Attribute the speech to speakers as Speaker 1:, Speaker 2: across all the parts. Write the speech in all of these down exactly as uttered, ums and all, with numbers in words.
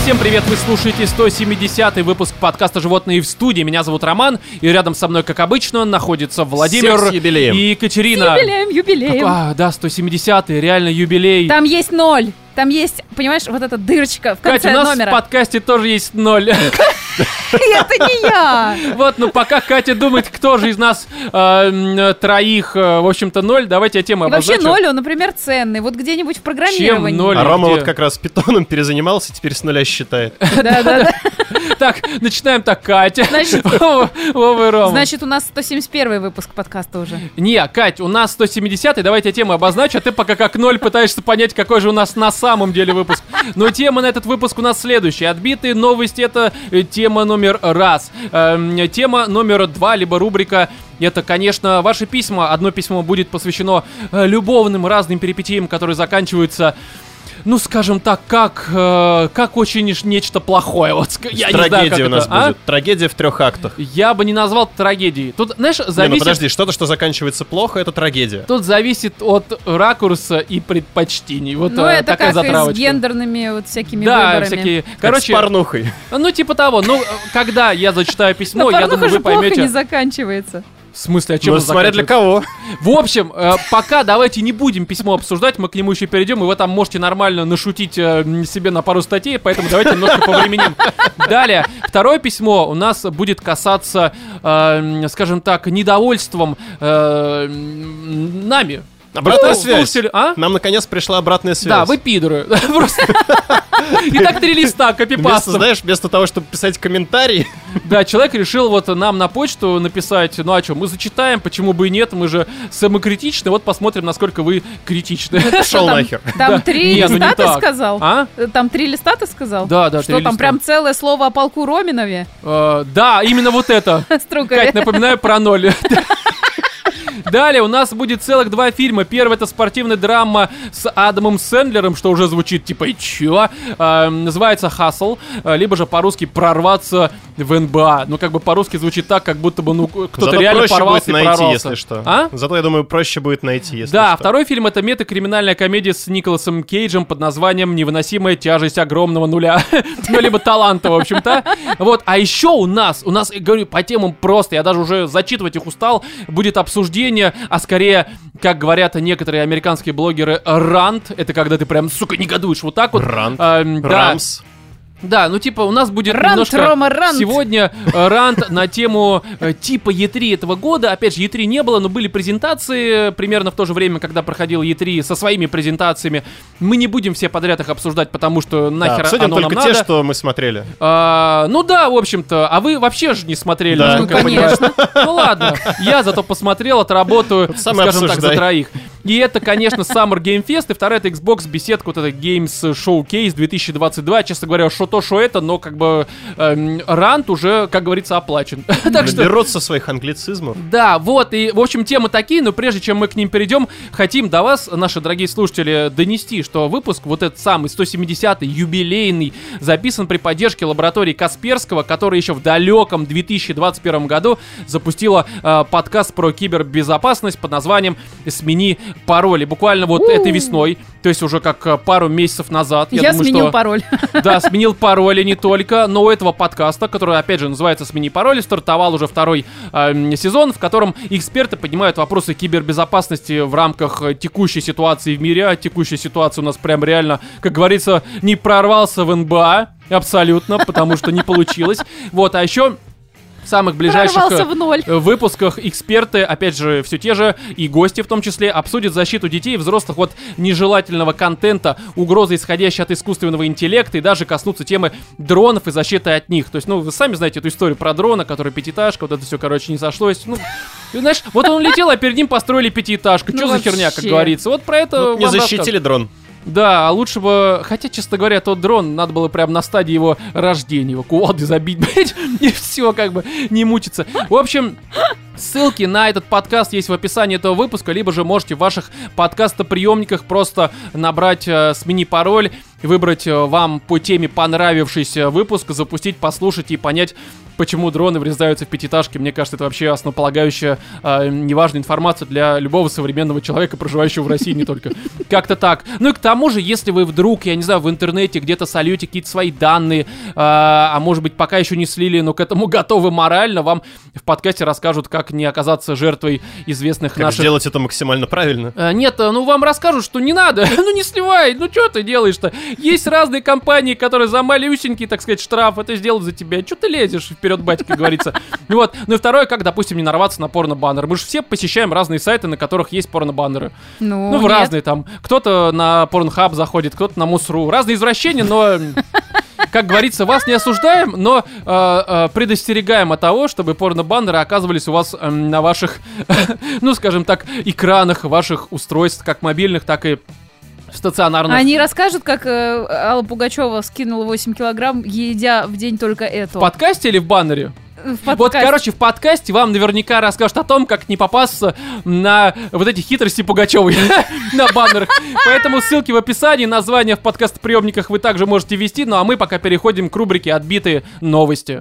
Speaker 1: Всем привет, вы слушаете сто семидесятый выпуск подкаста «Животные в студии». Меня зовут Роман, и рядом со мной, как обычно, находится Владимир и Екатерина.
Speaker 2: С юбилеем, юбилеем.
Speaker 1: Как, а, да, сто семидесятый, реально юбилей.
Speaker 2: Там есть ноль. Там есть, понимаешь, вот эта дырочка в конце
Speaker 1: Катя, у нас
Speaker 2: номера.
Speaker 1: в подкасте тоже есть ноль.
Speaker 2: Это не я.
Speaker 1: Вот, ну пока Катя думает, кто же из нас э, троих, э, в общем-то, ноль, давайте я тему обозначу.
Speaker 2: Вообще ноль, он, например, ценный. Вот где-нибудь в программировании.
Speaker 1: Чем ноль?
Speaker 3: А Рома
Speaker 1: Где?
Speaker 3: вот как раз с питоном перезанимался, теперь с нуля считает.
Speaker 2: Да-да-да.
Speaker 1: Так, начинаем так, Катя.
Speaker 2: Значит-
Speaker 1: Вова, Вова и Рома.
Speaker 2: Значит, у нас сто семьдесят первый выпуск подкаста уже.
Speaker 1: Не, Кать, у нас сто семидесятый, давайте я тему обозначу, а ты пока как ноль пытаешься понять, какой же у нас на самом деле выпуск. Но тема на этот выпуск у нас следующая. Отбитые новости — это э, тема номер раз. Эм, тема номер два, либо рубрика — это, конечно, ваши письма. Одно письмо будет посвящено э, любовным разным перипетиям, которые заканчиваются... Ну, скажем так, как, э, как очень ш- нечто плохое. Вот, ск- я не знаю, как
Speaker 3: Трагедия у нас
Speaker 1: это, а?
Speaker 3: будет. Трагедия в трех актах.
Speaker 1: Я бы не назвал трагедией. Тут, знаешь,
Speaker 3: Не, ну
Speaker 1: зависит...
Speaker 3: подожди, что-то, что заканчивается плохо, это трагедия.
Speaker 1: Тут зависит от ракурса и предпочтений. Вот
Speaker 2: Ну,
Speaker 1: э,
Speaker 2: это
Speaker 1: такая
Speaker 2: как и с
Speaker 1: затравочка.
Speaker 2: гендерными вот всякими
Speaker 1: Да,
Speaker 2: выборами.
Speaker 1: всякие.
Speaker 3: Как с
Speaker 1: Короче,
Speaker 3: порнухой.
Speaker 1: ну типа того. Ну, э, когда я зачитаю
Speaker 2: Но
Speaker 1: письмо, я
Speaker 2: порнуха
Speaker 1: думаю,
Speaker 2: же
Speaker 1: вы
Speaker 2: плохо
Speaker 1: поймете.
Speaker 2: не заканчивается.
Speaker 1: В смысле, о чем
Speaker 3: Ну,
Speaker 1: он
Speaker 3: смотря для
Speaker 1: заканчивается?
Speaker 3: кого.
Speaker 1: В общем, э, пока давайте не будем письмо обсуждать, мы к нему еще перейдем, и вы там можете нормально нашутить э, себе на пару статей, поэтому давайте немножко повременим. Далее, второе письмо у нас будет касаться, э, скажем так, недовольством э, нами.
Speaker 3: Обратная
Speaker 1: Ну,
Speaker 3: связь.
Speaker 1: слушатели, а?
Speaker 3: Нам, наконец, пришла обратная связь.
Speaker 1: Да, вы пидоры. Просто. И так три листа,
Speaker 3: Вместо,
Speaker 1: копипастом.
Speaker 3: знаешь, вместо того, чтобы писать комментарий,
Speaker 1: Да, человек решил вот нам на почту написать, ну а что, мы зачитаем, почему бы и нет, мы же самокритичны, вот посмотрим, насколько вы критичны.
Speaker 3: пошел
Speaker 2: Там-
Speaker 3: нахер.
Speaker 2: Там
Speaker 1: Да.
Speaker 2: три
Speaker 1: Не, ну не
Speaker 2: листа ты
Speaker 1: так.
Speaker 2: сказал?
Speaker 1: А?
Speaker 2: Там три листа ты сказал?
Speaker 1: Да, да,
Speaker 2: Что
Speaker 1: три
Speaker 2: там,
Speaker 1: листа.
Speaker 2: прям целое слово о полку Роминове?
Speaker 1: Э, Да, именно вот это.
Speaker 2: Струкове.
Speaker 1: Кать, напоминаю про ноль. Далее у нас будет целых два фильма. Первый — это спортивная драма с Адамом Сэндлером, что уже звучит типа «И чё?». Э, называется «Хасл», э, либо же по-русски «Прорваться в эн бэ а». Ну, как бы по-русски звучит так, как будто бы ну кто-то
Speaker 3: Зато
Speaker 1: реально
Speaker 3: проще
Speaker 1: порвался
Speaker 3: будет
Speaker 1: и
Speaker 3: найти,
Speaker 1: прорвался.
Speaker 3: если что.
Speaker 1: А?
Speaker 3: Зато, я думаю, проще будет найти, если
Speaker 1: Да,
Speaker 3: что.
Speaker 1: второй фильм — это метакриминальная комедия с Николасом Кейджем под названием «Невыносимая тяжесть огромного нуля». Ну, либо таланта, в общем-то. Вот, а еще у нас, у нас, я говорю, по темам просто, я даже уже зачитывать их устал, будет обсуждение, а скорее, как говорят некоторые американские блогеры, рант. Это когда ты прям, сука, негодуешь вот так вот.
Speaker 3: Рант.
Speaker 1: Эм, да.
Speaker 3: Рамс.
Speaker 1: Да, ну типа у нас будет
Speaker 2: Рант,
Speaker 1: немножко
Speaker 2: Рома, рант.
Speaker 1: сегодня э, рант на тему э, типа и три этого года. Опять же, и три не было, но были презентации э, примерно в то же время, когда проходил и три со своими презентациями. Мы не будем все подряд их обсуждать, потому что
Speaker 3: Да,
Speaker 1: нахер
Speaker 3: обсудим
Speaker 1: оно нам
Speaker 3: только те,
Speaker 1: надо.
Speaker 3: что мы смотрели.
Speaker 1: А, ну да, в общем-то. А вы вообще же не смотрели,
Speaker 3: Да.
Speaker 1: насколько я
Speaker 2: Ну,
Speaker 1: понимаю. Ну ладно, я зато посмотрел, отработаю,
Speaker 3: самое
Speaker 1: скажем так, за
Speaker 3: обсуждай.
Speaker 1: троих. И это, конечно, Summer Game Fest, и вторая — это Xbox беседка, вот это Games Showcase две тысячи двадцать два. Честно говоря, что то, что это, но как бы эм, рант уже, как говорится, оплачен. Так что...
Speaker 3: Наберутся своих англицизмов.
Speaker 1: Да, вот, и, в общем, темы такие, но прежде чем мы к ним перейдем, хотим до вас, наши дорогие слушатели, донести, что выпуск, вот этот самый сто семидесятый, юбилейный, записан при поддержке лаборатории Касперского, которая еще в далеком две тысячи двадцать первом году запустила э, подкаст про кибербезопасность под названием «Смени пароль». И буквально вот
Speaker 2: У-у-у.
Speaker 1: этой весной, то есть уже как э, пару месяцев назад.
Speaker 2: Я,
Speaker 1: думаю,
Speaker 2: сменил
Speaker 1: что...
Speaker 2: пароль.
Speaker 1: Да, сменил пароль, и не только, но у этого подкаста, который, опять же, называется «Смени пароль», стартовал уже второй э, сезон, в котором эксперты поднимают вопросы кибербезопасности в рамках э, текущей ситуации в мире. А текущая ситуация у нас прям реально, как говорится, не прорвался в эн бэ а, абсолютно, потому что не получилось. Вот, а еще... В самых ближайших
Speaker 2: Прорвался в ноль.
Speaker 1: э, выпусках эксперты, опять же, все те же, и гости в том числе, обсудят защиту детей и взрослых от нежелательного контента, угрозы, исходящие от искусственного интеллекта, и даже коснутся темы дронов и защиты от них. То есть, ну, вы сами знаете эту историю про дрона, который пятиэтажка, вот это все, короче, не сошлось. Ну, и, знаешь, вот он летел, а перед ним построили пятиэтажку.
Speaker 2: Ну,
Speaker 1: Что за херня, как
Speaker 2: вообще.
Speaker 1: говорится? Вот про это
Speaker 3: Ну, не
Speaker 1: вам
Speaker 3: защитили дрон.
Speaker 1: Да, а лучше бы... Хотя, честно говоря, тот дрон, надо было прям на стадии его рождения, его кувалдой забить, блять, и все, как бы, не мучиться. В общем... Ссылки на этот подкаст есть в описании этого выпуска, либо же можете в ваших подкастоприемниках просто набрать э, «Смени пароль», выбрать э, вам по теме понравившийся выпуск, запустить, послушать и понять, почему дроны врезаются в пятиэтажки. Мне кажется, это вообще основополагающая, э, неважная информация для любого современного человека, проживающего в России не только. Как-то так. Ну и к тому же, если вы вдруг, я не знаю, в интернете где-то сольете какие-то свои данные, э, а может быть, пока еще не слили, но к этому готовы морально, вам в подкасте расскажут, как не оказаться жертвой известных
Speaker 3: Как
Speaker 1: наших...
Speaker 3: сделать это максимально правильно.
Speaker 1: Э, Нет, ну вам расскажут, что не надо, ну не сливай, ну что ты делаешь-то? Есть разные компании, которые за малюсенький, так сказать, штраф это сделают за тебя. Что ты лезешь вперед, батя, как говорится. Вот. Ну и второе, как, допустим, не нарваться на порно-баннер. Мы же все посещаем разные сайты, на которых есть порно-баннеры.
Speaker 2: Ну,
Speaker 1: Ну, в
Speaker 2: нет.
Speaker 1: разные там. Кто-то на Pornhub заходит, кто-то на Мусру. Разные извращения, но... Как говорится, вас не осуждаем, но э, э, предостерегаем от того, чтобы порно-баннеры оказывались у вас э, на ваших, ну, скажем так, экранах ваших устройств, как мобильных, так и стационарных.
Speaker 2: Они расскажут, как э, Алла Пугачева скинула восемь килограмм, едя в день только это.
Speaker 1: В подкасте или в баннере?
Speaker 2: В
Speaker 1: Вот,
Speaker 2: подкасте.
Speaker 1: короче, в подкасте вам наверняка расскажут о том, как не попасться на вот эти хитрости Пугачевой на баннерах. Поэтому ссылки в описании, названия в подкаст-приемниках вы также можете ввести. Ну а мы пока переходим к рубрике «Отбитые новости».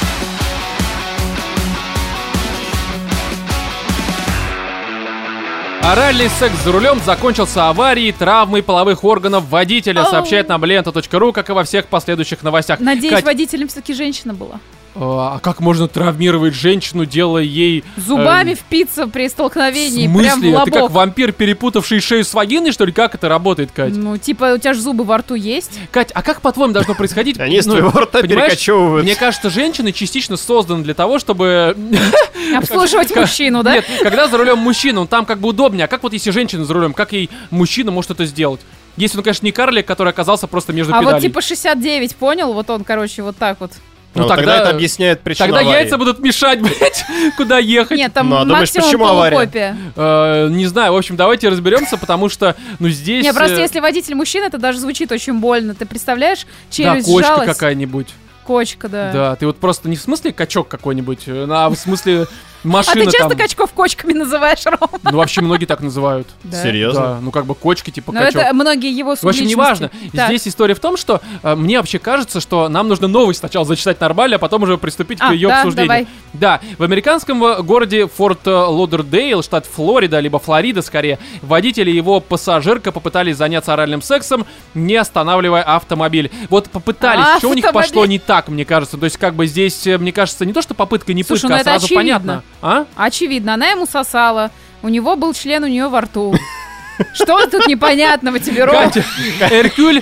Speaker 1: Оральный секс за рулем закончился аварией, травмой половых органов водителя,
Speaker 2: Оу.
Speaker 1: сообщает нам лента точка ру, как и во всех последующих новостях.
Speaker 2: Надеюсь,
Speaker 1: Кать,
Speaker 2: водителем все-таки женщина была.
Speaker 1: а как можно травмировать женщину, делая ей...
Speaker 2: Зубами
Speaker 1: э,
Speaker 2: впиться при столкновении,
Speaker 1: в
Speaker 2: прям в
Speaker 1: смысле? Ты как
Speaker 2: лобок.
Speaker 1: вампир, перепутавший шею с вагиной, что ли? Как это работает, Кать?
Speaker 2: Ну, типа, у тебя же зубы во рту есть.
Speaker 1: Кать, а как, по-твоему, должно происходить?
Speaker 3: Они из
Speaker 1: Ну,
Speaker 3: твоего рта
Speaker 1: понимаешь,
Speaker 3: перекочевывают.
Speaker 1: Мне кажется, женщины частично созданы для того, чтобы...
Speaker 2: Обслуживать
Speaker 1: Как-
Speaker 2: мужчину, да?
Speaker 1: Нет, когда за рулем мужчина, он там как бы удобнее. А как вот если женщина за рулем, как ей мужчина может это сделать? Если он, конечно, не карлик, который оказался просто между
Speaker 2: А
Speaker 1: педалей.
Speaker 2: вот типа шестьдесят девять, понял? Вот он, короче, вот так вот.
Speaker 1: Ну,
Speaker 3: Ну,
Speaker 1: тогда-
Speaker 3: тогда это объясняет причину
Speaker 1: Тогда
Speaker 3: аварии.
Speaker 1: яйца будут мешать, блядь, куда ехать.
Speaker 2: Нет, там
Speaker 3: Ну, а думаешь,
Speaker 2: максимум
Speaker 3: почему авария?
Speaker 2: полукопия.
Speaker 1: Э, не знаю, в общем, давайте разберемся, потому что, ну, здесь...
Speaker 2: Не, просто
Speaker 1: э,
Speaker 2: если водитель мужчина, это даже звучит очень больно. Ты представляешь,
Speaker 1: Да,
Speaker 2: челюсть
Speaker 1: кочка
Speaker 2: сжалась.
Speaker 1: какая-нибудь.
Speaker 2: Кочка, да.
Speaker 1: Да, ты вот просто не в смысле качок какой-нибудь, э, а в смысле
Speaker 2: А
Speaker 1: машина
Speaker 2: ты часто
Speaker 1: там.
Speaker 2: качков кочками называешь, Ром?
Speaker 1: Ну, вообще многие так называют.
Speaker 2: Да.
Speaker 3: Серьезно?
Speaker 1: Да, ну как бы кочки, типа
Speaker 2: Но
Speaker 1: качок.
Speaker 2: это многие его
Speaker 1: В общем,
Speaker 2: субличности.
Speaker 1: неважно.
Speaker 2: Так.
Speaker 1: Здесь история в том, что э, мне вообще кажется, что нам нужно новость сначала зачитать нормально, а потом уже приступить
Speaker 2: А,
Speaker 1: к ее
Speaker 2: да,
Speaker 1: обсуждению.
Speaker 2: давай.
Speaker 1: Да, в американском э, городе Форт Лодердейл, штат Флорида, либо Флорида скорее, водитель и его пассажирка попытались заняться оральным сексом, не останавливая автомобиль. Вот попытались, что у них
Speaker 2: Автомобиль.
Speaker 1: пошло не так, мне кажется. То есть как бы здесь, э, мне кажется, не то, что попытка не
Speaker 2: Слушай,
Speaker 1: пытка,
Speaker 2: ну
Speaker 1: а
Speaker 2: это
Speaker 1: сразу
Speaker 2: очевидно.
Speaker 1: понятно. А?
Speaker 2: Очевидно, она ему сосала. У него был член у нее во рту. Что тут непонятного тебе, Ром?
Speaker 1: Катя, Эркюль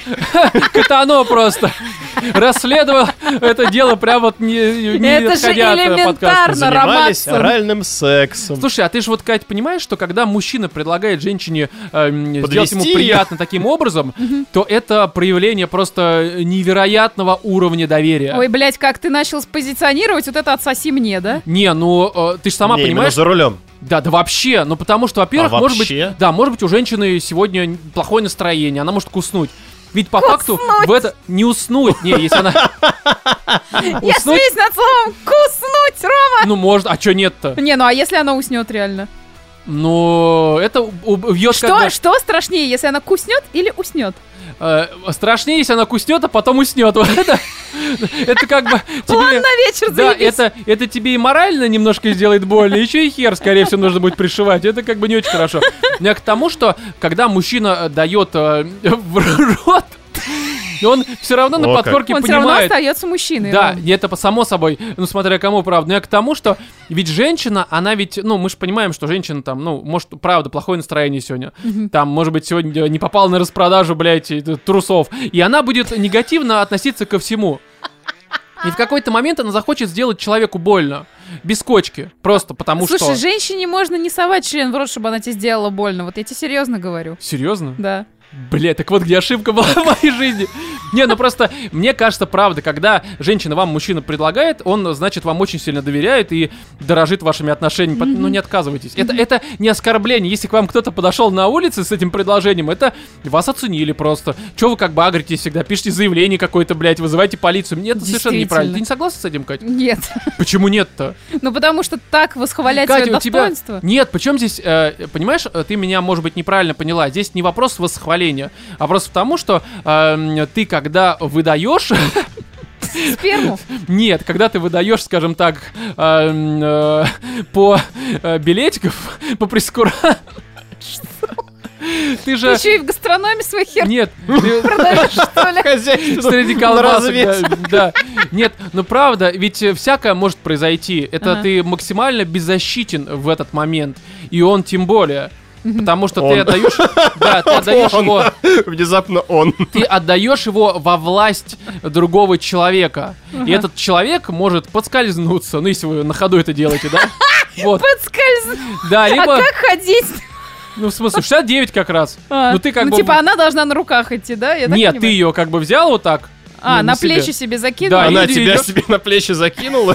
Speaker 1: Катано просто расследовал это дело прям вот не, не
Speaker 2: Это же
Speaker 1: отходя от э, подкаста.
Speaker 2: элементарно.
Speaker 3: Занимались
Speaker 2: Романцем.
Speaker 3: оральным сексом.
Speaker 1: Слушай, а ты же вот, Кать, понимаешь, что когда мужчина предлагает женщине э, м, сделать
Speaker 3: Подвести
Speaker 1: ему
Speaker 3: её.
Speaker 1: приятно таким образом, то это проявление просто невероятного уровня доверия.
Speaker 2: Ой, блядь, как ты начал спозиционировать вот это «отсоси мне», да?
Speaker 1: Не, ну э, ты же сама
Speaker 3: Не, именно
Speaker 1: понимаешь.
Speaker 3: за рулем.
Speaker 1: Да, да вообще, ну потому что, во-первых,
Speaker 3: А
Speaker 1: может быть,
Speaker 3: вообще?
Speaker 1: да, может быть у женщины сегодня плохое настроение, она может куснуть. Ведь по факту в это не уснуть, не, если она
Speaker 2: Я
Speaker 1: уснуть,
Speaker 2: смеюсь над словом «куснуть», Рома!
Speaker 1: ну может, а чё нет-то?
Speaker 2: Не, ну а если она уснет реально?
Speaker 1: Ну это убьет как
Speaker 2: Что,
Speaker 1: бы,
Speaker 2: что страшнее, если она куснет или уснет?
Speaker 1: э, страшнее, если она куснет, а потом уснет. Вот это, это как бы
Speaker 2: План
Speaker 1: тебе,
Speaker 2: на вечер,
Speaker 1: да,
Speaker 2: заебись.
Speaker 1: это, это тебе и морально немножко сделает больно, еще и хер, скорее всего, нужно будет пришивать. Это как бы не очень хорошо. Я к тому, что когда мужчина э, дает э, в рот, он все равно на
Speaker 3: О, как.
Speaker 1: подкорке
Speaker 2: Он все равно
Speaker 1: понимает.
Speaker 2: остается мужчиной.
Speaker 1: Да,
Speaker 2: Ром.
Speaker 1: и это по само собой, ну смотря кому, правда. Но я к тому, что ведь женщина, она ведь, ну мы же понимаем, что женщина там, ну, может, правда, плохое настроение сегодня. Там, может быть, сегодня не попала на распродажу, блядь, и- трусов. И она будет негативно относиться ко всему. И в какой-то момент она захочет сделать человеку больно. Без кочки. Просто потому
Speaker 2: Слушай,
Speaker 1: что...
Speaker 2: женщине можно не совать член в рот, чтобы она тебе сделала больно. Вот я тебе серьезно говорю.
Speaker 1: Серьезно?
Speaker 2: Да.
Speaker 1: Бля, так вот где ошибка была в моей жизни. Не, ну просто, мне кажется, правда, когда женщина вам, мужчина предлагает, он, значит, вам очень сильно доверяет и дорожит вашими отношениями. Пот- Ну, не отказывайтесь. Это, это не оскорбление. Если к вам кто-то подошел на улице с этим предложением, это вас оценили просто. Че вы как бы агритесь всегда? Пишите заявление какое-то, блядь, вызывайте полицию. Мне это совершенно неправильно. Ты не согласна с этим, Кать?
Speaker 2: Нет.
Speaker 1: Почему нет-то?
Speaker 2: Ну потому что так восхвалять
Speaker 1: Катя,
Speaker 2: свое
Speaker 1: у тебя...
Speaker 2: достоинство.
Speaker 1: Нет, причем здесь, э, понимаешь, э, ты меня, может быть, неправильно поняла. Здесь не вопрос восхваления, а вопрос в том, что э, ты, когда выдаешь...
Speaker 2: Сперму?
Speaker 1: Нет, когда ты выдаешь, скажем так, э, э, по э, билетиков, по прескуранту. Ты
Speaker 2: Ты
Speaker 1: же...
Speaker 2: еще и в гастрономе свой хер
Speaker 1: Нет, ты-
Speaker 2: продаешь, что ли?
Speaker 3: Хозяйство
Speaker 1: среди
Speaker 3: на
Speaker 1: колбасок,
Speaker 3: развес.
Speaker 1: да, да. Нет, ну правда, ведь э, всякое может произойти. Это
Speaker 2: Ага.
Speaker 1: ты максимально беззащитен в этот момент. И он тем более. Потому что ты
Speaker 3: Он.
Speaker 1: отдаешь... Да, ты отдаешь
Speaker 3: Он.
Speaker 1: его...
Speaker 3: Внезапно он.
Speaker 1: Ты отдаешь его во власть другого человека. И этот человек может подскользнуться. Ну, если вы на ходу это делаете, да? Вот.
Speaker 2: Подскользнуть.
Speaker 1: Да,
Speaker 2: А
Speaker 1: либо...
Speaker 2: как ходить?
Speaker 1: Ну, в смысле, шестьдесят девять как раз.
Speaker 2: А,
Speaker 1: Ну, ты как
Speaker 2: ну,
Speaker 1: бы...
Speaker 2: типа, она должна на руках идти, да? Я так
Speaker 1: Нет, ты
Speaker 2: понимаю?
Speaker 1: ее как бы взял вот так.
Speaker 2: А,
Speaker 1: ну,
Speaker 2: на
Speaker 1: себе.
Speaker 2: плечи себе закинул?
Speaker 1: Да,
Speaker 3: Она
Speaker 1: иди,
Speaker 3: тебя
Speaker 1: идёт.
Speaker 3: себе на плечи закинула.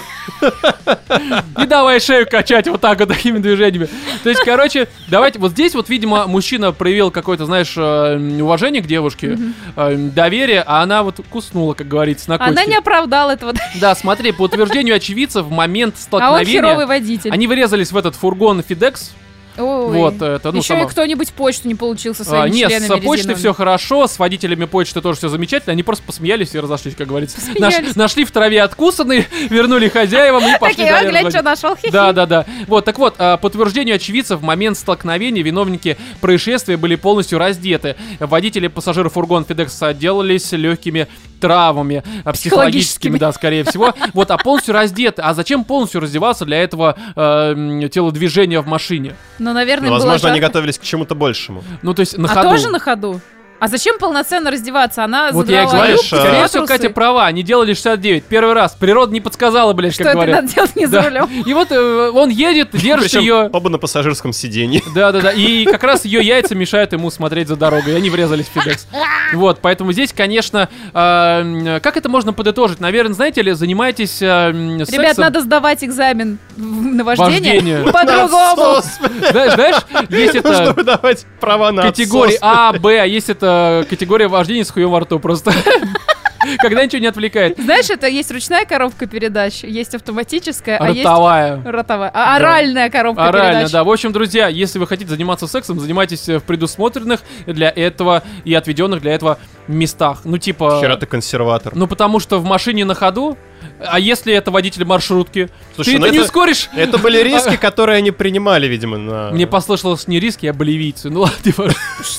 Speaker 1: И давай шею качать вот так вот такими движениями. То есть, короче, давайте, вот здесь вот, видимо, мужчина проявил какое-то, знаешь, э, уважение к девушке, э, доверие, а она вот куснула, как говорится, на
Speaker 2: Она
Speaker 1: кости.
Speaker 2: не оправдала этого.
Speaker 1: Да, смотри, по утверждению очевидцев, в момент
Speaker 2: А он
Speaker 1: столкновения
Speaker 2: херовый водитель.
Speaker 1: они врезались в этот фургон FedEx.
Speaker 2: Ой.
Speaker 1: Вот, это, ну,
Speaker 2: Еще
Speaker 1: сама-
Speaker 2: и кто-нибудь почту не получил со
Speaker 1: А,
Speaker 2: своими
Speaker 1: нет,
Speaker 2: членами
Speaker 1: с почтой
Speaker 2: резиновыми.
Speaker 1: все хорошо, с водителями почты тоже все замечательно. Они просто посмеялись и разошлись, как говорится.
Speaker 2: Посмеялись.
Speaker 1: нашли в траве откусанный, вернули хозяевам и пошли
Speaker 2: Такие, а,
Speaker 1: далее
Speaker 2: глянь,
Speaker 1: разводить.
Speaker 2: что нашел, хи-хи.
Speaker 1: Да, да, да. Вот, так вот, а, по утверждению очевидцев, в момент столкновения виновники происшествия были полностью раздеты. Водители пассажиров фургона FedEx отделались легкими травмами, а, психологическими,
Speaker 2: Психологическими.
Speaker 1: да, скорее всего. Вот, а полностью раздеты. А зачем полностью раздеваться для этого э, м, телодвижения в машине?
Speaker 2: Ну, наверное,
Speaker 3: Ну,
Speaker 2: было
Speaker 3: возможно, они
Speaker 2: жарко.
Speaker 3: готовились к чему-то большему.
Speaker 1: Ну, то есть на
Speaker 2: А
Speaker 1: ходу.
Speaker 2: тоже на ходу? А зачем полноценно раздеваться? Она
Speaker 1: Вот я и
Speaker 2: задрала
Speaker 1: говорю,
Speaker 3: Знаешь,
Speaker 2: юбку,
Speaker 3: а-
Speaker 1: скорее
Speaker 2: сняла
Speaker 1: всего,
Speaker 2: трусы.
Speaker 1: Катя права, они делали шестьдесят девять. Первый раз. Природа не подсказала, блядь,
Speaker 2: Что
Speaker 1: как
Speaker 2: это
Speaker 1: говорят.
Speaker 2: надо делать не за
Speaker 1: Да.
Speaker 2: рулем?
Speaker 1: И вот э, он едет, держит
Speaker 3: Причем
Speaker 1: ее.
Speaker 3: оба на пассажирском сиденье.
Speaker 1: Да-да-да. И как раз ее яйца мешают ему смотреть за дорогой. И они врезались в FedEx. Вот, поэтому здесь, конечно, э, как это можно подытожить? Наверное, знаете ли, занимаетесь э, сексом.
Speaker 2: Ребят, надо сдавать экзамен в- на вождение.
Speaker 1: Вождение.
Speaker 2: По-другому.
Speaker 3: Насос.
Speaker 1: Знаешь, знаешь, есть
Speaker 3: Нужно
Speaker 1: это
Speaker 3: выдавать права на
Speaker 1: категории
Speaker 3: отсос.
Speaker 1: А, Б, а есть это категория вождения с хуем во рту просто. Когда ничего не отвлекает.
Speaker 2: Знаешь, это есть ручная коробка передач, есть автоматическая, а есть
Speaker 1: Ротовая.
Speaker 2: ротовая. А оральная коробка
Speaker 1: Орально,
Speaker 2: передач.
Speaker 1: да. В общем, друзья, если вы хотите заниматься сексом, занимайтесь э, в предусмотренных для этого и отведенных для этого местах. Ну, типа...
Speaker 3: Хера ты консерватор.
Speaker 1: Ну, потому что в машине на ходу, а если это водитель маршрутки,
Speaker 3: Слушай,
Speaker 1: ты
Speaker 3: ну
Speaker 1: это не
Speaker 3: это-
Speaker 1: ускоришь?
Speaker 3: Это были риски, которые они принимали, видимо, на...
Speaker 1: Мне послышалось не риски, а болевийцы. Ну ладно, типа...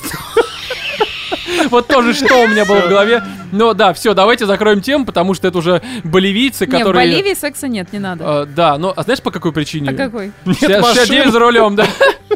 Speaker 1: Вот тоже что у меня было в голове. Но да, все, давайте закроем тему, потому что это уже болевийцы,
Speaker 2: Не, в
Speaker 1: которые...
Speaker 2: Боливии секса нет, не надо.
Speaker 1: э, Да, но а знаешь по какой причине?
Speaker 2: А какой?
Speaker 1: шестьдесят
Speaker 3: машин.
Speaker 1: девять за рулем, да.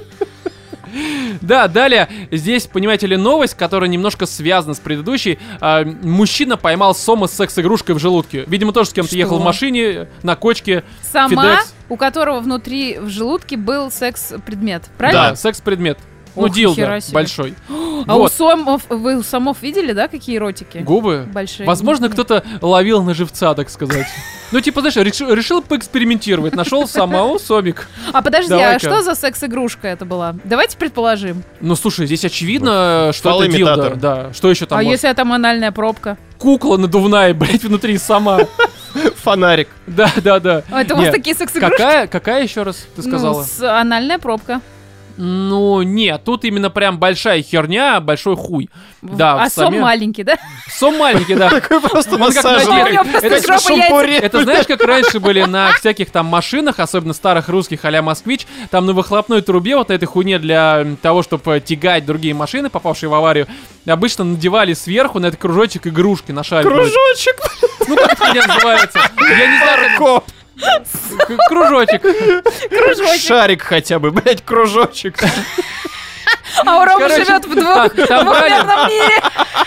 Speaker 1: Да, далее, здесь, понимаете ли, новость, которая немножко связана с предыдущей. А, мужчина поймал сома с секс-игрушкой в желудке. Видимо, тоже с кем-то
Speaker 2: Что?
Speaker 1: ехал в машине, на кочке.
Speaker 2: Сама,
Speaker 1: FedEx.
Speaker 2: у которого внутри в желудке был секс-предмет,
Speaker 1: Да,
Speaker 2: правильно?
Speaker 1: секс-предмет. Ну,
Speaker 2: Ох,
Speaker 1: дилдо
Speaker 2: нихера себе.
Speaker 1: большой.
Speaker 2: А у
Speaker 1: Вот.
Speaker 2: сомов, вы у сомов видели, да, какие ротики?
Speaker 1: Губы?
Speaker 2: Большие.
Speaker 1: Возможно,
Speaker 2: Нет.
Speaker 1: кто-то ловил на живца, так сказать. Ну, типа, знаешь, решил, решил поэкспериментировать. Нашел самого сомик.
Speaker 2: А подожди,
Speaker 1: Давай-ка.
Speaker 2: а что за секс-игрушка это была? Давайте предположим.
Speaker 1: Ну, слушай, здесь очевидно, что это
Speaker 3: Фалоимитатор.
Speaker 1: дилдо. Да, что еще там
Speaker 2: А
Speaker 1: может?
Speaker 2: если это анальная пробка?
Speaker 1: Кукла надувная, блядь, внутри сама.
Speaker 3: Фонарик.
Speaker 1: Да, да, да.
Speaker 2: А это у вас
Speaker 1: Нет.
Speaker 2: такие секс-игрушки?
Speaker 1: Какая, какая еще раз ты сказала?
Speaker 2: Ну, с анальная пробка.
Speaker 1: Ну, нет, тут именно прям большая херня, большой хуй. Да,
Speaker 2: а
Speaker 1: в
Speaker 2: сом
Speaker 1: саме-
Speaker 2: маленький, да?
Speaker 1: Сом маленький, да.
Speaker 3: Такой просто
Speaker 1: Он как
Speaker 3: массаж.
Speaker 1: на
Speaker 2: А у него просто
Speaker 1: Это
Speaker 2: жопа
Speaker 3: шампурин.
Speaker 2: яйца.
Speaker 1: Это знаешь, как раньше были на всяких там машинах, особенно старых русских а-ля Москвич, там на выхлопной трубе вот на этой хуйне для м, того, чтобы тягать другие машины, попавшие в аварию, обычно надевали сверху на этот кружочек игрушки на шаре.
Speaker 3: Кружочек.
Speaker 1: Ну, как это хуйня называется? Я не знаю,
Speaker 3: Коп.
Speaker 1: как- к- кружочек.
Speaker 2: Кружочек.
Speaker 3: Шарик хотя бы, блять, кружочек.
Speaker 2: А у Ромы
Speaker 1: Короче,
Speaker 2: живет в
Speaker 1: а,
Speaker 2: двух-
Speaker 1: там брали-
Speaker 2: двухмерном мире.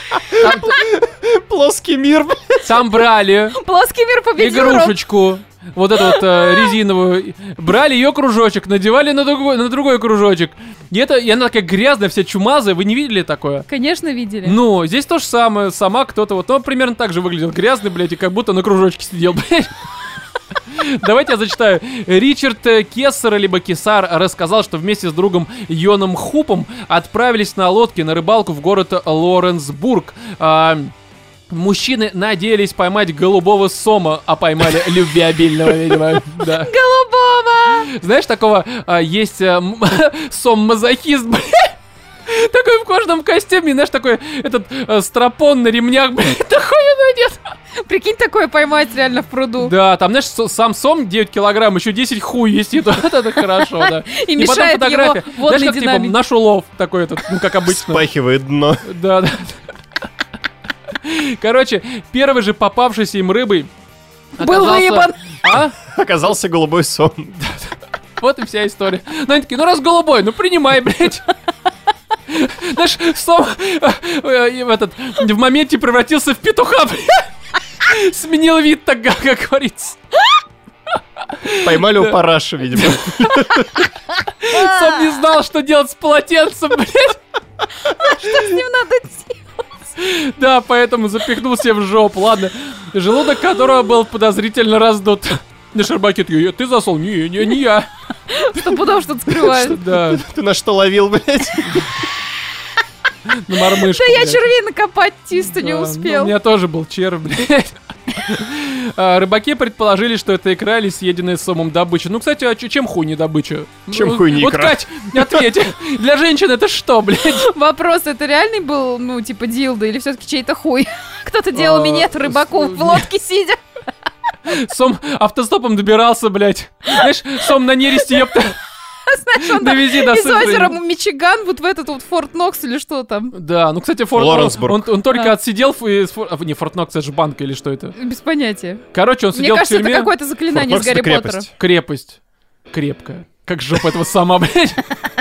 Speaker 3: Плоский мир, блядь.
Speaker 1: Там брали
Speaker 2: Плоский мир победил Рому.
Speaker 1: игрушечку, вот эту вот э, резиновую, брали ее кружочек, надевали на другой, на другой кружочек. И, это, и она такая грязная, вся чумазая. Вы не видели такое?
Speaker 2: Конечно, видели.
Speaker 1: Ну, здесь то же самое. Сама кто-то вот, он примерно так же выглядел. Грязный, блядь, и как будто на кружочке сидел, блядь. Давайте я зачитаю. Ричард э, Кессер, либо Кесар, рассказал, что вместе с другом Йоном Хупом отправились на лодке на рыбалку в город Лоренсбург. А, мужчины надеялись поймать голубого сома, а поймали любвеобильного, видимо. Да.
Speaker 2: Голубого!
Speaker 1: Знаешь, такого а, есть а, м- сом-мазохист, блядь. Такой в кожаном костюме, знаешь, такой этот э, стропон на ремнях, блядь, такой надет.
Speaker 2: Прикинь, такое поймать реально в пруду.
Speaker 1: Да, там, знаешь, с- сам сом девять килограмм, еще десять хуй висит. Вот это хорошо, да.
Speaker 2: И
Speaker 1: потом
Speaker 2: мешает его
Speaker 1: фотография.
Speaker 2: водной
Speaker 1: Знаешь, как, типа,
Speaker 2: динамике.
Speaker 1: наш улов такой этот, ну, как обычно.
Speaker 3: Спахивает дно.
Speaker 1: Да, да. Короче, первый же попавшийся им рыбой
Speaker 2: Был
Speaker 1: оказался-
Speaker 2: выебан.
Speaker 1: А?
Speaker 3: Оказался голубой сон.
Speaker 1: Вот и вся история. Ну, они такие, ну, раз голубой, ну, принимай, блядь. Знаешь, сом э, э, в этот, в моменте превратился в петуха, блядь. Сменил вид, так как как говорится.
Speaker 3: Поймали у параши, видимо.
Speaker 1: Сом не знал, что делать с полотенцем, блядь.
Speaker 2: С ним надо делать.
Speaker 1: Да, поэтому запихнул себе в жопу. Ладно, желудок которого был подозрительно раздут. На шарбаке такие, ты засол? Не, не, не я.
Speaker 2: Стопудово что-то скрывает.
Speaker 1: Да,
Speaker 3: Ты на что ловил, блядь?
Speaker 1: на мормышку.
Speaker 2: Да я
Speaker 1: блядь.
Speaker 2: червей накопать чисто не
Speaker 1: Да, ну,
Speaker 2: успел.
Speaker 1: у меня тоже был червь, блядь. А, Рыбаки предположили, что это икра или съеденная сомом добыча. Ну, кстати, а ч- чем хуй не добыча?
Speaker 3: Чем
Speaker 1: Ну,
Speaker 3: хуй не
Speaker 1: Вот,
Speaker 3: икра?
Speaker 1: Кать, ответь. Для женщин это что, блядь?
Speaker 2: Вопрос, это реальный был, ну, типа, дилда или все-таки чей-то хуй? Кто-то делал
Speaker 1: А,
Speaker 2: минет рыбаку
Speaker 1: с-
Speaker 2: в лодке сидя.
Speaker 1: Сом автостопом добирался, блядь. Знаешь, сом на нересте, ёпта.
Speaker 2: Знаешь, он
Speaker 1: Довези до
Speaker 2: из
Speaker 1: Сызрани.
Speaker 2: озера Мичиган, вот в этот вот Форт Нокс или что там.
Speaker 1: Да, ну, кстати, Форт
Speaker 3: Лоренсбург.
Speaker 1: он, он только
Speaker 2: А.
Speaker 1: отсидел в- из Фор- а, не, Форт Нокс, это же банк или что это?
Speaker 2: Без понятия.
Speaker 1: Короче, он
Speaker 2: Мне
Speaker 1: сидел в
Speaker 2: кажется, это
Speaker 1: тюрьме.
Speaker 2: какое-то заклинание из
Speaker 3: Форт Нокс —
Speaker 2: Гарри
Speaker 3: это
Speaker 2: Поттера.
Speaker 3: крепость.
Speaker 1: Крепость. Крепкая. Как жопа этого сама, блядь.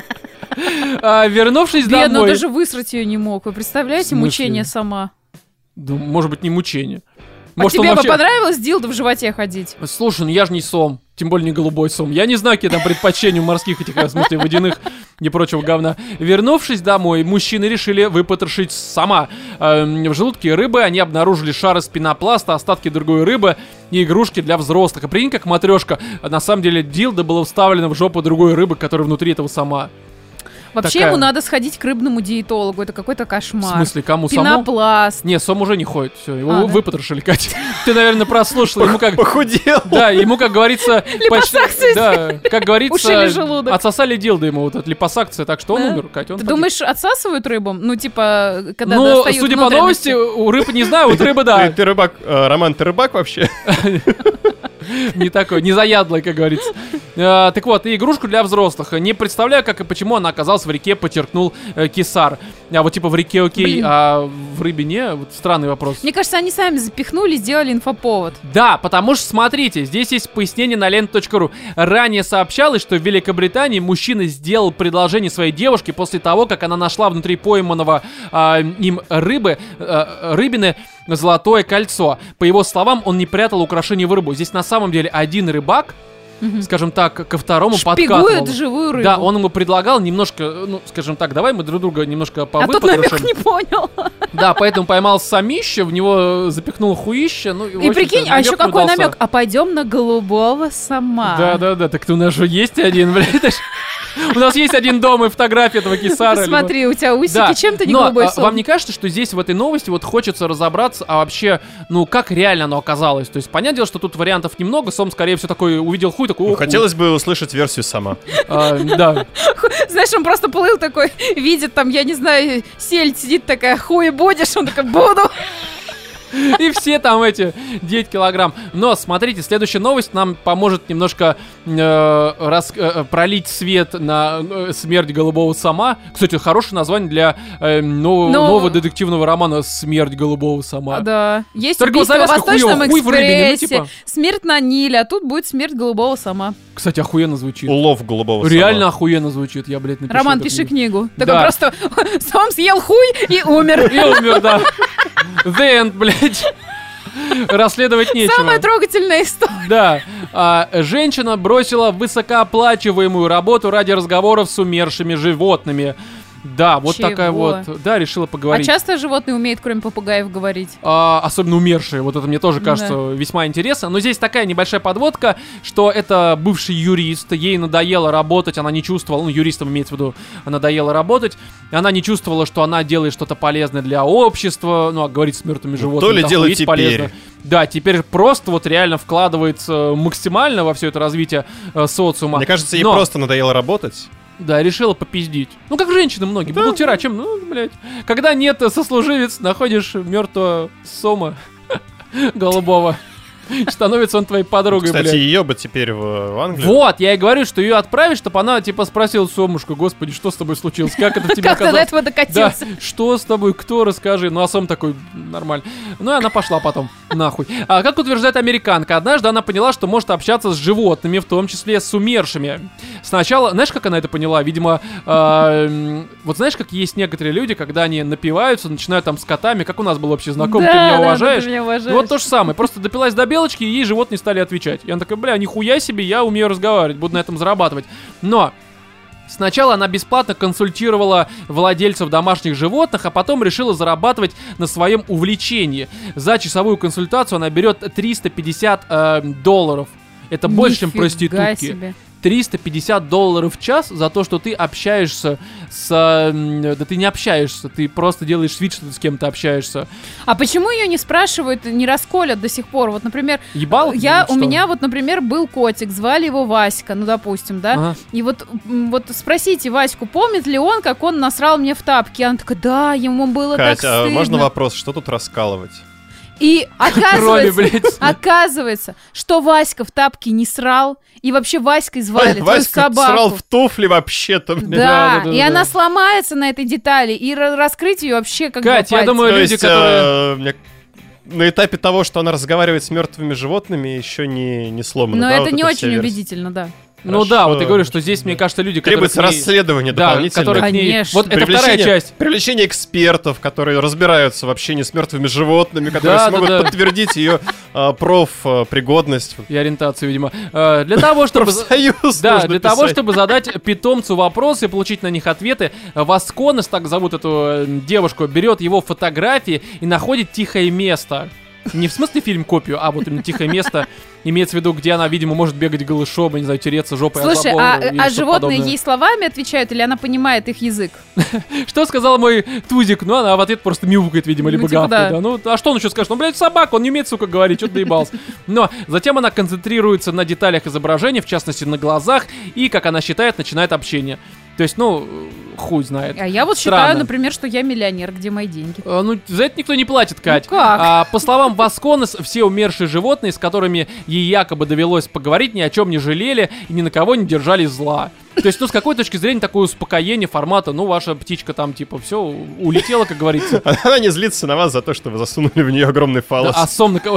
Speaker 1: А, Вернувшись
Speaker 2: Бедно, он
Speaker 1: домой...
Speaker 2: даже высрать ее не мог. Вы
Speaker 1: В
Speaker 2: представляете
Speaker 1: смысле?
Speaker 2: мучение сама?
Speaker 1: Да, может быть, не мучение.
Speaker 2: А
Speaker 1: Может, он
Speaker 2: тебе бы
Speaker 1: вообще-
Speaker 2: понравилось дилда в животе ходить?
Speaker 1: Слушай, ну я же не сом, тем более не голубой сом. Я не знаю, какие там предпочтения у морских этих, в смысле, водяных и прочего говна. Вернувшись домой, мужчины решили выпотрошить сама. Эм, в желудке рыбы они обнаружили шар из пенопласта, остатки другой рыбы и игрушки для взрослых. А прикинь, как матрешка. На самом деле, дилда была вставлена в жопу другой рыбы, которая внутри этого сама.
Speaker 2: Вообще
Speaker 1: Такая.
Speaker 2: ему надо сходить к рыбному диетологу. Это какой-то
Speaker 1: В
Speaker 2: кошмар.
Speaker 1: смысле, кому самому?
Speaker 2: Пенопласт.
Speaker 1: Не, сом уже не ходит, все, его
Speaker 2: А, да?
Speaker 1: выпотрошили, Катя. Ты, наверное, прослушал, ему как...
Speaker 3: Похудел.
Speaker 1: Да, ему, как говорится...
Speaker 2: Липосакцию
Speaker 1: Да, как говорится,
Speaker 2: Ушили желудок.
Speaker 1: отсосали дилдо ему вот от липосакции, так что он
Speaker 2: Да?
Speaker 1: умер, Катя. Он
Speaker 2: Ты
Speaker 1: погиб.
Speaker 2: думаешь, отсасывают рыбам? Ну, типа, когда
Speaker 1: Ну,
Speaker 2: достают
Speaker 1: судя по
Speaker 2: внутренности?
Speaker 1: новости, у рыб не знаю, вот рыбы,
Speaker 3: Ты,
Speaker 1: да,
Speaker 3: ты рыбак, э, Роман, ты рыбак вообще?
Speaker 1: не такой, не заядлый, как говорится. А, Так вот, и игрушку для взрослых. Не представляю, как и почему она оказалась в реке, подчеркнул э, Кисар. А вот типа в реке окей,
Speaker 2: Блин.
Speaker 1: а в рыбе не? Вот странный вопрос.
Speaker 2: Мне кажется, они сами запихнули, сделали инфоповод.
Speaker 1: Да, потому что, смотрите, здесь есть пояснение на лента точка ру. Ранее сообщалось, что в Великобритании мужчина сделал предложение своей девушке после того, как она нашла внутри пойманного а, им рыбы, а, рыбины золотое кольцо. По его словам, он не прятал украшение в рыбу. Здесь на самом деле один рыбак, скажем так, ко второму подкатывал.
Speaker 2: Шпигуют живую рыбу.
Speaker 1: Да, он ему предлагал немножко, ну, скажем так, давай мы друг друга немножко
Speaker 2: А тот намек
Speaker 1: повыпотрошим.
Speaker 2: не понял.
Speaker 1: Да, поэтому поймал самище, в него запихнул хуище. Ну,
Speaker 2: И прикинь, а еще какой намек? А пойдем на голубого сама.
Speaker 1: Да, да, да, так ты у нас же есть один, блядь. У нас есть один дом и фотография этого Кисара. либо-
Speaker 2: Смотри, у тебя усики,
Speaker 1: Да,
Speaker 2: чем ты не
Speaker 1: но,
Speaker 2: голубой
Speaker 1: а,
Speaker 2: сом?
Speaker 1: вам не кажется, что здесь в этой новости вот хочется разобраться, а вообще, ну, как реально оно оказалось? То есть, понятное дело, что тут вариантов немного, Сом, скорее всего, такой увидел хуй, такой,
Speaker 3: Ну,
Speaker 1: «О, хуй».
Speaker 3: хотелось бы услышать версию сама.
Speaker 1: А, да.
Speaker 2: Знаешь, он просто плыл такой, видит там, я не знаю, сель сидит такая, хуй будешь? Он такой, буду.
Speaker 1: И все там эти девять килограмм. Но смотрите, следующая новость нам поможет немножко э, рас- э, пролить свет на э, смерть голубого сома. Кстати, хорошее название для э, нов-
Speaker 2: Но-
Speaker 1: нового детективного романа «Смерть голубого сома».
Speaker 2: Да. Есть
Speaker 1: Только
Speaker 2: убийство в
Speaker 1: завязка
Speaker 2: Восточном
Speaker 1: хуёвая, хуй в рыбине, ну,
Speaker 2: экспрессе,
Speaker 1: типа.
Speaker 2: смерть на Ниле, а тут будет смерть голубого сама.
Speaker 1: Кстати, охуенно звучит.
Speaker 3: Улов голубого
Speaker 1: Реально
Speaker 3: сома.
Speaker 1: охуенно звучит, я, блядь, напишу.
Speaker 2: Роман,
Speaker 1: эту
Speaker 2: пиши
Speaker 1: книгу.
Speaker 2: книгу. Такой
Speaker 1: Да.
Speaker 2: просто сам съел хуй и умер.
Speaker 1: И умер, да. The end, блядь. Расследовать нечего.
Speaker 2: Самая трогательная история.
Speaker 1: Да, а, женщина бросила высокооплачиваемую работу ради разговоров с умершими животными. Да, вот
Speaker 2: Чего?
Speaker 1: такая вот, да, решила
Speaker 2: А
Speaker 1: поговорить.
Speaker 2: часто животные умеют, кроме попугаев, говорить?
Speaker 1: А, особенно умершие, вот это мне тоже
Speaker 2: Ну
Speaker 1: кажется весьма интересно. Но здесь такая небольшая подводка, что это бывший юрист, ей надоело работать, она не чувствовала, ну, юристам имеется в виду, надоело работать, она не чувствовала, что она делает что-то полезное для общества, ну, а говорить с мертвыми животными.
Speaker 3: то ли
Speaker 1: это
Speaker 3: делает
Speaker 1: охуеть
Speaker 3: теперь.
Speaker 1: полезно. Да, теперь просто вот реально вкладывается максимально во все это развитие э, социума.
Speaker 3: Мне кажется, ей
Speaker 1: Но-
Speaker 3: просто надоело работать.
Speaker 1: Да, решила попиздить. Ну, как женщины многие. Бухгалтера, чем, ну, блядь. Когда нет э, сослуживец, находишь мертвого сома. голубого. Становится он твоей подругой,
Speaker 3: Кстати,
Speaker 1: блядь.
Speaker 3: ее бы теперь в, в Англию.
Speaker 1: Вот, я и говорю, что ее отправить, чтобы она, типа, спросила Сомушку: господи, что с тобой случилось? Как это в тебе
Speaker 2: Как ты до
Speaker 1: оказалось?
Speaker 2: этого
Speaker 1: Да,
Speaker 2: докатился?
Speaker 1: что с тобой, кто, расскажи. Ну, а Сом такой, нормально. Ну, и она пошла потом, нахуй. А как утверждает американка, однажды она поняла, что может общаться с животными, в том числе с умершими. Сначала, знаешь, как она это поняла? Видимо, э, вот знаешь, как есть некоторые люди, когда они напиваются, начинают там с котами, как у нас был общий знакомый,
Speaker 2: Да,
Speaker 1: ты меня
Speaker 2: да,
Speaker 1: уважаешь?
Speaker 2: ты меня уважаешь.
Speaker 1: Вот то же самое, просто допилась до белочки, и ей животные стали отвечать. И она такая, бля, нихуя себе, я умею разговаривать, буду на этом зарабатывать. Но сначала она бесплатно консультировала владельцев домашних животных, а потом решила зарабатывать на своем увлечении. За часовую консультацию она берет триста пятьдесят э, долларов. Это больше, чем
Speaker 2: Нифига
Speaker 1: проститутки.
Speaker 2: себе.
Speaker 1: триста пятьдесят долларов в час за то, что ты общаешься с... э, Да ты не общаешься, ты просто делаешь вид, что ты с кем-то общаешься.
Speaker 2: А почему ее не спрашивают, не расколят до сих пор? Вот, например,
Speaker 1: Ебал?
Speaker 2: я,
Speaker 1: Ну,
Speaker 2: у
Speaker 1: что?
Speaker 2: меня вот, например, был котик, звали его Васька, ну, допустим, да?
Speaker 1: Ага.
Speaker 2: И вот, м, вот спросите Ваську, помнит ли он, как он насрал мне в тапки? Она такая, да, ему было так
Speaker 3: Катя, а
Speaker 2: стыдно.
Speaker 3: можно вопрос, что тут раскалывать?
Speaker 2: И
Speaker 1: Кроме,
Speaker 2: оказывается,
Speaker 1: блядь.
Speaker 2: оказывается, что Васька в тапки не срал, и вообще Васькой звали твою
Speaker 3: Васька
Speaker 2: собаку.
Speaker 3: срал в туфли вообще-то.
Speaker 2: Да,
Speaker 3: блин.
Speaker 1: Да, да, да,
Speaker 2: и
Speaker 1: да.
Speaker 2: она сломается на этой детали, и ра- раскрыть ее вообще как
Speaker 1: Кать,
Speaker 2: два
Speaker 1: я
Speaker 2: пальца.
Speaker 1: думаю,
Speaker 3: То
Speaker 1: люди,
Speaker 3: есть,
Speaker 1: которые...
Speaker 3: э, мне- на этапе того, что она разговаривает с мертвыми животными, еще не, не сломано.
Speaker 2: Но
Speaker 3: да,
Speaker 2: это
Speaker 3: вот
Speaker 2: не
Speaker 3: эта
Speaker 2: очень
Speaker 3: вся версия?
Speaker 2: убедительно, да.
Speaker 1: Ну да,
Speaker 3: Хорошо.
Speaker 1: вот я говорю, что здесь, мне кажется, люди, которые...
Speaker 3: Требуется
Speaker 1: к ней-
Speaker 3: расследование
Speaker 1: Да,
Speaker 3: дополнительное.
Speaker 1: которые к ней...
Speaker 2: Конечно.
Speaker 1: Вот это вторая часть.
Speaker 3: Привлечение экспертов, которые разбираются в общении с мертвыми животными, которые
Speaker 1: Да, да,
Speaker 3: смогут
Speaker 1: да.
Speaker 3: подтвердить ее а, профпригодность.
Speaker 1: И ориентацию, видимо. Э, Для того, чтобы...
Speaker 3: Профсоюз
Speaker 1: Да,
Speaker 3: нужно
Speaker 1: для того,
Speaker 3: писать.
Speaker 1: чтобы задать питомцу вопросы и получить на них ответы, Васконес, так зовут эту э, девушку, берет его фотографии и находит тихое место. Не в смысле фильм копию, а вот именно тихое место. Имеется в виду, где она, видимо, может бегать голышом, я не знаю, тереться жопой о
Speaker 2: Слушай,
Speaker 1: забор
Speaker 2: а,
Speaker 1: или
Speaker 2: а
Speaker 1: что-то
Speaker 2: животные
Speaker 1: подобное.
Speaker 2: ей словами отвечают, или она понимает их язык?
Speaker 1: Что сказал мой Тузик? Ну, она в ответ просто мяукает, видимо,
Speaker 2: Ну,
Speaker 1: либо
Speaker 2: типа,
Speaker 1: гавкает.
Speaker 2: да.
Speaker 1: Да. Ну, а что он еще скажет? Ну, блядь, собака, он не умеет, сука, говорить, что ты доебался. Но затем она концентрируется на деталях изображения, в частности, на глазах, и, как она считает, начинает общение. То есть, ну, хуй знает.
Speaker 2: А я вот
Speaker 1: Странно.
Speaker 2: считаю, например, что я миллионер, где мои деньги?
Speaker 1: А, Ну, за это никто не платит, Кать.
Speaker 2: Ну как?
Speaker 1: А, по словам Васконес, все умершие животные, с которыми ей якобы довелось поговорить, ни о чем не жалели и ни на кого не держали зла. То есть, ну, с какой точки зрения такое успокоение формата, ну, ваша птичка там, типа, все, улетела, как говорится.
Speaker 3: Она не злится на вас за то, что вы засунули в нее огромный
Speaker 1: Да,
Speaker 3: фалос.
Speaker 1: а сом на кого?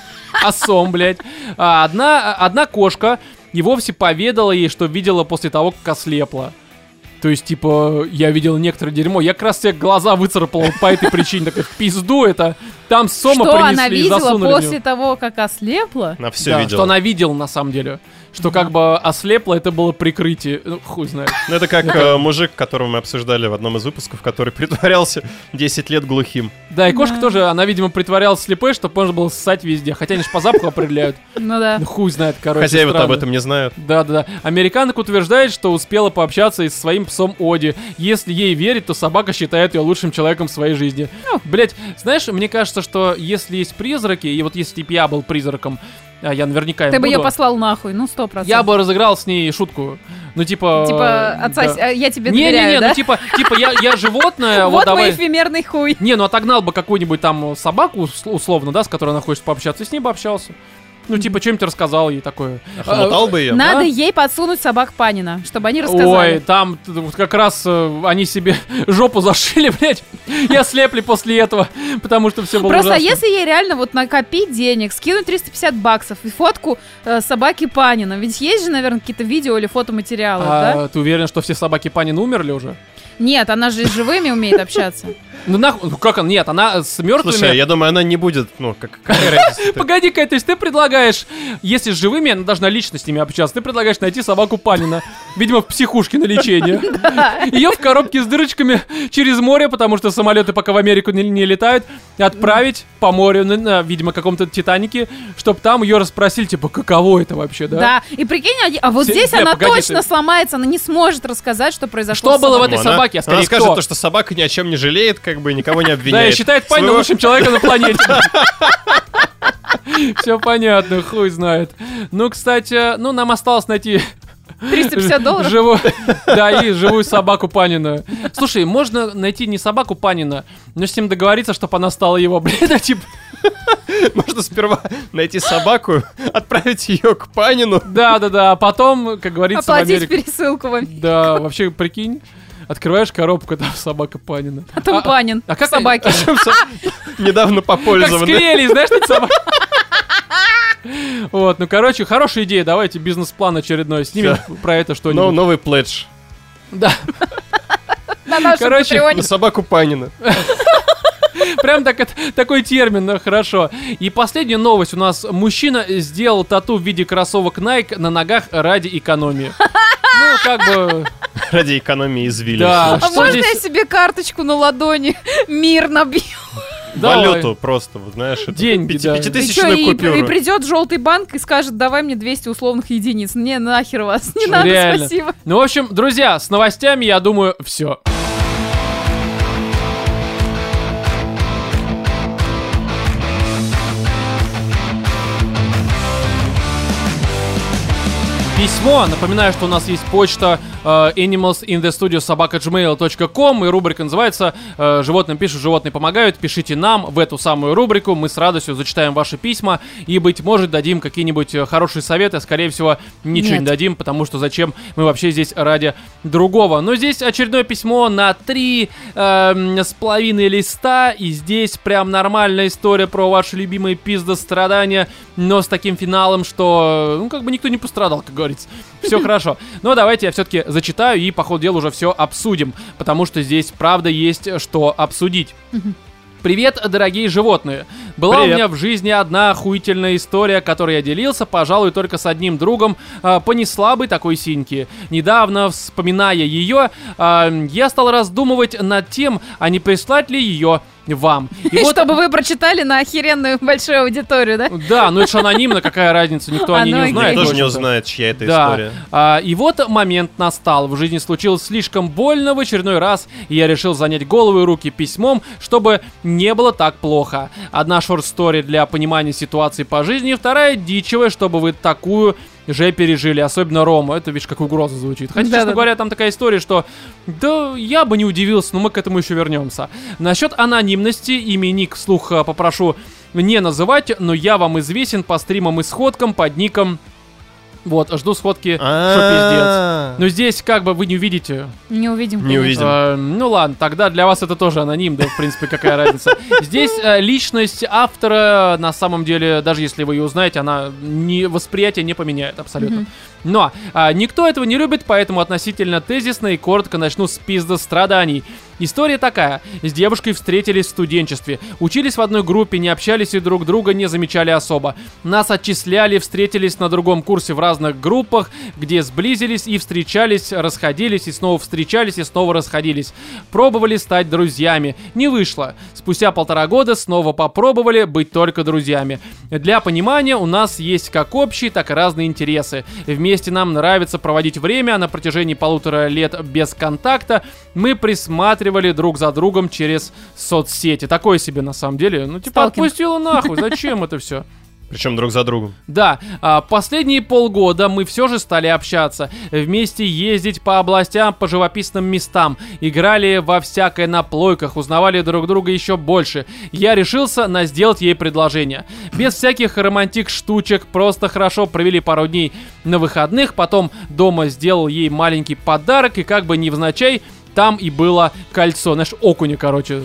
Speaker 1: А сом, блядь. А одна, одна кошка и вовсе поведала ей, что видела после того, как ослепла. То есть, типа, я видел некоторое дерьмо. Я как раз себе глаза выцарапал по этой причине. Такая, в пизду это. Там сома
Speaker 2: Что
Speaker 1: принесли
Speaker 2: она
Speaker 1: и
Speaker 2: видела
Speaker 1: засунули в
Speaker 2: после
Speaker 1: неё.
Speaker 2: того, как ослепла?
Speaker 3: Она все
Speaker 1: Да,
Speaker 3: видела.
Speaker 1: что она видела на самом деле. Что как бы ослепла, это было прикрытие. Ну, хуй знает.
Speaker 3: Ну, это как э, мужик, которого мы обсуждали в одном из выпусков, который притворялся десять лет глухим.
Speaker 1: Да, и кошка
Speaker 2: Да.
Speaker 1: тоже, она, видимо, притворялась слепой, чтобы можно было ссать везде. Хотя они же по запаху определяют.
Speaker 2: Ну да.
Speaker 1: Ну, хуй знает, короче.
Speaker 3: Хозяева-то об
Speaker 1: странно.
Speaker 3: этом не знают.
Speaker 1: Да-да-да. Американка утверждает, что успела пообщаться и со своим псом Оди. Если ей верить, то собака считает ее лучшим человеком в своей жизни.
Speaker 2: Ну.
Speaker 1: Блять, знаешь, мне кажется, что если есть призраки, и вот если бы я был призраком, а я наверняка им
Speaker 2: Ты бы ее
Speaker 1: буду,
Speaker 2: послал нахуй, ну сто процентов.
Speaker 1: я бы разыграл с ней шутку. Ну, типа...
Speaker 2: Типа, отца,
Speaker 1: да.
Speaker 2: а, я тебе
Speaker 1: Не-не-не,
Speaker 2: доверяю, да?
Speaker 1: ну типа, типа я, я животное, вот
Speaker 2: Вот
Speaker 1: давай...
Speaker 2: мой эфемерный хуй.
Speaker 1: Не, ну отогнал бы какую-нибудь там собаку, ус- условно, да, с которой она хочет пообщаться, и с ней бы общался. Ну, типа, что-нибудь рассказал ей такое.
Speaker 3: Хомутал бы ее.
Speaker 2: Надо
Speaker 1: А?
Speaker 2: ей подсунуть собак Панина, чтобы они
Speaker 1: Ой,
Speaker 2: рассказали.
Speaker 1: там т- вот как раз э, они себе жопу зашили, блядь, и ослепли после этого, потому что все было
Speaker 2: Просто
Speaker 1: ужасно.
Speaker 2: если ей реально вот накопить денег, скинуть триста пятьдесят баксов и фотку э, собаки Панина, ведь есть же, наверное, какие-то видео или фотоматериалы, да?
Speaker 1: А ты уверен, что все собаки Панина умерли уже?
Speaker 2: Нет, она же с живыми умеет общаться.
Speaker 1: Ну нахуй, ну как она? Нет, она с мертвыми...
Speaker 3: Слушай, я думаю, она не будет, ну, как, какая разница?
Speaker 1: Погоди-ка, то есть ты предлагаешь, если с живыми, она должна лично с ними общаться, ты предлагаешь найти собаку Панина, видимо, в психушке на лечение. Ее в коробке с дырочками через море, потому что самолеты пока в Америку не, не летают, отправить по морю, на, на, видимо, каком-то Титанике, чтобы там ее расспросили, типа, каково это вообще, да?
Speaker 2: Да, и прикинь, они- а вот
Speaker 1: Се-
Speaker 2: здесь
Speaker 1: не,
Speaker 2: она
Speaker 1: погоди,
Speaker 2: точно
Speaker 1: ты-
Speaker 2: сломается, она не сможет рассказать, что произошло
Speaker 1: Что
Speaker 2: с
Speaker 1: было в
Speaker 2: собакой.
Speaker 1: этой
Speaker 3: Она-
Speaker 1: собаке, а скорее
Speaker 3: Она скажет
Speaker 1: кто?
Speaker 3: то, что собака ни о чем не жалеет, как бы никого не
Speaker 1: Да,
Speaker 3: обвиняет.
Speaker 1: и считает Панина
Speaker 3: Своего-
Speaker 1: лучшим человеком на планете. Все понятно, хуй знает. Ну, кстати, ну, нам осталось найти
Speaker 2: триста пятьдесят долларов?
Speaker 1: живу- Да, и живую собаку Панина. Слушай, можно найти не собаку Панина, но с ним договориться, чтобы она стала его, блин, ну, типа...
Speaker 3: Можно сперва найти собаку, отправить ее к Панину.
Speaker 1: Да-да-да, а потом, как говорится, в
Speaker 2: Оплатить
Speaker 1: Америке...
Speaker 2: пересылку вам.
Speaker 1: Да, вообще, прикинь, открываешь коробку, там собака Панина.
Speaker 2: А там Панин.
Speaker 1: А как
Speaker 2: собаки?
Speaker 3: Недавно
Speaker 1: Как
Speaker 3: попользованный.
Speaker 1: склеились, знаешь, эти собаки? Вот, ну, короче, хорошая идея. Давайте бизнес-план очередной снимем про это
Speaker 3: Но
Speaker 1: что-нибудь.
Speaker 3: новый пледж.
Speaker 1: Да,
Speaker 2: На нашем
Speaker 1: Короче,
Speaker 2: Патреоне.
Speaker 3: На собаку Панина.
Speaker 1: прям так, это- такой термин, ну, хорошо. И последняя новость у нас. Мужчина сделал тату в виде кроссовок Nike на ногах ради экономии. Ну, как бы...
Speaker 3: Ради экономии извилин.
Speaker 1: Да.
Speaker 2: А
Speaker 1: Что
Speaker 2: можно
Speaker 1: здесь-
Speaker 2: я себе карточку на ладони мир набью?
Speaker 1: Давай.
Speaker 3: Валюту просто, вот знаешь. это
Speaker 1: Деньги,
Speaker 3: пяти-
Speaker 1: да.
Speaker 2: И, чё,
Speaker 3: Пятитысячную
Speaker 2: и, и
Speaker 3: купюру.
Speaker 2: придет желтый банк и скажет, давай мне двести условных единиц. Не, нахер вас, не надо,
Speaker 1: Реально.
Speaker 2: спасибо.
Speaker 1: Ну, в общем, друзья, с новостями, я думаю, все. Письмо. Напоминаю, что у нас есть почта э, animals in the studio собака джимейл точка ком, и рубрика называется э, «Животным пишут, животные помогают». Пишите нам в эту самую рубрику, мы с радостью зачитаем ваши письма и, быть может, дадим какие-нибудь э, хорошие советы. Скорее всего, ничего
Speaker 2: Нет.
Speaker 1: не дадим, потому что зачем мы вообще здесь ради другого. Но здесь очередное письмо на три эм, с половиной листа, и здесь прям нормальная история про ваши любимые пиздострадания, но с таким финалом, что, ну, как бы никто не пострадал, как говорится. Все хорошо. Но давайте я все-таки зачитаю и, по ходу дела, уже все обсудим, потому что здесь, правда, есть что обсудить. Привет, дорогие животные. Была
Speaker 3: Привет.
Speaker 1: у меня в жизни одна охуительная история, которой я делился, пожалуй, только с одним другом, а, понесла бы такой синьки. Недавно, вспоминая ее, а, я стал раздумывать над тем, а не прислать ли ее вам. И вот-
Speaker 2: Чтобы вы прочитали на охеренную большую аудиторию, да?
Speaker 1: Да, ну это ж анонимно, какая разница, никто
Speaker 2: А,
Speaker 1: о ней
Speaker 2: ну
Speaker 1: не
Speaker 2: окей.
Speaker 1: узнает.
Speaker 3: Никто
Speaker 1: в
Speaker 3: тоже не
Speaker 1: общем-то.
Speaker 3: узнает, чья это
Speaker 1: Да.
Speaker 3: история.
Speaker 1: А, и вот момент настал. В жизни случилось слишком больно в очередной раз, и я решил занять голову и руки письмом, чтобы не было так плохо. Одна шорт-стори для понимания ситуации по жизни, вторая дичевая, чтобы вы такую же пережили, особенно Рома. Это, видишь, как угроза звучит. Хотя, честно
Speaker 2: Да-да-да.
Speaker 1: говоря, там такая история, что да, я бы не удивился, но мы к этому еще вернемся. Насчет анонимности, имя и ник вслух э, попрошу не называть, но я вам известен по стримам и сходкам под ником. Вот, жду сходки, что пиздец.
Speaker 3: А-а-а.
Speaker 1: Но здесь как бы вы не увидите.
Speaker 2: Не увидим.
Speaker 3: Не
Speaker 2: конечно.
Speaker 3: увидим.
Speaker 1: Э, ну ладно, тогда для вас это тоже аноним, да, в принципе, какая разница. Здесь э, личность автора, на самом деле, даже если вы ее узнаете, она не, восприятие не поменяет абсолютно. Но а, никто этого не любит, поэтому относительно тезисно и коротко начну с пиздостраданий. История такая. С девушкой встретились в студенчестве. Учились в одной группе, не общались и друг друга не замечали особо. Нас отчисляли, встретились на другом курсе в разных группах, где сблизились и встречались, расходились, и снова встречались, и снова расходились. Пробовали стать друзьями. Не вышло. Спустя полтора года снова попробовали быть только друзьями. Для понимания, у нас есть как общие, так и разные интересы. Вместе нам нравится проводить время, а на протяжении полутора лет без контакта мы присматривали друг за другом через соцсети. Такое себе на самом деле. Ну, типа,
Speaker 2: Сталкинг.
Speaker 1: отпустила нахуй. Зачем это все?
Speaker 3: Причем друг за другом.
Speaker 1: Да, а, последние полгода мы все же стали общаться, вместе ездить по областям, по живописным местам, играли во всякое на плойках, узнавали друг друга еще больше. Я решился на сделать ей предложение. Без всяких романтик штучек, просто хорошо провели пару дней на выходных, потом дома сделал ей маленький подарок, и как бы невзначай, там и было кольцо. Знаешь, окуня, короче.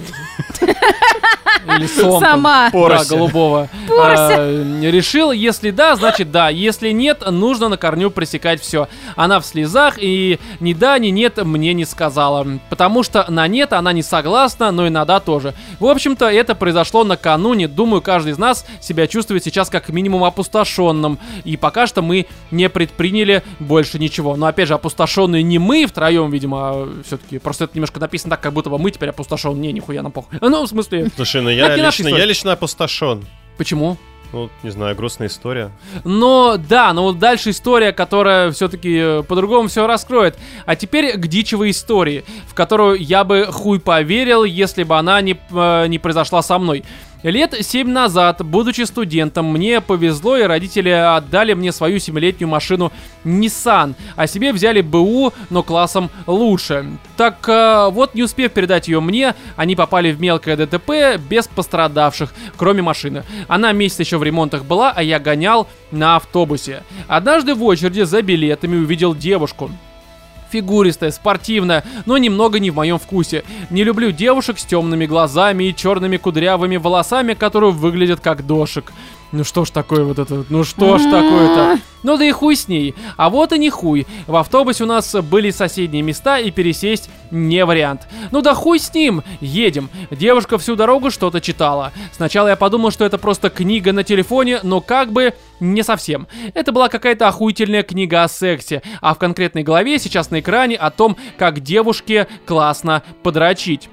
Speaker 1: Или сом. там.
Speaker 2: Сама.
Speaker 1: Да,
Speaker 3: Порося.
Speaker 1: голубого.
Speaker 2: Порося.
Speaker 1: А, решил, если да, значит да. Если нет, нужно на корню пресекать все. Она в слезах, и ни да, ни нет мне не сказала. Потому что на нет она не согласна, но и на да тоже. В общем-то, это произошло накануне. Думаю, каждый из нас себя чувствует сейчас как минимум опустошенным. И пока что мы не предприняли больше ничего. Но опять же, опустошенные не мы втроем, видимо, а все-таки. Просто это немножко написано так, как будто бы мы теперь опустошен. Не, нихуя нам похуй. Ну, в смысле,
Speaker 3: Слушай, ну
Speaker 1: Это
Speaker 3: я
Speaker 1: не наша
Speaker 3: лично,
Speaker 1: история.
Speaker 3: я лично опустошен.
Speaker 1: почему?
Speaker 3: Ну, не знаю, грустная история.
Speaker 1: Но да, но вот дальше история, которая все-таки по-другому все раскроет. А теперь к дичевой истории, в которую я бы хуй поверил, если бы она не, э, не произошла со мной. Лет семь назад, будучи студентом, мне повезло, и родители отдали мне свою семилетнюю машину Nissan, а себе взяли БУ, но классом лучше. Так э, вот, не успев передать ее мне, они попали в мелкое ДТП без пострадавших, кроме машины. Она месяц еще в ремонтах была, а я гонял на автобусе. Однажды в очереди за билетами увидел девушку. Фигуристая, спортивная, но немного не в моем вкусе. Не люблю девушек с темными глазами и черными кудрявыми волосами, которые выглядят как дошик. Ну что ж такое вот это? Ну что ж такое-то? Ну да и хуй с ней. А вот и не хуй. В автобусе у нас были соседние места, и пересесть не вариант. Ну да хуй с ним. Едем. Девушка всю дорогу что-то читала. Сначала я подумал, что это просто книга на телефоне, но как бы не совсем. Это была какая-то охуительная книга о сексе, а в конкретной главе сейчас на экране о том, как девушке классно подрочить.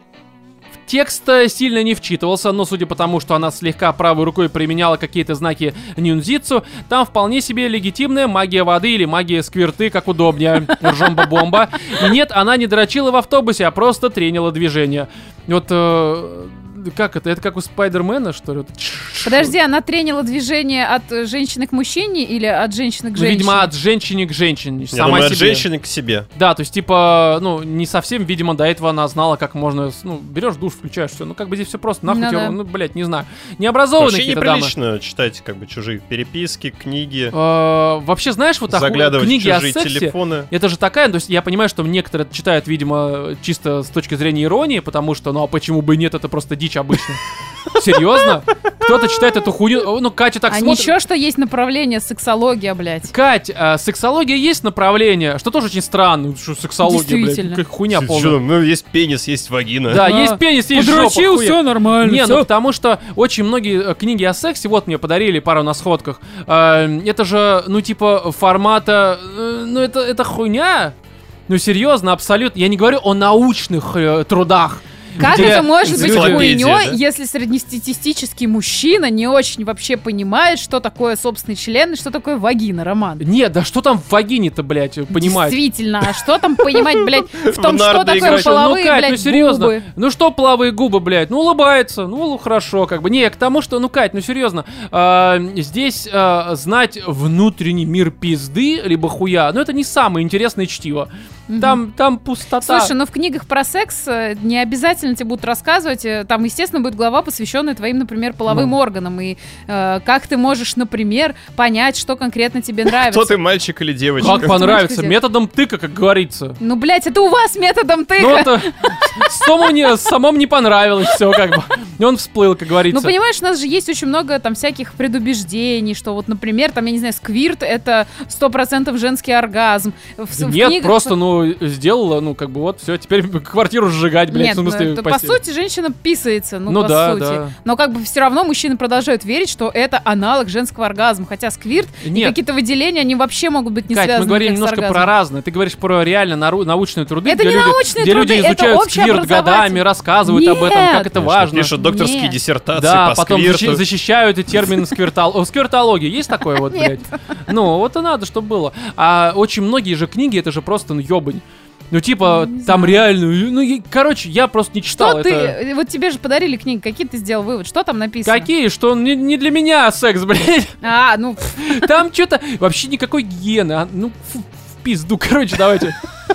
Speaker 1: Текст сильно не вчитывался, но судя по тому, что она слегка правой рукой применяла какие-то знаки ниндзюцу, там вполне себе легитимная магия воды или магия сквирты, как удобнее. Ржомба-бомба. И нет, она не дрочила в автобусе, а просто тренила движение. Вот... Э- Как это? Это как у Спайдермена, что ли?
Speaker 2: Подожди, она тренила движение от женщины к мужчине или от женщины к
Speaker 1: Ну,
Speaker 2: женщине?
Speaker 1: видимо, от женщины к женщине.
Speaker 3: Я
Speaker 1: Сама
Speaker 3: думаю, от
Speaker 1: себе.
Speaker 3: женщины к себе.
Speaker 1: Да, то есть, типа, ну, не совсем, видимо, до этого она знала, как можно, ну, берешь душ, включаешь, все. Ну, как бы здесь все просто, нахуй
Speaker 2: Ну
Speaker 1: тебе,
Speaker 2: да.
Speaker 1: ну, блядь, не знаю. Необразованные
Speaker 3: Вообще
Speaker 1: какие-то дамы.
Speaker 3: неприлично читать как бы чужие переписки, книги,
Speaker 1: Э, Вообще, знаешь, вот оху-
Speaker 3: заглядывать в
Speaker 1: книги о
Speaker 3: чужие
Speaker 1: сексе,
Speaker 3: телефоны.
Speaker 1: это же такая, то есть я понимаю, что некоторые это читают, видимо, чисто с точки зрения иронии, потому что, ну, а почему бы и нет, это просто дичь обычная. Серьезно? Кто-то читает эту хуйню, ну, Катя так
Speaker 2: А
Speaker 1: смотрит.
Speaker 2: ничего, что есть направление сексология, блядь.
Speaker 1: Кать, а, сексология есть направление, что тоже очень странно, что сексология, блядь,
Speaker 2: Действительно.
Speaker 1: как хуйня
Speaker 3: Чё-
Speaker 1: полная.
Speaker 3: чё, ну, есть пенис, есть вагина.
Speaker 1: Да,
Speaker 2: А,
Speaker 1: есть пенис, есть жопа,
Speaker 2: Подрочил,
Speaker 1: хуя.
Speaker 2: все нормально.
Speaker 1: Не,
Speaker 2: всё.
Speaker 1: ну потому что очень многие э, книги о сексе, вот мне подарили пару на сходках, э, это же, ну типа, формата, э, ну это, это хуйня. Ну серьезно, абсолютно. Я не говорю о научных э, трудах.
Speaker 2: Как
Speaker 1: где
Speaker 2: это может быть
Speaker 3: энциклопедия,
Speaker 2: хуйней,
Speaker 3: да?
Speaker 2: если среднестатистический мужчина не очень вообще понимает, что такое собственный член и что такое вагина, Роман?
Speaker 1: Нет, да что там в вагине-то, блядь, понимать?
Speaker 2: Действительно, а что там понимать, блядь, в том,
Speaker 3: В
Speaker 2: что
Speaker 3: нарды
Speaker 2: такое
Speaker 3: играть.
Speaker 2: половые,
Speaker 1: ну, Кать,
Speaker 2: блядь,
Speaker 1: ну серьезно,
Speaker 2: губы?
Speaker 1: ну что половые губы, блядь, ну улыбается, ну хорошо, как бы, не, к тому, что, ну, Кать, ну серьезно, э, здесь э, знать внутренний мир пизды, либо хуя, ну это не самое интересное чтиво, там, там пустота.
Speaker 2: Слушай, ну в книгах про секс э, не обязательно тебе будут рассказывать, э, там, естественно, будет глава, посвященная твоим, например, половым
Speaker 1: Ну.
Speaker 2: органам, и э, как ты можешь, например, понять, что конкретно тебе нравится.
Speaker 3: Кто ты, мальчик или девочка?
Speaker 1: Как понравится,
Speaker 2: Смотрите.
Speaker 1: методом тыка, как говорится.
Speaker 2: Ну, блядь, это у вас методом тыка.
Speaker 1: Ну это самому не, самому не понравилось все, как бы. И он всплыл, как говорится.
Speaker 2: Ну, понимаешь, у нас же есть очень много там всяких предубеждений, что вот, например, там, я не знаю, сквирт — это сто процентов женский оргазм. В, в
Speaker 1: Нет,
Speaker 2: книгах-
Speaker 1: просто, ну, сделала, ну, как бы вот, все, теперь квартиру сжигать, блядь,
Speaker 2: Нет,
Speaker 1: в
Speaker 2: ну,
Speaker 1: смысле,
Speaker 2: это, по
Speaker 1: постель.
Speaker 2: сути, женщина писается, ну,
Speaker 1: Ну
Speaker 2: по
Speaker 1: да,
Speaker 2: сути.
Speaker 1: да.
Speaker 2: Но как бы все равно мужчины продолжают верить, что это аналог женского оргазма, хотя сквирт и
Speaker 1: Нет.
Speaker 2: какие-то выделения, они вообще могут быть не
Speaker 1: Кать,
Speaker 2: связаны
Speaker 1: мы говорим
Speaker 2: никак с
Speaker 1: немножко про
Speaker 2: оргазмом.
Speaker 1: разное. Ты говоришь про реально нару- научные труды,
Speaker 2: Это
Speaker 1: где,
Speaker 2: не
Speaker 1: люди,
Speaker 2: научные
Speaker 1: где
Speaker 2: труды,
Speaker 1: люди
Speaker 2: это
Speaker 1: изучают сквирт
Speaker 2: общеобразовательные.
Speaker 1: годами, рассказывают об этом, как
Speaker 2: Нет.
Speaker 1: это
Speaker 3: Что
Speaker 1: важно.
Speaker 3: Пишут докторские
Speaker 2: Нет.
Speaker 3: диссертации
Speaker 1: Да,
Speaker 3: по
Speaker 1: потом
Speaker 3: сквирту.
Speaker 1: защи- защищают термин сквиртол... О, сквиртология. Есть такое вот, блядь? Ну, вот и надо, чтобы было. А очень многие же книги, это же просто, ну, ёбань. Ну, типа,
Speaker 2: Не
Speaker 1: там
Speaker 2: знаю.
Speaker 1: реально... Ну, и, короче, я просто не читал
Speaker 2: Что
Speaker 1: это.
Speaker 2: ты, вот тебе же подарили книги, какие ты сделал вывод, что там написано?
Speaker 1: Какие? Что не, не для меня секс, блядь.
Speaker 2: А, ну, пф,
Speaker 1: Там что-то... Вообще никакой гигиены. а, Ну, фу, в пизду. Короче, давайте.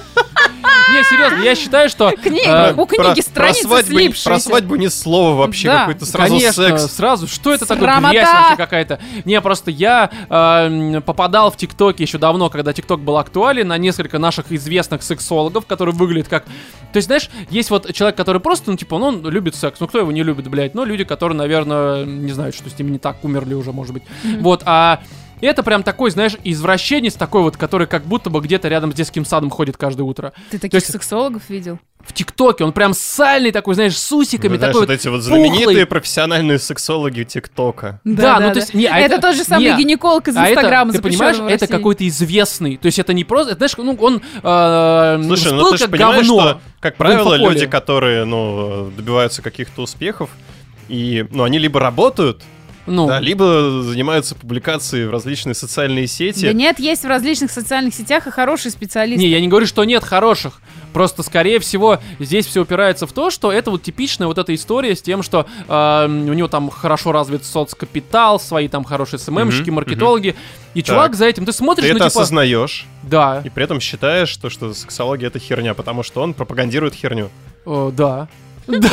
Speaker 1: Не, серьезно, я считаю, что...
Speaker 2: книги,
Speaker 1: э,
Speaker 2: у книги
Speaker 3: Про, про,
Speaker 2: страницы
Speaker 3: свадьбу,
Speaker 2: слипшиеся.
Speaker 3: про свадьбу ни слова вообще,
Speaker 2: Да.
Speaker 3: какой-то сразу
Speaker 1: Конечно,
Speaker 3: секс.
Speaker 1: сразу. Что это такое?
Speaker 2: Срамота!
Speaker 1: Грязь вообще какая-то. Не, просто я э, попадал в ТикТоке еще давно, когда ТикТок был актуален, на несколько наших известных сексологов, которые выглядят как... То есть, знаешь, есть вот человек, который просто, ну, типа, ну, он любит секс. Ну, кто его не любит, блядь? Ну, люди, которые, наверное, не знают, что с ними не так, умерли уже, может быть. Вот, а... И это прям такой, знаешь, извращенец такой вот, который как будто бы где-то рядом с детским садом ходит каждое утро.
Speaker 2: Ты таких
Speaker 1: есть-
Speaker 2: сексологов видел?
Speaker 1: В ТикТоке он прям сальный такой, знаешь, с усиками,
Speaker 3: Ну, знаешь,
Speaker 1: такой
Speaker 3: вот эти вот
Speaker 1: пухлый.
Speaker 3: знаменитые профессиональные сексологи ТикТока.
Speaker 1: Да, ну, то есть, не, а
Speaker 2: это,
Speaker 1: это-
Speaker 2: тот же самый
Speaker 1: не,
Speaker 2: гинеколог из
Speaker 1: А это,
Speaker 2: Инстаграма,
Speaker 1: ты понимаешь,
Speaker 2: запрещенного в
Speaker 1: это
Speaker 2: России.
Speaker 1: какой-то известный. То есть это не просто, это, знаешь, ну он э,
Speaker 3: Слушай, ну
Speaker 1: всплыл
Speaker 3: ты же
Speaker 1: как
Speaker 3: понимаешь,
Speaker 1: говно.
Speaker 3: что, как правило,
Speaker 1: инфополе.
Speaker 3: люди, которые, ну, добиваются каких-то успехов, и, ну, они либо работают,
Speaker 1: Ну,
Speaker 3: да, либо занимаются публикацией в различные социальные сети.
Speaker 2: Да нет, есть в различных социальных сетях и хорошие специалисты.
Speaker 1: не, я не говорю, что нет хороших. Просто, скорее всего, здесь все упирается в то, что это вот типичная вот эта история с тем, что э, у него там хорошо развит соцкапитал, свои там хорошие СММщики,
Speaker 3: Мгм,
Speaker 1: маркетологи. И чувак
Speaker 3: Так.
Speaker 1: за этим, ты смотришь,
Speaker 3: Ты
Speaker 1: ну
Speaker 3: это
Speaker 1: типа...
Speaker 3: осознаешь,
Speaker 1: Да,
Speaker 3: и при этом считаешь, что, что сексология — это херня, потому что он пропагандирует херню.
Speaker 1: О, да. Да.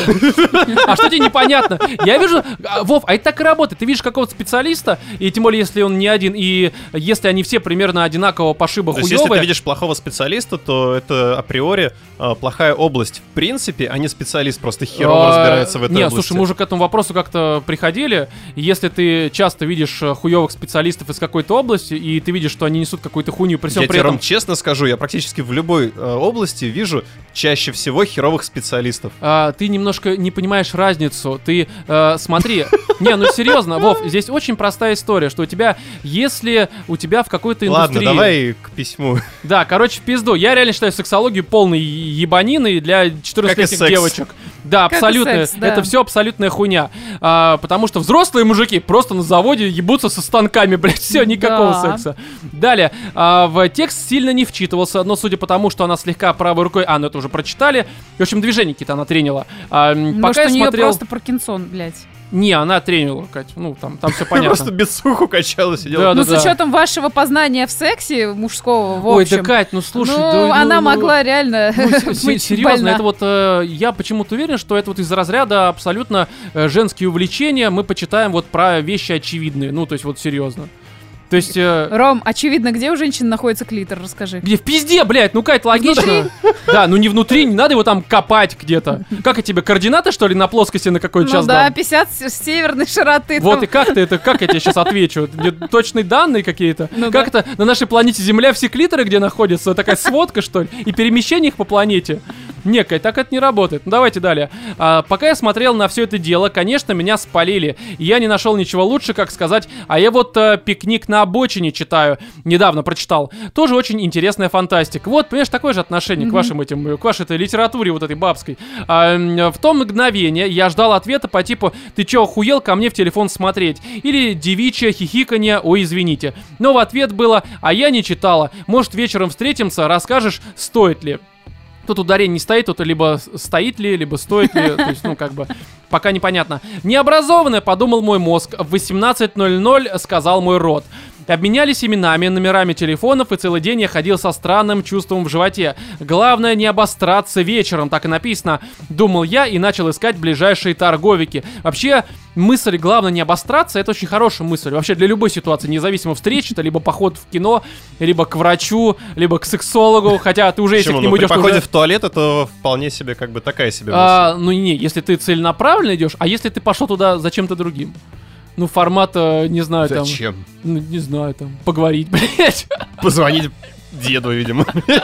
Speaker 1: А что тебе непонятно? Я вижу, а, Вов, а это так и работает. Ты видишь какого-то специалиста, и тем более, если он не один, и если они все примерно одинакового пошиба
Speaker 3: То есть, если ты
Speaker 1: хуёвые.
Speaker 3: видишь плохого специалиста, то это априори э, плохая область. В принципе, а не специалист просто херово
Speaker 1: а,
Speaker 3: разбирается в этой
Speaker 1: Не,
Speaker 3: области.
Speaker 1: слушай, мы уже к этому вопросу как-то приходили. И если ты часто видишь э, хуёвых специалистов из какой-то области, и ты видишь, что они несут какую-то хуйню, при всем
Speaker 3: Я
Speaker 1: при
Speaker 3: тебе,
Speaker 1: этом...
Speaker 3: Ром, честно скажу, я практически в любой э, области вижу чаще всего херовых специалистов.
Speaker 1: А, ты немножко не понимаешь разницу. Ты э, смотри, не, ну серьезно, Вов, здесь очень простая история, что у тебя, если у тебя в какой-то индустрии...
Speaker 3: Ладно, давай к письму.
Speaker 1: Да, короче, в пизду. Я реально считаю сексологию полной ебаниной для четырнадцатилетних
Speaker 3: секс.
Speaker 1: девочек. Да,
Speaker 2: Как и
Speaker 1: абсолютно.
Speaker 2: секс, да.
Speaker 1: Это все абсолютная хуйня. А, потому что взрослые мужики просто на заводе ебутся со станками, блядь, все, никакого
Speaker 2: Да.
Speaker 1: секса. Далее, а, в текст сильно не вчитывался, но судя по тому, что она слегка правой рукой, а, ну это уже прочитали. В общем, движения какие-то она тренила. А, м,
Speaker 2: Может,
Speaker 1: пока
Speaker 2: у
Speaker 1: я
Speaker 2: нее
Speaker 1: смотрел...
Speaker 2: просто Паркинсон, блядь.
Speaker 1: Не, она тренила, Кать. Ну, там, там все
Speaker 3: Просто
Speaker 1: понятно.
Speaker 3: без суху качала, сидела.
Speaker 1: Да,
Speaker 2: Ну,
Speaker 1: да.
Speaker 2: с учетом вашего познания в сексе мужского, в
Speaker 1: Ой,
Speaker 2: общем.
Speaker 1: да, Кать, ну слушай,
Speaker 2: ну,
Speaker 1: да,
Speaker 2: она
Speaker 1: ну, ну,
Speaker 2: могла реально
Speaker 1: Ну, с- с-
Speaker 2: быть
Speaker 1: серьезно,
Speaker 2: больна.
Speaker 1: это вот э, я почему-то уверен, что это вот из разряда абсолютно э, женские увлечения. Мы почитаем вот про вещи очевидные. Ну, то есть вот серьезно. То есть... э,
Speaker 2: Ром, очевидно, где у женщин находится клитор, расскажи.
Speaker 1: где в пизде, блядь, ну Кать, логично. Да, ну не внутри, не надо его там копать где-то. Как я тебе, координаты, что ли, на плоскости на какой-то
Speaker 2: Ну
Speaker 1: час
Speaker 2: да,
Speaker 1: дам?
Speaker 2: пятьдесят с- северной широты.
Speaker 1: Вот
Speaker 2: там.
Speaker 1: и как ты это, как я тебе сейчас отвечу? Мне точные данные какие-то?
Speaker 2: Ну
Speaker 1: как
Speaker 2: да.
Speaker 1: это на нашей планете Земля все клиторы где находятся? Такая сводка, что ли? И перемещение их по планете? Некая, так это не работает. Ну давайте далее. А, пока я смотрел на все это дело, конечно, меня спалили. И я не нашел ничего лучше, как сказать, а я вот э, «Пикник на обочине» читаю. Недавно прочитал. Тоже очень интересная фантастика. Вот, понимаешь, такое же отношение к вашим этим, к вашей этой литературе вот этой бабской. А, м, в том мгновение я ждал ответа по типу «Ты чё, охуел ко мне в телефон смотреть?» Или девичье хихиканье «Ой, извините». Но в ответ было «А я не читала. Может, вечером встретимся, расскажешь, стоит ли?» Тут ударение не стоит, тут либо стоит ли, либо стоит ли, то есть, ну, как бы, пока непонятно. Необразованная, подумал мой мозг, в восемнадцать ноль ноль сказал мой рот. Обменялись именами, номерами телефонов, и целый день я ходил со странным чувством в животе. Главное не обостраться вечером, так и написано, думал я и начал искать ближайшие торговики. Вообще, мысль «главное не обостраться» — это очень хорошая мысль. Вообще для любой ситуации, независимо встречи, это либо поход в кино, либо к врачу, либо к сексологу, хотя ты уже, если
Speaker 3: Почему?
Speaker 1: к нему
Speaker 3: Ну, при
Speaker 1: идешь, ты
Speaker 3: походе
Speaker 1: уже...
Speaker 3: в туалет это вполне себе как бы такая себе мысль.
Speaker 1: А, ну не, если ты целенаправленно идешь, а если ты пошел туда за чем-то другим? Ну, формата, не знаю, там...
Speaker 3: Зачем?
Speaker 1: Ну, не знаю, там, поговорить, блять.
Speaker 3: Позвонить деду, видимо.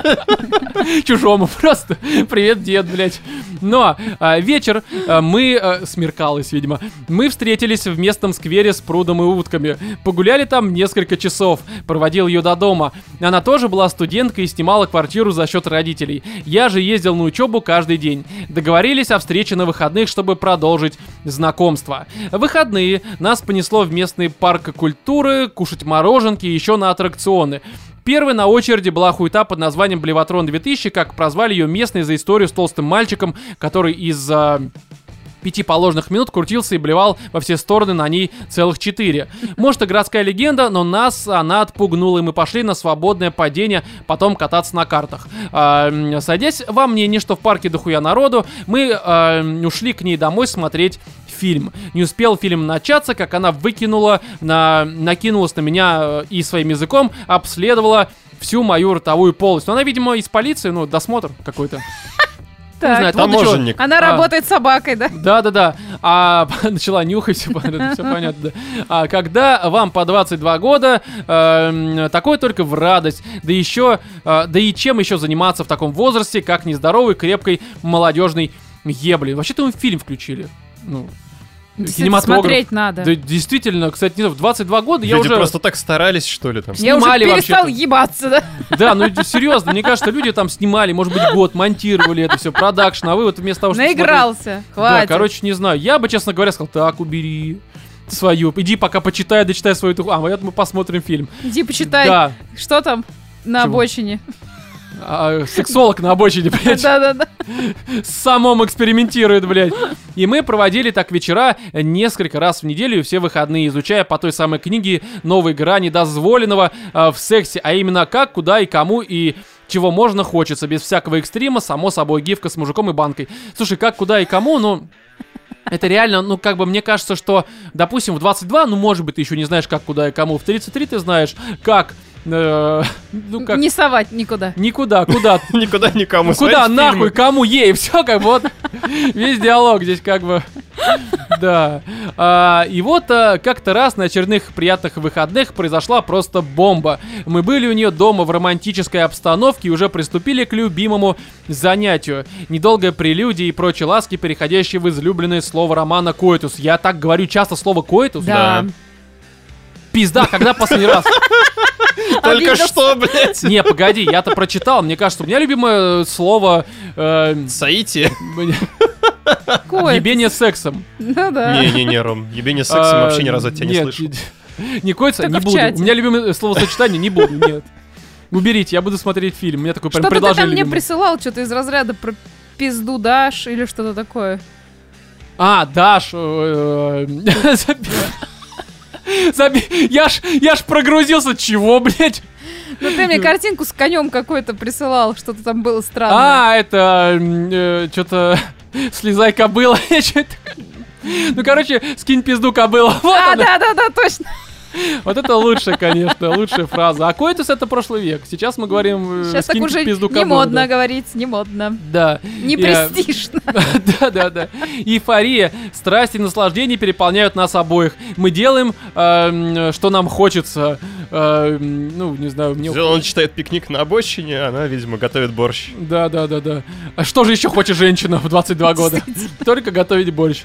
Speaker 1: Чужому просто. Привет, дед, блядь. Но а, вечер а, мы... а, смеркалось, видимо. Мы встретились в местном сквере с прудом и утками. Погуляли там несколько часов. Проводил ее до дома. Она тоже была студенткой и снимала квартиру за счет родителей. Я же ездил на учебу каждый день. Договорились о встрече на выходных, чтобы продолжить знакомство. В выходные нас понесло в местный парк культуры, кушать мороженки и еще на аттракционы. Первой на очереди была хуета под названием Блеватрон две тысячи, как прозвали ее местные за историю с толстым мальчиком, который из а, пяти положенных минут крутился и блевал во все стороны на ней целых четыре. Может, и городская легенда, но нас она отпугнула, и мы пошли на свободное падение, потом кататься на картах. А, садясь во мнение, что в парке дохуя народу, мы а, ушли к ней домой смотреть фильм. Не успел фильм начаться, как она выкинула, на, накинулась на меня э, и своим языком обследовала всю мою ротовую полость. Но она, видимо, из полиции, ну, досмотр какой-то.
Speaker 2: Так.
Speaker 1: знает, вот до чего.
Speaker 3: Таможенник.
Speaker 2: Она
Speaker 1: А.
Speaker 2: работает собакой, да?
Speaker 1: Да-да-да. А начала нюхать, все понятно, да. А когда вам по двадцать два года, э, такое только в радость. Да еще, э, да и чем еще заниматься в таком возрасте, как нездоровой, крепкой, молодежной еблей. Вообще-то мы фильм включили. Ну, кинематограф.
Speaker 2: Смотреть надо.
Speaker 1: Да, действительно, кстати, не знаю, в двадцать два года я
Speaker 3: Люди
Speaker 1: уже...
Speaker 3: просто так старались, что ли, там?
Speaker 2: Я уже
Speaker 1: снимали
Speaker 2: перестал
Speaker 1: вообще-то.
Speaker 2: ебаться, да?
Speaker 1: Да, ну серьезно, мне кажется, люди там снимали, может быть, год, монтировали это все, продакшн, а вы вот вместо того, чтобы
Speaker 2: Наигрался.
Speaker 1: смотреть-
Speaker 2: Хватит.
Speaker 1: Да, короче, не знаю. Я бы, честно говоря, сказал, так, убери свою. Иди пока почитай, дочитай свою... эту- А, мы мы посмотрим фильм.
Speaker 2: Иди почитай,
Speaker 1: Да.
Speaker 2: что там на
Speaker 1: Чего?
Speaker 2: обочине.
Speaker 1: А, сексолог на обочине, блядь.
Speaker 2: Да-да-да.
Speaker 1: Самом экспериментирует, блядь. И мы проводили так вечера несколько раз в неделю, все выходные, изучая по той самой книге новые грани дозволенного э, в сексе, а именно как, куда и кому и чего можно хочется, без всякого экстрима, само собой, гифка с мужиком и банкой. Слушай, как, куда и кому, ну... Это реально, ну, как бы, мне кажется, что, допустим, в двадцать два, ну, может быть, ты еще не знаешь, как, куда и кому. В тридцать три ты знаешь, как... Э, ну, как...
Speaker 2: Не совать никуда.
Speaker 1: Никуда, куда?
Speaker 3: Никуда никому.
Speaker 1: Куда нахуй, кому, ей, все, как бы, вот, весь диалог здесь, как бы, да. А, и вот а, как-то раз на очередных приятных выходных произошла просто бомба. Мы были у нее дома в романтической обстановке и уже приступили к любимому занятию. Недолгая прелюдия и прочие ласки, переходящие в излюбленное слово романа коитус. Я так говорю часто слово коитус?
Speaker 2: Да.
Speaker 1: Пизда, когда последний раз?
Speaker 3: Только
Speaker 2: Обиделся.
Speaker 3: что, блядь.
Speaker 1: Не, погоди, я-то прочитал. Мне кажется, у меня любимое слово... э,
Speaker 3: Саити?
Speaker 2: Какое?
Speaker 1: Ебение сексом.
Speaker 2: Ну да.
Speaker 3: Не-не-не, Ром, ебение сексом
Speaker 1: А,
Speaker 3: вообще ни разу от тебя не
Speaker 1: нет,
Speaker 3: слышал.
Speaker 1: Не коится,
Speaker 2: Только
Speaker 1: не
Speaker 2: в
Speaker 1: буду.
Speaker 2: чате.
Speaker 1: У меня любимое словосочетание, не буду, нет. Уберите, я буду смотреть фильм. Мне такое прям
Speaker 2: Что-то ты там
Speaker 1: предложение.
Speaker 2: мне
Speaker 1: любимое.
Speaker 2: присылал, что-то из разряда про пизду дашь или что-то такое.
Speaker 1: А, Даш. э, заби- заби- Я ж, я ж прогрузился. Чего, блядь?
Speaker 2: Ну ты мне картинку с конем какой-то присылал, что-то там было странное.
Speaker 1: А, это... что-то... Слезай, кобыла. Я чё-то- Ну, короче, скинь пизду, кобыла. Вот
Speaker 2: А,
Speaker 1: она.
Speaker 2: да-да-да, точно.
Speaker 1: Вот это лучшая, конечно, лучшая фраза. А коитус — это прошлый век. Сейчас мы говорим... э,
Speaker 2: Сейчас так
Speaker 1: скинь
Speaker 2: уже
Speaker 1: пизду,
Speaker 2: не
Speaker 1: кобыла,
Speaker 2: модно
Speaker 1: да.
Speaker 2: говорить, не модно.
Speaker 1: Да.
Speaker 2: Не
Speaker 1: Я-
Speaker 2: престижно.
Speaker 1: Да, да, да. Эйфория, страсть и наслаждение переполняют нас обоих. Мы делаем, эм, что нам хочется. Эм, ну, не знаю, мне...
Speaker 3: Он читает пикник на обочине, а она, видимо, готовит борщ.
Speaker 1: Да, да, да, да. А что же еще хочет женщина в двадцать два года? Только готовить борщ.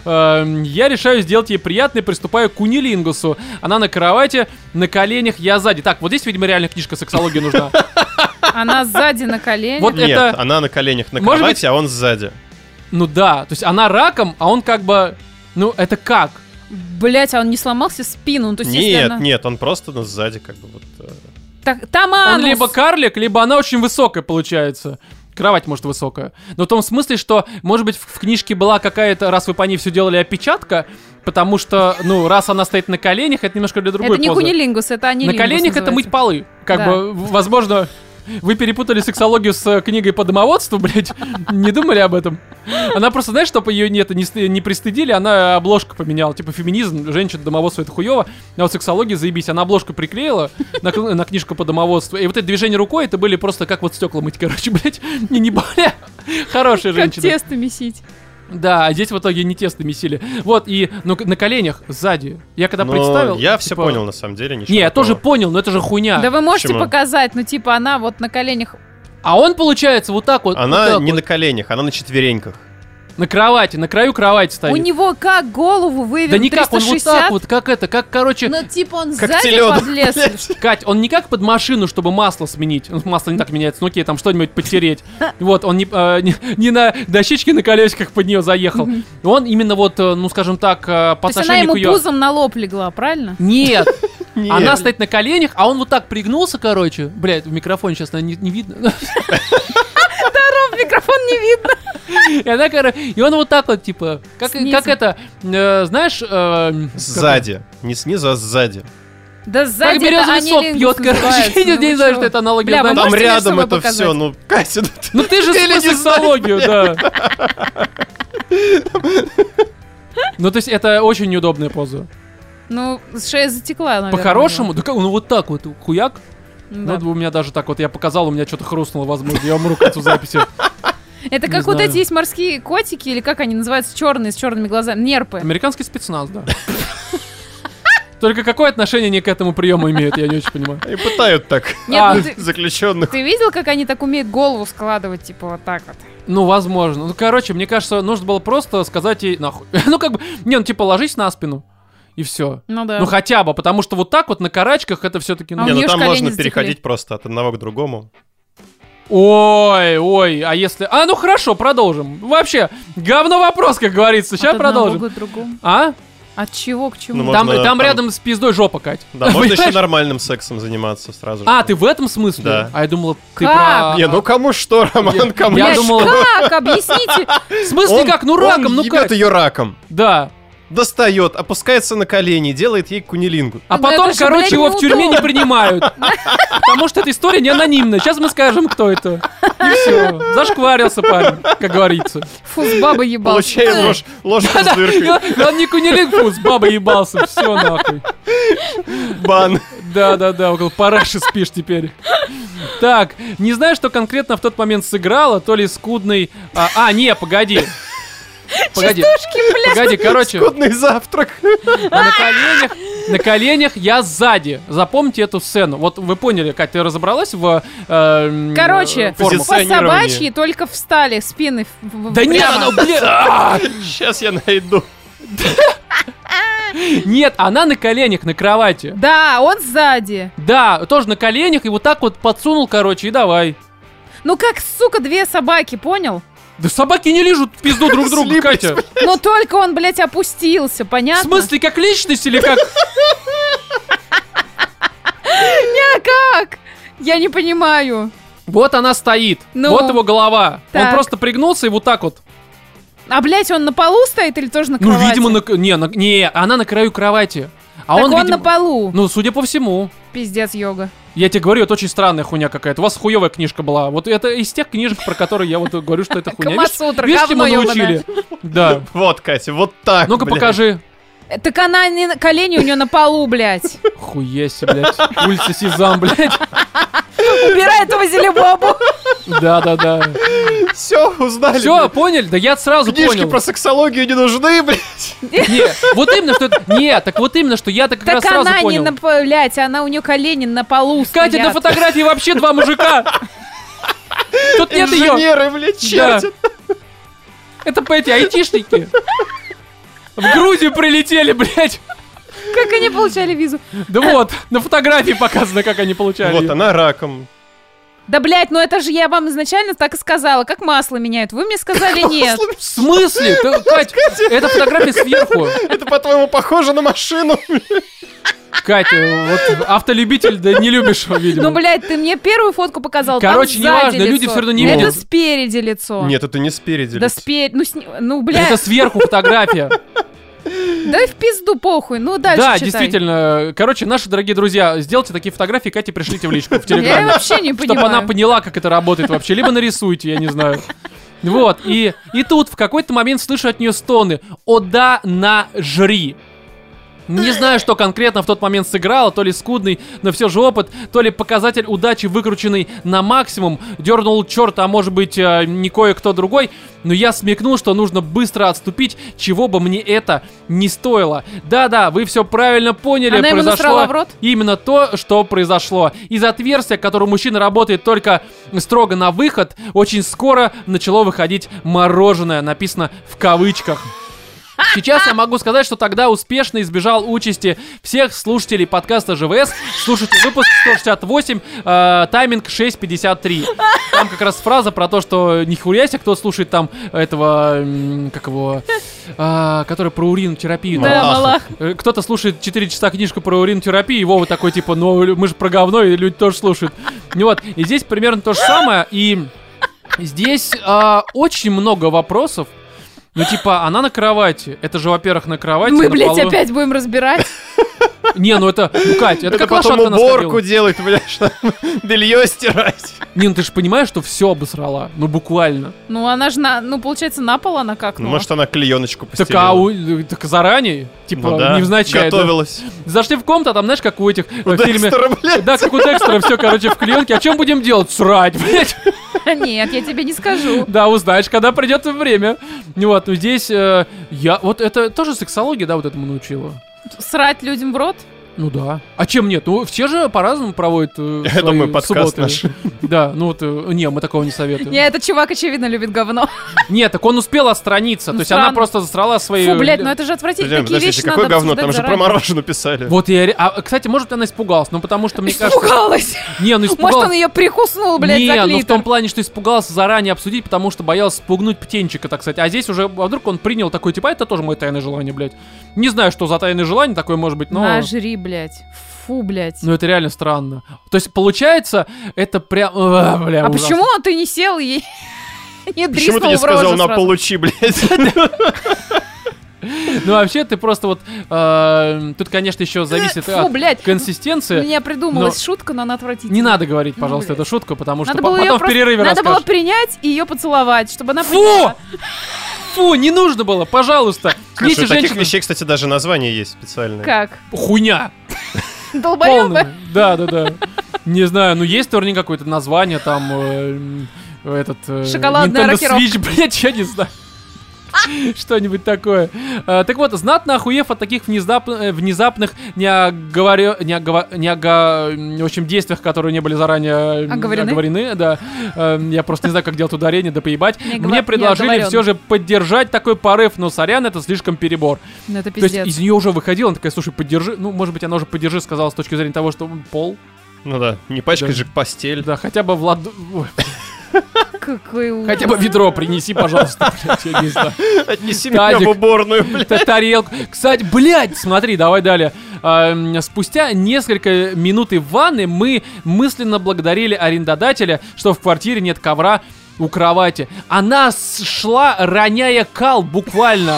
Speaker 1: Эм, Я решаю сделать ей приятно и приступаю к кунилингусу. Она на кровати, на коленях, я сзади. Так, вот здесь, видимо, реально книжка сексологии нужна.
Speaker 2: Она сзади на коленях.
Speaker 1: Вот
Speaker 3: Нет,
Speaker 1: это-
Speaker 3: она на коленях на
Speaker 1: Может
Speaker 3: кровати,
Speaker 1: быть-
Speaker 3: а он сзади.
Speaker 1: Ну да, то есть она раком, а он как бы... Ну, это как?
Speaker 2: Блять, а он не сломался спину? Ну, то есть, если
Speaker 3: Нет,
Speaker 2: она-
Speaker 3: нет, он просто ну, сзади как бы вот... э,
Speaker 2: Так, там
Speaker 1: Он
Speaker 2: анус.
Speaker 1: либо карлик, либо она очень высокая получается. Кровать, может, высокая. Но в том смысле, что, может быть, в, в книжке была какая-то, раз вы по ней все делали, опечатка, потому что, ну, раз она стоит на коленях, это немножко для другой
Speaker 2: Это не
Speaker 1: позы.
Speaker 2: кунилингус, это
Speaker 1: На
Speaker 2: анилингус
Speaker 1: коленях это мыть
Speaker 2: называется.
Speaker 1: полы. Как
Speaker 2: Да.
Speaker 1: бы, в- возможно, вы перепутали сексологию с э, книгой по домоводству, блядь. Не думали об этом? Она просто, знаешь, чтобы ее нет, не, ст- не пристыдили, она обложку поменяла. Типа феминизм, женщина, домоводство — это хуево. А вот сексология, заебись. Она обложку приклеила на, кн- на книжку по домоводству. И вот это движение рукой, это были просто как вот стекла мыть, короче, блядь. Не, не более хорошая
Speaker 2: Как
Speaker 1: женщина.
Speaker 2: тесто месить.
Speaker 1: Да, а здесь в итоге не тесто месили. Вот, и ну, к- на коленях, сзади. Я когда
Speaker 3: но
Speaker 1: представил...
Speaker 3: я все
Speaker 1: типа,
Speaker 3: понял, на самом деле, ничего
Speaker 1: Не, я
Speaker 3: такого.
Speaker 1: тоже понял, но это же хуйня.
Speaker 2: Да вы можете
Speaker 3: Почему?
Speaker 2: показать, ну типа она вот на коленях.
Speaker 1: А он, получается, вот так вот. вот
Speaker 3: Она
Speaker 1: так
Speaker 3: не
Speaker 1: вот,
Speaker 3: на коленях, она на четвереньках.
Speaker 1: на кровати, на краю кровати стоит.
Speaker 2: У него как голову вывернут
Speaker 1: Да никак, он вот
Speaker 2: триста шестьдесят?
Speaker 1: так вот, как это, как, короче...
Speaker 2: Ну типа он
Speaker 3: Как
Speaker 2: сзади
Speaker 3: телёнок,
Speaker 2: подлез.
Speaker 3: блядь.
Speaker 1: Кать, он не как под машину, чтобы масло сменить. Ну, масло не так меняется, ну окей, там что-нибудь потереть. Вот, он не, э, не, не на дощечке на колесиках под нее заехал. Он именно вот, э, ну скажем так, э, по
Speaker 2: То есть она
Speaker 1: отношению
Speaker 2: ему
Speaker 1: к ее...
Speaker 2: пузом на лоб легла, правильно?
Speaker 1: Нет,
Speaker 3: Нет.
Speaker 1: она стоит на коленях, а он вот так пригнулся, короче. Блядь, в микрофоне сейчас наверное, не, не видно.
Speaker 2: В микрофон не видно.
Speaker 1: И она, короче, и он вот так вот, типа, как,
Speaker 2: Снизу.
Speaker 1: как это, э, знаешь... э, как-
Speaker 3: Сзади. Не снизу, а сзади.
Speaker 2: Да
Speaker 1: Как
Speaker 2: сзади это
Speaker 1: березовый сок
Speaker 2: анилингус
Speaker 1: пьет, короче.
Speaker 2: называется,
Speaker 1: Я
Speaker 2: ну
Speaker 1: не
Speaker 2: вы
Speaker 1: знаю,
Speaker 2: чё?
Speaker 1: что это аналогия.
Speaker 2: Бля, вы
Speaker 1: знаете.
Speaker 3: Там
Speaker 2: можете мне
Speaker 3: рядом
Speaker 2: рисунок
Speaker 3: это
Speaker 2: показать?
Speaker 3: все, ну, Катя, ну ты-
Speaker 1: Ну ты же
Speaker 3: Или не
Speaker 1: смысл сексологию, да. Ну то есть это очень неудобная поза.
Speaker 2: Ну, шея затекла, наверное.
Speaker 1: По-хорошему, да как, ну вот так вот, хуяк.
Speaker 2: Да.
Speaker 1: Ну у меня даже так вот, я показал, у меня что-то хрустнуло, возможно, я умру к концу записи.
Speaker 2: Это
Speaker 1: не
Speaker 2: как вот
Speaker 1: знаю.
Speaker 2: эти есть морские котики, или как они называются, черные, с черными глазами, нерпы.
Speaker 1: Американский спецназ, да. Только какое отношение они к этому приему имеют, я не очень понимаю.
Speaker 3: И пытают так
Speaker 2: Нет,
Speaker 1: А,
Speaker 2: ну ты,
Speaker 3: заключенных.
Speaker 2: ты видел, как они так умеют голову складывать, типа вот так вот?
Speaker 1: Ну, возможно. Ну, короче, мне кажется, нужно было просто сказать ей нахуй. Ну, как бы, не, ну, типа, ложись на спину, и все.
Speaker 2: Ну да.
Speaker 1: Ну, хотя бы, потому что вот так вот на карачках это все-таки...
Speaker 2: А у
Speaker 3: Не, ну
Speaker 2: неё ж
Speaker 3: там
Speaker 2: колени
Speaker 3: можно
Speaker 2: затекли.
Speaker 3: переходить просто от одного к другому.
Speaker 1: Ой, ой, а если... А, ну хорошо, продолжим. Вообще, говно вопрос, как говорится. Сейчас
Speaker 2: От одного
Speaker 1: продолжим.
Speaker 2: к другому.
Speaker 1: А?
Speaker 2: От чего к чему?
Speaker 3: Ну,
Speaker 1: Там,
Speaker 3: можно
Speaker 1: там
Speaker 3: там-
Speaker 1: рядом с пиздой жопа, Кать.
Speaker 3: Да, можно еще
Speaker 1: Понимаешь?
Speaker 3: нормальным сексом заниматься сразу же.
Speaker 1: А, ты в этом смысле?
Speaker 3: Да.
Speaker 1: А я думал, ты
Speaker 2: Как?
Speaker 1: про...
Speaker 3: Не, ну кому что, Роман, кому
Speaker 1: Я
Speaker 2: Блядь,
Speaker 1: думал-
Speaker 2: как? Объясните.
Speaker 1: В смысле
Speaker 3: Он-
Speaker 1: как? Ну раком, ну
Speaker 3: Он ебет
Speaker 1: как?
Speaker 3: ее раком.
Speaker 1: Да.
Speaker 3: Достает, опускается на колени, делает ей кунилингу.
Speaker 1: А
Speaker 2: Ну,
Speaker 1: потом,
Speaker 2: это же,
Speaker 1: короче,
Speaker 2: блядь,
Speaker 1: его в тюрьме не
Speaker 2: неудобно.
Speaker 1: принимают. Потому что эта история не анонимная. Сейчас мы скажем, кто это. И все. Зашкварился парень, как говорится.
Speaker 2: Фу, с бабой ебался.
Speaker 3: Получаем ложь, ложку с
Speaker 1: Да,
Speaker 3: дыркой.
Speaker 1: и он- и он не кунилингу, с бабой ебался. Все нахуй.
Speaker 3: Бан.
Speaker 1: Да-да-да, около параши спишь теперь. Так, не знаю, что конкретно в тот момент сыграло, то ли скудный... А, а, не, погоди. Погоди, погоди, короче,
Speaker 3: Скудный завтрак.
Speaker 1: на коленях, на коленях я сзади. Запомните эту сцену. Вот вы поняли, Кать, ты разобралась в э,
Speaker 2: Короче,
Speaker 1: формах?
Speaker 2: по
Speaker 3: Позиционирование.
Speaker 2: собачьи только встали спины. в- в-
Speaker 1: Да нет,
Speaker 2: прямо.
Speaker 1: она, блин,
Speaker 3: Сейчас я найду.
Speaker 1: нет, она на коленях, на кровати.
Speaker 2: Да, он сзади.
Speaker 1: Да, тоже на коленях, и вот так вот подсунул, короче, и давай.
Speaker 2: Ну как, сука, две собаки, понял?
Speaker 1: Да собаки не лижут в пизду друг друга,
Speaker 3: Слиплись,
Speaker 1: Катя.
Speaker 2: Но только он, блядь, опустился,
Speaker 1: В
Speaker 2: понятно?
Speaker 1: смысле, как личность или как...
Speaker 2: А как? Я не понимаю.
Speaker 1: Вот она стоит,
Speaker 2: Ну,
Speaker 1: вот его голова. Он
Speaker 2: так.
Speaker 1: просто пригнулся и вот так вот.
Speaker 2: А, блядь, он на полу стоит или тоже на
Speaker 1: Ну,
Speaker 2: кровати?
Speaker 1: видимо, на... к- Не, на- не, она на краю кровати. А
Speaker 2: Так
Speaker 1: он,
Speaker 2: он,
Speaker 1: видимо...
Speaker 2: на полу.
Speaker 1: Ну, судя по всему.
Speaker 2: Пиздец, йога.
Speaker 1: Я тебе говорю, это очень странная хуйня какая-то. У вас хуевая книжка была. Вот это из тех книжек, про которые я вот говорю, что это хуйня. Видишь,
Speaker 2: Камасутра,
Speaker 1: видишь,
Speaker 2: говно
Speaker 1: чему научили? Да.
Speaker 3: Вот, Катя, вот так.
Speaker 1: Ну-ка
Speaker 3: блядь.
Speaker 1: покажи.
Speaker 2: Э, Так она не на колени у нее на полу, блядь.
Speaker 1: Хуеси, блядь. Улица Сезам, блядь.
Speaker 2: Убирай этого зелебобу.
Speaker 1: Да-да-да.
Speaker 3: Все, узнали.
Speaker 1: Все,
Speaker 3: блядь.
Speaker 1: поняли? Да я сразу
Speaker 3: Книжки
Speaker 1: понял.
Speaker 3: про сексологию не нужны, блядь.
Speaker 1: Не, вот именно, что это... Не, так вот именно, что я так как раз
Speaker 2: Так
Speaker 1: сразу
Speaker 2: она не
Speaker 1: понял.
Speaker 2: на, блядь, она у нее колени на полу
Speaker 1: Катя, на
Speaker 2: стоят.
Speaker 1: фотографии вообще два мужика. Тут нет ее.
Speaker 3: Инженеры, блядь,
Speaker 1: Да.
Speaker 3: чертят.
Speaker 1: Это по эти айтишники. В Грузию прилетели, блядь.
Speaker 2: Как они получали визу?
Speaker 1: Да вот, на фотографии показано, как они получали.
Speaker 3: Вот
Speaker 1: её.
Speaker 3: она раком.
Speaker 2: Да, блядь, ну это же я вам изначально так и сказала. Как масло меняют? Вы мне сказали нет.
Speaker 1: В смысле? Ты, Кать, это фотография сверху.
Speaker 3: Это, по-твоему, похоже на машину?
Speaker 1: Катя, вот автолюбитель, да не любишь его, видимо.
Speaker 2: Ну, блядь, ты мне первую фотку показал. там
Speaker 1: Короче,
Speaker 2: сзади
Speaker 1: неважно,
Speaker 2: лицо.
Speaker 1: люди всё равно не
Speaker 2: Это
Speaker 1: видят.
Speaker 2: спереди лицо.
Speaker 3: Нет, это не спереди.
Speaker 2: Да
Speaker 3: лицо.
Speaker 2: спереди. Ну, сни- ну, блядь.
Speaker 1: Это сверху фотография.
Speaker 2: Да и в пизду похуй. Ну, дальше
Speaker 1: Да,
Speaker 2: читай.
Speaker 1: действительно. Короче, наши дорогие друзья, сделайте такие фотографии, Кате пришлите в личку в
Speaker 2: Я
Speaker 1: Телеграме.
Speaker 2: вообще не
Speaker 1: Чтобы
Speaker 2: понимаю.
Speaker 1: она поняла, как это работает вообще. Либо нарисуйте, я не знаю. Вот, и, и тут в какой-то момент слышу от нее стоны. О да, на жри. Не знаю, что конкретно в тот момент сыграло, то ли скудный, но все же опыт, то ли показатель удачи, выкрученный на максимум, дернул черт, а может быть э, не кое-кто другой, но я смекнул, что нужно быстро отступить, чего бы мне это не стоило. Да-да, вы все правильно поняли,
Speaker 2: Она ему
Speaker 1: произошло
Speaker 2: насрала в рот?
Speaker 1: именно то, что произошло. Из отверстия, которое мужчина работает только строго на выход, очень скоро начало выходить мороженое, написано в кавычках. Сейчас я могу сказать, что тогда успешно избежал участи всех слушателей подкаста ЖВС. Слушайте выпуск сто шестьдесят восемь, э, тайминг шесть пятьдесят три. Там как раз фраза про то, что не хуяйся, кто слушает там этого, м, как его, э, который про уринотерапию.
Speaker 2: Да,
Speaker 3: Малахов.
Speaker 2: Малах.
Speaker 1: Э, Кто-то слушает четыре часа книжку про уринотерапию, и Вова такой, типа, ну мы же про говно, и люди тоже слушают. Ну вот, и здесь примерно то же самое, и здесь э, очень много вопросов. Ну, типа, она на кровати. Это же, во-первых, на кровати.
Speaker 2: Мы,
Speaker 1: на
Speaker 2: блядь,
Speaker 1: полу.
Speaker 2: опять будем разбирать.
Speaker 1: Не, ну это, ну, Кать, это,
Speaker 3: Это
Speaker 1: как
Speaker 3: потом
Speaker 1: лошадка нас
Speaker 3: уборку
Speaker 1: ходила.
Speaker 3: делать, блядь, что белье стирать.
Speaker 1: Не, ну ты же понимаешь, что все обосрала. Ну, буквально.
Speaker 2: Ну, она же, на, ну, получается, на пол она как
Speaker 3: Ну, может, она клееночку
Speaker 1: Так,
Speaker 3: постелила.
Speaker 1: а у- так заранее, типа,
Speaker 3: Ну да,
Speaker 1: невзначай. да.
Speaker 3: готовилась.
Speaker 1: Зашли в комнату, а там, знаешь, как у этих
Speaker 3: У
Speaker 1: э, в фильме...
Speaker 3: Декстера, блядь.
Speaker 1: Да, как у Декстера, все, короче, в клеенке. О чем будем делать? Срать, блядь.
Speaker 2: Нет, я тебе не скажу.
Speaker 1: Да, узнаешь, когда придет время. Вот, ну здесь э, я... Вот это тоже сексология, да, вот этому научила?
Speaker 2: Срать людям в рот?
Speaker 1: Ну да. А чем нет? Ну, все же по-разному проводят э,
Speaker 3: Я
Speaker 1: свои
Speaker 3: думаю, подкаст
Speaker 1: субботы.
Speaker 3: наш.
Speaker 1: Да, ну вот, э, не, мы такого не советуем.
Speaker 2: Не, этот чувак, очевидно, любит говно.
Speaker 1: Нет, так он успел отстраниться.
Speaker 2: Ну,
Speaker 1: То есть
Speaker 2: странно.
Speaker 1: она просто засрала свои...
Speaker 2: Фу, блядь, ну это же отвратительно.
Speaker 3: Подождите,
Speaker 2: Такие вещи
Speaker 3: подождите, какое
Speaker 2: надо
Speaker 3: говно? Там
Speaker 2: обсуждать
Speaker 3: же про
Speaker 2: заранее.
Speaker 3: мороженое писали.
Speaker 1: Вот я... ре- А, кстати, может, она испугалась, ну потому что, мне кажется...
Speaker 2: Испугалась.
Speaker 1: Не, ну
Speaker 2: Может,
Speaker 1: испугалась...
Speaker 2: он ее прихуснул, блядь,
Speaker 1: не,
Speaker 2: за
Speaker 1: ну в
Speaker 2: клитор.
Speaker 1: том плане, что испугался заранее обсудить, потому что боялся спугнуть птенчика, так сказать. А здесь уже, а вдруг он принял такой, типа, это тоже мое тайное желание, блядь. Не знаю, что за тайное желание такое может быть, но...
Speaker 2: Нажри, блядь. Фу, блядь.
Speaker 1: Ну это реально странно. То есть, получается, это прям... А, бля,
Speaker 2: А
Speaker 1: ужасно.
Speaker 2: почему ты не сел и не
Speaker 3: Почему ты
Speaker 2: дриснул
Speaker 3: не
Speaker 2: в рожу
Speaker 3: сказал на
Speaker 2: сразу?
Speaker 3: получи, блядь?
Speaker 1: Ну вообще, ты просто вот... э, Тут, конечно, еще зависит
Speaker 2: Фу,
Speaker 1: от
Speaker 2: блядь. У
Speaker 1: консистенции.
Speaker 2: меня придумалась
Speaker 1: Но-
Speaker 2: шутка, но она отвратительная.
Speaker 1: Не надо говорить,
Speaker 2: Ну,
Speaker 1: пожалуйста,
Speaker 2: блядь.
Speaker 1: эту шутку, потому что
Speaker 2: Надо
Speaker 1: по-
Speaker 2: было её
Speaker 1: потом в
Speaker 2: просто-
Speaker 1: перерыве
Speaker 2: Надо было
Speaker 1: расскажешь.
Speaker 2: принять и ее поцеловать, чтобы она
Speaker 1: Фу!
Speaker 2: поняла.
Speaker 1: Фу, не нужно было, пожалуйста.
Speaker 3: Слушай,
Speaker 1: Если
Speaker 3: у таких
Speaker 1: женщина...
Speaker 3: вещей, кстати, даже название есть специальное.
Speaker 2: Как?
Speaker 1: Хуйня.
Speaker 2: Долбоёбы?
Speaker 1: Полная. Да, да, да. Не знаю, ну есть наверняка какое-то название, там, э, м, этот... э,
Speaker 2: Шоколадная
Speaker 1: Nintendo
Speaker 2: рокировка.
Speaker 1: Switch, блядь, я не знаю. Что-нибудь такое. А, так вот, знатно охуев от таких внезап- э, внезапных, не оговорё- не огово- не ого- м, в общем, действиях, которые не были заранее м,
Speaker 2: Оговорены?
Speaker 1: оговорены, да. Э, Я просто не знаю, как делать ударение, да поебать.
Speaker 2: Не оговор-
Speaker 1: Мне
Speaker 2: не
Speaker 1: предложили
Speaker 2: оговорён.
Speaker 1: все же поддержать такой порыв, но сорян, это слишком перебор.
Speaker 2: Ну это
Speaker 1: То есть
Speaker 2: пиздец.
Speaker 1: из нее уже выходила, она такая, слушай, поддержи. Ну, может быть, она уже поддержи сказала с точки зрения того, что м, пол.
Speaker 3: Ну да, не пачкай
Speaker 1: Да.
Speaker 3: же постель.
Speaker 1: Да, хотя бы в ладу... Ой,
Speaker 2: Какой ужас.
Speaker 1: хотя бы ведро принеси, пожалуйста, блядь, я не знаю.
Speaker 3: Отнеси меня
Speaker 1: Тазик.
Speaker 3: в уборную, блядь.
Speaker 1: Т- Тарелку. Кстати, блядь, смотри, давай далее. А, м, спустя несколько минут в ванной мы мысленно благодарили арендодателя, что в квартире нет ковра у кровати. Она с- шла, роняя кал буквально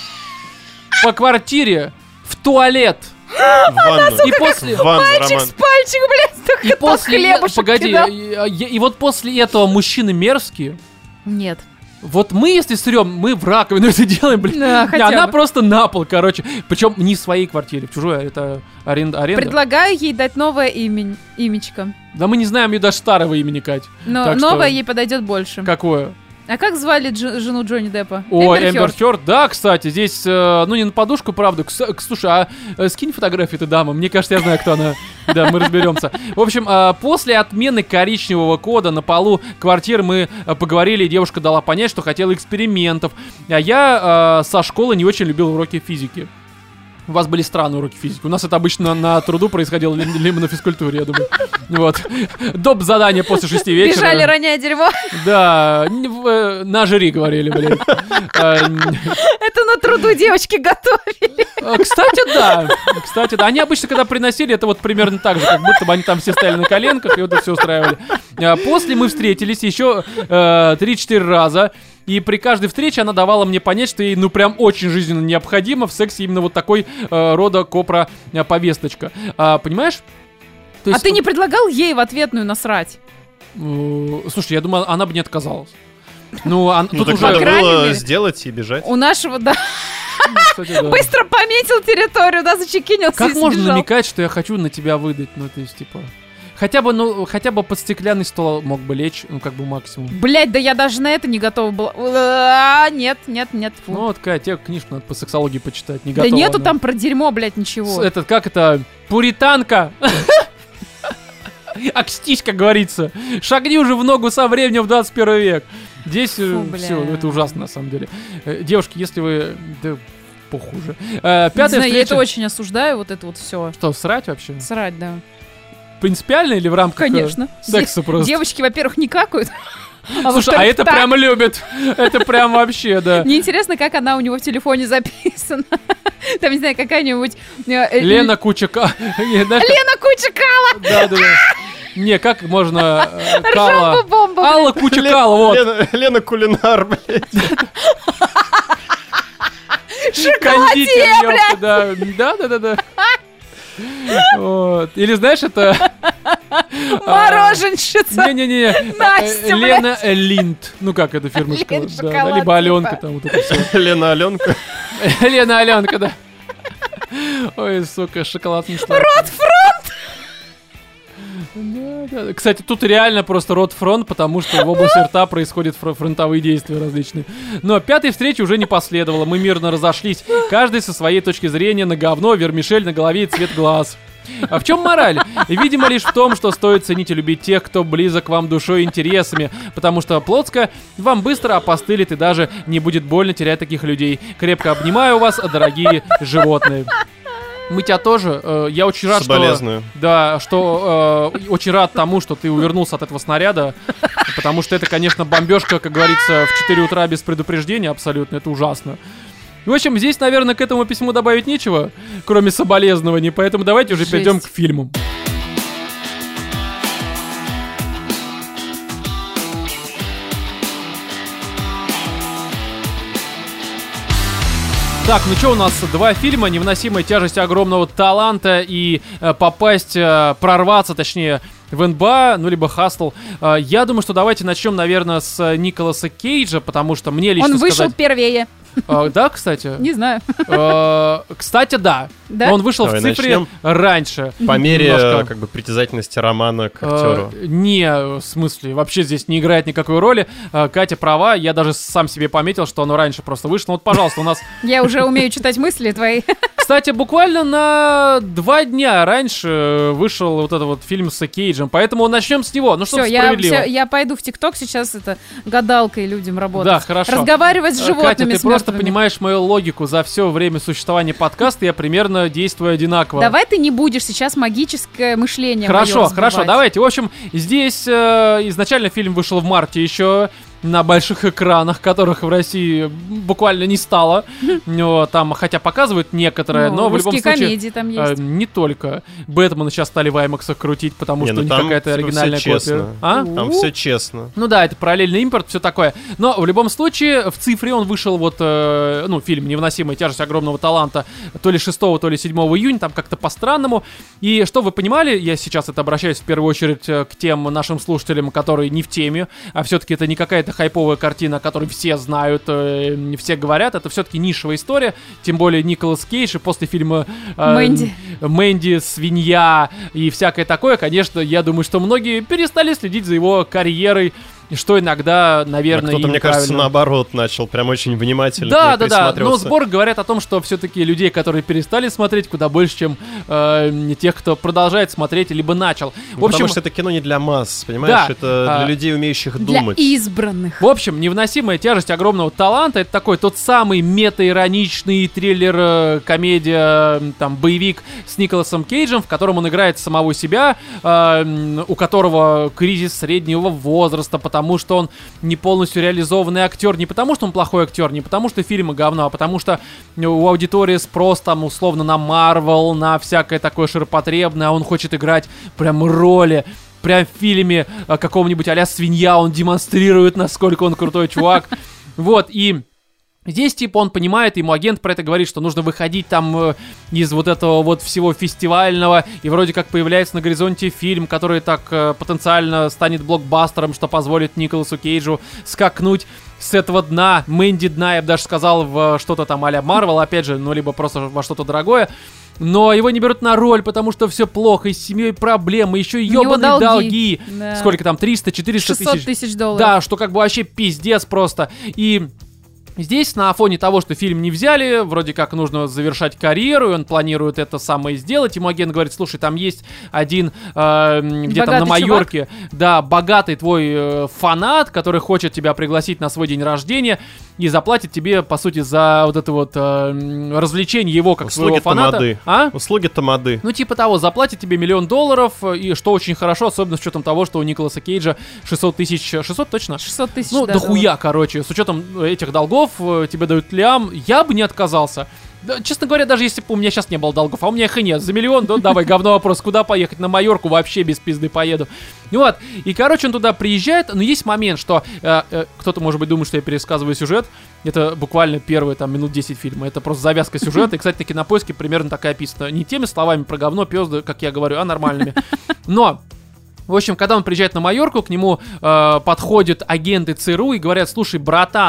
Speaker 1: по квартире в туалет.
Speaker 3: В ванну.
Speaker 1: И после...
Speaker 3: В ванну,
Speaker 2: Мальчик
Speaker 3: Роман.
Speaker 2: с пальчик, блядь, только
Speaker 1: И
Speaker 2: тот
Speaker 1: после...
Speaker 2: хлебушек
Speaker 1: Погоди,
Speaker 2: кидал.
Speaker 1: и, и- и вот после этого мужчины мерзкие.
Speaker 2: Нет.
Speaker 1: Вот мы, если срем, мы в раковину это делаем, блин.
Speaker 2: Да, хотя
Speaker 1: Она
Speaker 2: бы.
Speaker 1: просто на пол, короче. Причем не в своей квартире, в чужой, это аренда. аренда.
Speaker 2: Предлагаю ей дать новое имя, имечко.
Speaker 1: Да мы не знаем ее даже старого имени, Кать.
Speaker 2: Но
Speaker 1: Так что-
Speaker 2: новое ей подойдет больше.
Speaker 1: Какое?
Speaker 2: А как звали дж- жену Джонни Деппа?
Speaker 1: О,
Speaker 2: Эмбер
Speaker 1: Эмбер
Speaker 2: Хёрд.
Speaker 1: Хёрд. Да, кстати, здесь, э, ну не на подушку, правда. Кс- к- слушай, а э, скинь фотографию этой дамы. Мне кажется, я знаю, кто она. Да, мы разберемся. В общем, э, после отмены коричневого кода на полу квартиры мы э, поговорили, и девушка дала понять, что хотела экспериментов. А я э, со школы не очень любил уроки физики. У вас были странные уроки физики. У нас это обычно на труду происходило, ли- либо на физкультуре, я думаю. Вот. Доп. Задание после шести вечера.
Speaker 2: Бежали, роняя дерьмо.
Speaker 1: Да, н- в- э, на жри говорили, блядь. А, н-
Speaker 2: Это на труду девочки готовили.
Speaker 1: а, Кстати, да. Кстати, да. Они обычно, когда приносили, это вот примерно так же, как будто бы они там все стояли на коленках и вот это все устраивали. А После мы встретились еще э, три-четыре раза. И при каждой встрече она давала мне понять, что ей, ну, прям очень жизненно необходимо в сексе именно вот такой э, рода копра-повесточка. А, понимаешь? То
Speaker 2: А
Speaker 1: есть,
Speaker 2: ты не предлагал ей в ответную насрать?
Speaker 1: э, слушай, я думаю, она бы не отказалась. Ну, а,
Speaker 3: Ну
Speaker 1: тут
Speaker 3: так
Speaker 1: уже...
Speaker 3: надо
Speaker 2: По крайней
Speaker 3: было
Speaker 2: мере.
Speaker 3: сделать и бежать.
Speaker 2: У нашего, да,
Speaker 1: Кстати, да.
Speaker 2: быстро пометил территорию, да, зачекинился
Speaker 1: Как
Speaker 2: и
Speaker 1: можно
Speaker 2: сбежал.
Speaker 1: намекать, что я хочу на тебя выдать? Ну, то есть, типа... Хотя бы, ну, хотя бы под стеклянный стол мог бы лечь, ну, как бы максимум.
Speaker 2: Блять, да я даже на это не готова была. А, Нет, нет, нет. фу.
Speaker 1: Ну, вот, Кать, тебе книжку надо по сексологии почитать, не
Speaker 2: Да
Speaker 1: готова
Speaker 2: нету
Speaker 1: она.
Speaker 2: там про дерьмо, блядь,
Speaker 1: С-
Speaker 2: ничего.
Speaker 1: Этот, как это, пуританка! Акстись, как говорится. Шагни уже в ногу со временем в двадцать первый век. Здесь
Speaker 2: Фу, бля.
Speaker 1: все, это ужасно, на самом деле. Э, Девушки, если вы... Да, похуже. Э,
Speaker 2: Не
Speaker 1: Пятая
Speaker 2: знаю, я
Speaker 1: встреча...
Speaker 2: это очень осуждаю, вот это вот все.
Speaker 1: Что, срать вообще?
Speaker 2: Срать, да.
Speaker 1: Принципиально или в рамках э,
Speaker 2: Конечно.
Speaker 1: секса просто?
Speaker 2: Девочки, во-первых, не какают. А
Speaker 1: Слушай, а
Speaker 2: во-вторых,
Speaker 1: это
Speaker 2: так.
Speaker 1: прям любит. Это прям вообще, да.
Speaker 2: Мне интересно, как она у него в телефоне записана. Там, не знаю, какая-нибудь... э, э,
Speaker 1: Лена Кучака. Не, знаешь, как-
Speaker 2: Лена Кучакала!
Speaker 1: Да, да, да. Не, как можно... э, Кала...
Speaker 2: Ржопа-бомба,
Speaker 1: Алла Кучакала, вот.
Speaker 3: Лена, Лена Кулинар, блядь.
Speaker 2: Шоколаде,
Speaker 1: ёпта, да. Да, да, да, да. Вот. Или знаешь, это...
Speaker 2: Мороженщица!
Speaker 1: Не-не-не.
Speaker 2: Настя,
Speaker 1: э, Лена э, Линд. Ну как эта фирмочка?
Speaker 2: Лен
Speaker 1: Да,
Speaker 2: шоколад,
Speaker 1: да, либо Аленка
Speaker 2: типа.
Speaker 1: там вот это все.
Speaker 3: Лена Аленка.
Speaker 1: Лена Аленка, да. Ой, сука, шоколад не сладкий.
Speaker 2: Ротфронт!
Speaker 1: Да, да. Кстати, тут реально просто рот-фронт, потому что в области рта происходят фр- фронтовые действия различные. Но пятой встречи уже не последовало, мы мирно разошлись, каждый со своей точки зрения на говно, вермишель на голове и цвет глаз. А в чем мораль? Видимо, лишь в том, что стоит ценить и любить тех, кто близок к вам душой и интересами, потому что плотское вам быстро опостылит и даже не будет больно терять таких людей. Крепко обнимаю вас, дорогие животные. Мы тебя тоже, э, я очень рад, что, да, что э, очень рад тому, что ты увернулся от этого снаряда, потому что это, конечно, бомбежка, как говорится, в четыре утра без предупреждения абсолютно, это ужасно. В общем, здесь, наверное, к этому письму добавить нечего, кроме соболезнований, поэтому давайте уже
Speaker 2: Жесть.
Speaker 1: перейдем к фильму. Так, ну что, у нас два фильма, невыносимая тяжесть огромного таланта и э, попасть, э, прорваться, точнее, в эн бэ а, ну, либо Хастл. Э, я думаю, что давайте начнем, наверное, с Николаса Кейджа, потому что мне лично
Speaker 2: Он вышел
Speaker 1: сказать...
Speaker 2: первее.
Speaker 1: Э, да, кстати?
Speaker 2: Не знаю.
Speaker 1: Э, Кстати, да.
Speaker 2: Да?
Speaker 1: Он вышел
Speaker 3: Давай
Speaker 1: в цифре
Speaker 3: начнем.
Speaker 1: раньше.
Speaker 3: По мере
Speaker 1: Немножко.
Speaker 3: как бы притязательности романа к актеру.
Speaker 1: Э, Не, в смысле, вообще здесь не играет никакой роли. Э, Катя права, я даже сам себе пометил, что оно раньше просто вышло. Ну вот, пожалуйста, у нас...
Speaker 2: Я уже умею читать мысли твои.
Speaker 1: Кстати, буквально на два дня раньше вышел вот этот вот фильм с Кейджем, поэтому начнем с него. Ну,
Speaker 2: Все,
Speaker 1: чтобы
Speaker 2: я,
Speaker 1: справедливо.
Speaker 2: всё, я пойду в ТикТок сейчас это гадалкой людям работать.
Speaker 1: Да, хорошо.
Speaker 2: Разговаривать с
Speaker 1: Э,
Speaker 2: животными,
Speaker 1: Катя, ты
Speaker 2: с
Speaker 1: просто
Speaker 2: мертвыми.
Speaker 1: понимаешь мою логику. За все время существования подкаста я примерно действую одинаково.
Speaker 2: Давай ты не будешь сейчас магическое мышление моё
Speaker 1: Хорошо,
Speaker 2: разбивать.
Speaker 1: хорошо, давайте. В общем, здесь э, изначально фильм вышел в марте еще на больших экранах, которых в России буквально не стало. Но там, хотя показывают некоторые,
Speaker 2: Ну,
Speaker 1: но в любом
Speaker 2: русские
Speaker 1: случае...
Speaker 2: комедии там
Speaker 1: э,
Speaker 2: есть.
Speaker 1: не только. Бэтмена сейчас стали в аймаксах крутить, потому
Speaker 3: Не,
Speaker 1: что
Speaker 3: ну
Speaker 1: у них
Speaker 3: там
Speaker 1: какая-то
Speaker 3: типа
Speaker 1: оригинальная
Speaker 3: всё
Speaker 1: копия.
Speaker 3: честно.
Speaker 1: А?
Speaker 3: Там все честно.
Speaker 1: Ну да, это параллельный импорт, все такое. Но в любом случае, в цифре он вышел вот, э, ну, фильм «Невыносимая тяжесть огромного таланта» то ли шестого, то ли седьмого июня, там как-то по-странному. И что вы понимали, я сейчас это обращаюсь в первую очередь э, к тем нашим слушателям, которые не в теме, а все-таки это не какая-то хайповая картина, о которой все знают, э, все говорят, это все-таки нишевая история, тем более Николас Кейдж, и после фильма э,
Speaker 2: Мэнди.
Speaker 1: Мэнди, свинья и всякое такое, конечно, я думаю, что многие перестали следить за его карьерой, что иногда, наверное,
Speaker 3: А кто-то,
Speaker 1: и
Speaker 3: мне кажется,
Speaker 1: неправильно.
Speaker 3: наоборот, начал прям очень внимательно
Speaker 1: Да,
Speaker 3: к ней
Speaker 1: да, да. Но
Speaker 3: присматриваться.
Speaker 1: сборы говорят о том, что все-таки людей, которые перестали смотреть, куда больше, чем э, тех, кто продолжает смотреть либо начал.
Speaker 3: Ну,
Speaker 1: В общем,
Speaker 3: потому что это кино не для масс, понимаешь?
Speaker 1: Да.
Speaker 3: Это для
Speaker 1: А,
Speaker 3: людей, умеющих
Speaker 2: Для
Speaker 3: думать.
Speaker 2: избранных.
Speaker 1: В общем, невыносимая тяжесть огромного таланта. Это такой тот самый мета-ироничный триллер, э, комедия, м, там, боевик с Николасом Кейджем, в котором он играет самого себя, э, м, у которого кризис среднего возраста, потому что он не полностью реализованный актер. Не потому что он плохой актер, не потому что фильмы говно, а потому что у аудитории спрос там условно на Марвел, на всякое такое ширпотребное, а он хочет играть прям роли. Прям в фильме э, какого-нибудь а-ля «Свинья» он демонстрирует, насколько он крутой чувак. Вот, и здесь, типа, он понимает, ему агент про это говорит, что нужно выходить там э, из вот этого вот всего фестивального, и вроде как появляется на горизонте фильм, который так э, потенциально станет блокбастером, что позволит Николасу Кейджу скакнуть с этого дна, Мэнди дна, я бы даже сказал, в что-то там а-ля Марвел, опять же, ну, либо просто во что-то дорогое. Но его не берут на роль, потому что все плохо, и с семьей проблемы, еще
Speaker 2: него
Speaker 1: ебаные долги.
Speaker 2: долги. Да.
Speaker 1: Сколько там, триста-четыреста
Speaker 2: шестьсот
Speaker 1: тысяч?
Speaker 2: тысяч долларов.
Speaker 1: Да, что как бы вообще пиздец просто. И здесь на фоне того, что фильм не взяли, вроде как нужно завершать карьеру, и он планирует это самое сделать. Ему агент говорит: слушай, там есть один э, где-то
Speaker 2: Богатый
Speaker 1: на Майорке, да, богатый твой э, фанат, который хочет тебя пригласить на свой день рождения и заплатит тебе, по сути, за вот это вот э, развлечение его как своего
Speaker 3: Услуги
Speaker 1: фаната.
Speaker 3: тамады.
Speaker 1: А?
Speaker 3: Услуги тамады.
Speaker 1: Ну, типа того, заплатит тебе миллион долларов, и что очень хорошо, особенно с учетом того, что у Николаса Кейджа шестьсот тысяч... шестьсот точно?
Speaker 2: шестьсот тысяч,
Speaker 1: Ну,
Speaker 2: да,
Speaker 1: дохуя, короче, с учетом этих долгов э, тебе дают лям, я бы не отказался. Да, честно говоря, даже если бы у меня сейчас не было долгов, а у меня их и нет, за миллион, да, давай, говно вопрос, куда поехать? На Майорку вообще без пизды поеду. Вот, и, короче, он туда приезжает, но есть момент, что э, э, кто-то, может быть, думает, что я пересказываю сюжет, это буквально первые, там, минут десять фильма, это просто завязка сюжета, и, кстати, на Кинопоиске примерно такая описана, не теми словами про говно, пёзды, как я говорю, а нормальными, но... В общем, когда он приезжает на Майорку, к нему э, подходят агенты ЦРУ и говорят: слушай, братан,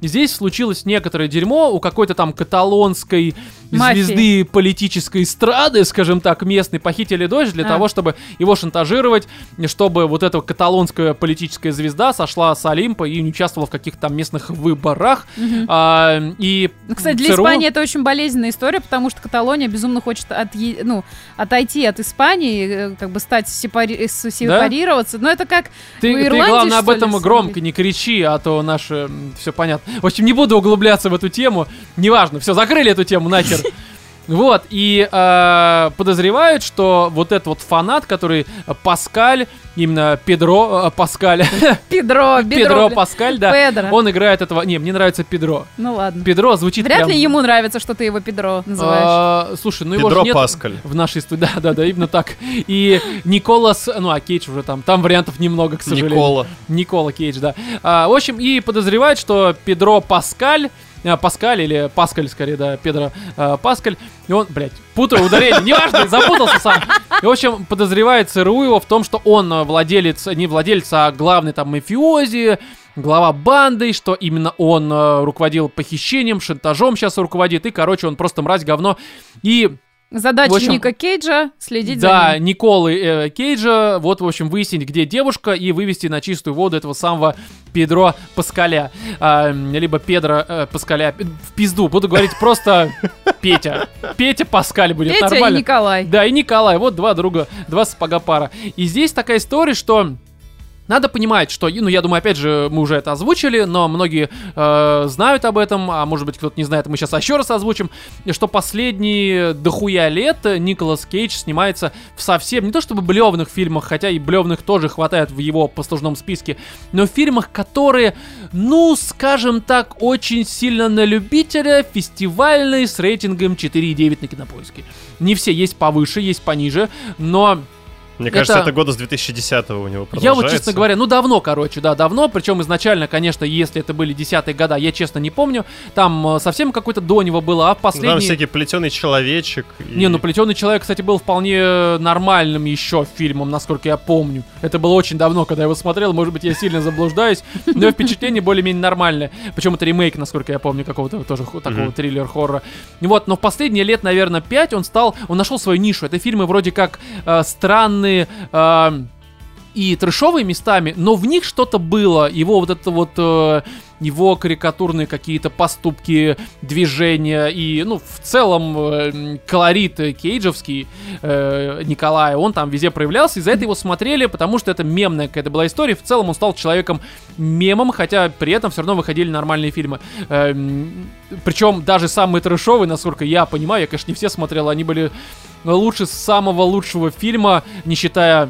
Speaker 1: здесь случилось некоторое дерьмо у какой-то там каталонской
Speaker 2: Мафии.
Speaker 1: звезды политической эстрады, скажем так, местной, похитили дочь для
Speaker 2: А.
Speaker 1: того, чтобы его шантажировать, чтобы вот эта каталонская политическая звезда сошла с Олимпа и не участвовала в каких-то там местных выборах.
Speaker 2: Мгм.
Speaker 1: А, и
Speaker 2: Ну, кстати, для
Speaker 1: ЦРУ
Speaker 2: Испании это очень болезненная история, потому что Каталония безумно хочет отъе- ну, отойти от Испании, э, как бы стать сепари- с- сепарироваться. Но это как
Speaker 1: Ты,
Speaker 2: в
Speaker 1: ты,
Speaker 2: Ирландии,
Speaker 1: главное, об
Speaker 2: что ли,
Speaker 1: этом
Speaker 2: в
Speaker 1: громко
Speaker 2: самом
Speaker 1: не кричи, а то наше... Все понятно. В общем, не буду углубляться в эту тему. Неважно, все, закрыли эту тему нахер. Вот, и э, подозревают, что вот этот вот фанат, который Паскаль, именно Педро э, Паскаль,
Speaker 2: Педро,
Speaker 1: Педро
Speaker 2: Педро, блин.
Speaker 1: Паскаль, да,
Speaker 2: Педро.
Speaker 1: он играет этого... Не, мне нравится Педро.
Speaker 2: Ну ладно.
Speaker 1: Педро звучит
Speaker 2: Вряд
Speaker 1: прям...
Speaker 2: ли ему нравится, что ты его Педро называешь.
Speaker 1: А, слушай, ну его
Speaker 3: Педро
Speaker 1: же нет
Speaker 3: Паскаль.
Speaker 1: в нашей студии. Да, да, да, именно так. И Николас, ну а Кейдж уже там, там вариантов немного, к сожалению.
Speaker 3: Никола.
Speaker 1: Никола Кейдж, да. А, в общем, и подозревают, что Педро Паскаль, а, Паскаль или Паскаль, скорее, да, Педро а, Паскаль, и он, блядь, путаю ударение, неважно, запутался сам. И, в общем, подозревает ЦРУ его в том, что он а, владелец, не владелец, а главный там мафиози, глава банды, что именно он а, руководил похищением, шантажом сейчас руководит, и, короче, он просто мразь, говно. И...
Speaker 2: Задача
Speaker 1: в общем,
Speaker 2: Ника Кейджа следить
Speaker 1: Да,
Speaker 2: за ним.
Speaker 1: Николы э, Кейджа, вот, в общем, выяснить, где девушка, и вывести на чистую воду этого самого Педро Паскаля. А, либо Педро э, Паскаля. В пизду, буду говорить просто Петя. Петя Паскаль будет,
Speaker 2: Петя
Speaker 1: нормально.
Speaker 2: и Николай.
Speaker 1: Да, и Николай, вот два друга, два сапога пара. И здесь такая история, что... Надо понимать, что, ну, я думаю, опять же, мы уже это озвучили, но многие э, знают об этом, а может быть, кто-то не знает, мы сейчас еще раз озвучим, что последние дохуя лет Николас Кейдж снимается в совсем, не то чтобы блевных фильмах, хотя и блевных тоже хватает в его послужном списке, но в фильмах, которые, ну, скажем так, очень сильно на любителя, фестивальные, с рейтингом четыре и девять на Кинопоиске. Не все, есть повыше, есть пониже, но...
Speaker 3: Мне кажется,
Speaker 1: Это-
Speaker 3: это года с две тысячи десятого у него продолжается.
Speaker 1: Я вот, честно говоря, ну давно, короче, да, давно, причем изначально, конечно, если это были десятые года, я честно не помню, там э, совсем какой-то до него было, а в
Speaker 3: Ну, там
Speaker 1: последний...
Speaker 3: всякий плетеный человечек. и-
Speaker 1: Не, ну «Плетеный человек», кстати, был вполне нормальным еще фильмом, насколько я помню. Это было очень давно, когда я его смотрел, может быть, я сильно заблуждаюсь, но впечатление более-менее нормальное. Причем это ремейк, насколько я помню, какого-то тоже ху- такого
Speaker 3: Мгм.
Speaker 1: триллер-хоррора. Вот, но в последние лет, наверное, пять он стал, он нашел свою нишу. Это фильмы вроде как э, странные... э, и трэшовые местами, но в них что-то было. Его вот это вот... э, его карикатурные какие-то поступки, движения и, ну, в целом э, колорит кейджевский э, Николая, он там везде проявлялся, и за это его смотрели, потому что это мемная какая-то была история. В целом он стал человеком-мемом, хотя при этом все равно выходили нормальные фильмы. Э, причем даже самые трэшовые, насколько я понимаю, я, конечно, не все смотрел, они были лучше самого лучшего фильма, не считая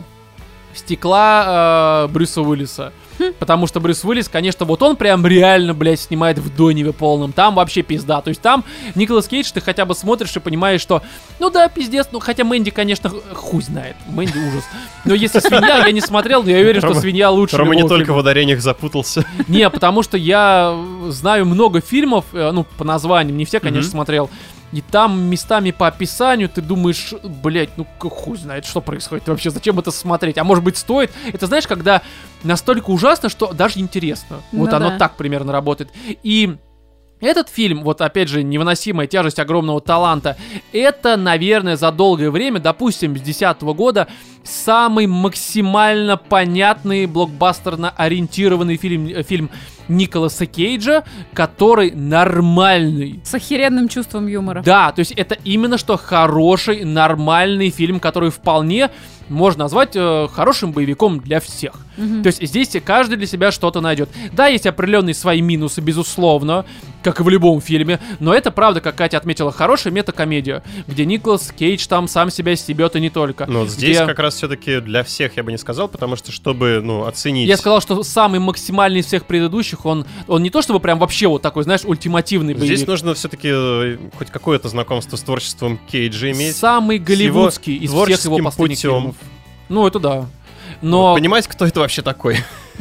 Speaker 1: «Стекла» э, Брюса Уиллиса. Потому что Брюс Уиллис, конечно, вот он прям реально, блядь, снимает в доневе полном. Там вообще пизда. То есть там Николас Кейдж, ты хотя бы смотришь и понимаешь, что, ну да, пиздец, ну хотя Мэнди, конечно, х- хуй знает. Мэнди ужас. Но если «Свинья», я не смотрел, но я уверен, что
Speaker 3: Рома-
Speaker 1: «Свинья» лучше
Speaker 3: Рома не
Speaker 1: любого
Speaker 3: только
Speaker 1: фильма.
Speaker 3: в ударениях запутался.
Speaker 1: Не, потому что я знаю много фильмов, э, ну, по названиям, не все, конечно,
Speaker 3: Мгм.
Speaker 1: смотрел. И там местами по описанию ты думаешь, блять, ну к- хуй знает, что происходит вообще, зачем это смотреть? А может быть стоит? Это знаешь, когда настолько ужасно, что даже интересно. Вот
Speaker 2: Ну
Speaker 1: оно
Speaker 2: да.
Speaker 1: так примерно работает. И этот фильм, вот опять же, невыносимая тяжесть огромного таланта, это, наверное, за долгое время, допустим, с десятого года, самый максимально понятный, блокбастерно ориентированный фильм, э, фильм Николаса Кейджа, который нормальный.
Speaker 2: С охеренным чувством юмора.
Speaker 1: Да, то есть это именно что хороший, нормальный фильм, который вполне можно назвать э, хорошим боевиком для всех.
Speaker 2: Мгм.
Speaker 1: То есть здесь каждый для себя что-то найдет. Да, есть определенные свои минусы, безусловно, как и в любом фильме, но это правда, как Катя отметила, хорошая метакомедия, где Николас Кейдж там сам себя стебет и не только.
Speaker 3: Но здесь
Speaker 1: Где-
Speaker 3: как раз все-таки для всех я бы не сказал, потому что чтобы, ну, оценить...
Speaker 1: Я сказал, что самый максимальный из всех предыдущих, он, он не то чтобы прям вообще вот такой, знаешь, ультимативный боевик.
Speaker 3: Здесь нужно все-таки хоть какое-то знакомство с творчеством Кейджа иметь.
Speaker 1: Самый голливудский из всех его
Speaker 3: творческим
Speaker 1: последних
Speaker 3: путем.
Speaker 1: фильмов. Ну, это да. Но...
Speaker 3: Понимать, кто это вообще такой.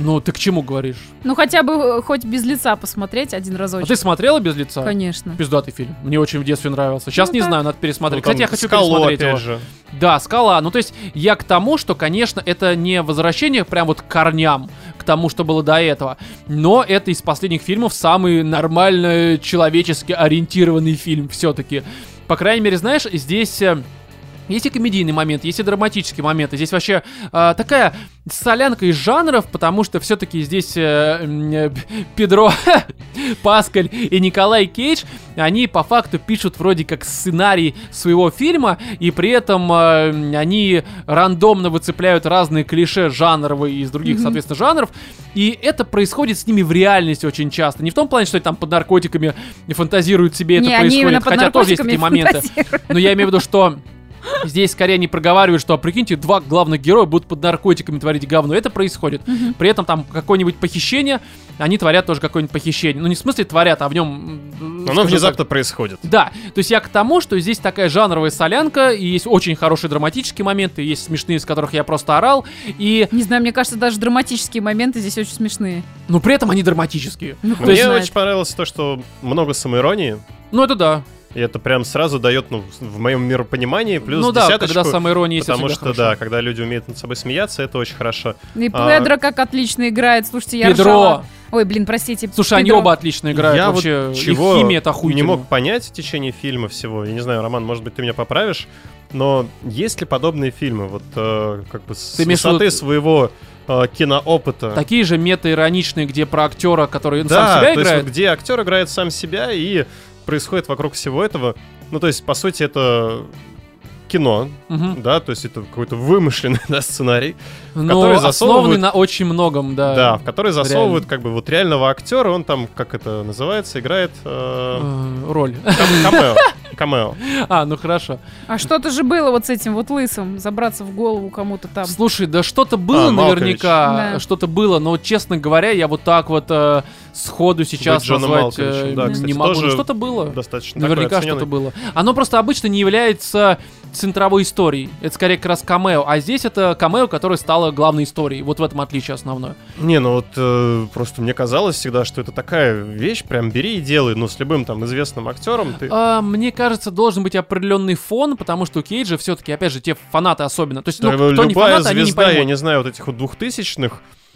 Speaker 1: Ну, ты к чему говоришь?
Speaker 2: Ну, хотя бы хоть без лица посмотреть один
Speaker 1: А
Speaker 2: разочек.
Speaker 1: ты смотрела «Без лица»?
Speaker 2: Конечно.
Speaker 1: Пиздатый фильм. Мне очень в детстве нравился. Сейчас
Speaker 2: Ну,
Speaker 1: не
Speaker 2: так.
Speaker 1: знаю, надо пересмотреть.
Speaker 3: Ну,
Speaker 1: Кстати, я
Speaker 3: там
Speaker 1: хочу
Speaker 3: «Скалу»
Speaker 1: пересмотреть
Speaker 3: опять
Speaker 1: его.
Speaker 3: же.
Speaker 1: Да, «Скала». Ну, то есть я к тому, что, конечно, это не возвращение прям вот к корням, к тому, что было до этого. Но это из последних фильмов самый нормально человечески ориентированный фильм все-таки. По крайней мере, знаешь, здесь... э, Есть и комедийный момент, есть и драматический момент. И здесь вообще э, такая солянка из жанров, потому что все-таки здесь э, э, Педро Паскаль и Николай Кейдж, они по факту пишут вроде как сценарий своего фильма, и при этом э, они рандомно выцепляют разные клише жанровые из других,
Speaker 2: Мгм.
Speaker 1: соответственно, жанров. И это происходит с ними в реальности очень часто. Не в том плане, что они там под наркотиками фантазируют себе
Speaker 2: Не,
Speaker 1: это
Speaker 2: они именно
Speaker 1: происходит,
Speaker 2: под
Speaker 1: хотя тоже есть
Speaker 2: наркотиками
Speaker 1: такие моменты.
Speaker 2: фантазируют.
Speaker 1: Но я имею в виду, что здесь скорее они проговаривают, что, а прикиньте, два главных героя будут под наркотиками творить говно. Это происходит.
Speaker 2: Мгм.
Speaker 1: При этом там какое-нибудь похищение, они творят тоже какое-нибудь похищение. Ну, не в смысле творят, а в нем...
Speaker 3: Оно внезапно происходит.
Speaker 1: Да, то есть я к тому, что здесь такая жанровая солянка, и есть очень хорошие драматические моменты, есть смешные, из которых я просто орал, и...
Speaker 2: Не знаю, мне кажется, даже драматические моменты здесь очень смешные.
Speaker 1: Но при этом они драматические.
Speaker 2: Ну,
Speaker 1: То
Speaker 2: кто
Speaker 1: есть,
Speaker 3: Мне
Speaker 2: знает.
Speaker 3: очень понравилось то, что много самоиронии.
Speaker 1: ну это да.
Speaker 3: И это прям сразу дает, ну, в моем миропонимании плюс
Speaker 1: ну да,
Speaker 3: десяточку.
Speaker 1: когда самоирония есть, это
Speaker 3: Потому
Speaker 1: всегда
Speaker 3: что,
Speaker 1: хорошо.
Speaker 3: да, когда люди умеют над собой смеяться, это очень хорошо.
Speaker 2: И
Speaker 3: А.
Speaker 2: Педро как отлично играет. Слушайте, я
Speaker 1: Педро!
Speaker 2: ржала. Ой, блин, простите.
Speaker 1: Слушай, они
Speaker 2: Педро.
Speaker 1: оба отлично играют,
Speaker 3: Я
Speaker 1: вообще,
Speaker 3: вот
Speaker 1: их
Speaker 3: чего
Speaker 1: химия это
Speaker 3: не
Speaker 1: охуительно.
Speaker 3: мог понять в течение фильма всего. Я не знаю, Роман, может быть, ты меня поправишь, но есть ли подобные фильмы, вот э, как бы с
Speaker 1: Ты имеешь в
Speaker 3: высоты
Speaker 1: виду-
Speaker 3: своего э, киноопыта?
Speaker 1: Такие же мета-ироничные, где про актера, который
Speaker 3: Да,
Speaker 1: сам себя
Speaker 3: то есть
Speaker 1: играет.
Speaker 3: вот где актер играет сам себя, и происходит вокруг всего этого. Ну, то есть, по сути, это кино,
Speaker 1: Мгм.
Speaker 3: да, то есть это какой-то вымышленный, да, сценарий,
Speaker 1: Но
Speaker 3: который
Speaker 1: основанный
Speaker 3: засовывают-
Speaker 1: на очень многом, да.
Speaker 3: да, в который засовывают
Speaker 1: реально.
Speaker 3: как бы вот реального актера, он там, как это называется, играет э,
Speaker 1: Э, Роль.
Speaker 3: кам- камео. Камео.
Speaker 1: А, ну хорошо.
Speaker 2: А что-то же было вот с этим вот лысым, забраться в голову кому-то там.
Speaker 1: Слушай, да что-то было
Speaker 3: А, Малкович.
Speaker 1: наверняка,
Speaker 2: Да.
Speaker 1: что-то было, но, честно говоря, я вот так вот э, сходу сейчас
Speaker 3: Быть Джоном
Speaker 1: назвать э,
Speaker 3: Малковичем, да, кстати,
Speaker 1: не могу.
Speaker 3: тоже
Speaker 1: Ну что-то было.
Speaker 3: Достаточно
Speaker 1: Наверняка
Speaker 3: такой
Speaker 1: что-то
Speaker 3: оцененный.
Speaker 1: было. Оно просто обычно не является центровой историей. Это скорее как раз камео. А здесь это камео, которое стало главной историей. Вот в этом отличие основное.
Speaker 3: Не, ну вот э, просто мне казалось всегда, что это такая вещь, прям бери и делай, ну с любым там известным актером ты...
Speaker 1: А, мне кажется, должен быть определенный фон, потому что у Кейджа все-таки, опять же, те фанаты особенно. То есть, ну,
Speaker 3: Да,
Speaker 1: кто не
Speaker 3: любая
Speaker 1: фанат, они не
Speaker 3: звезда, я
Speaker 1: поймут.
Speaker 3: не знаю, вот этих вот двухтысячных,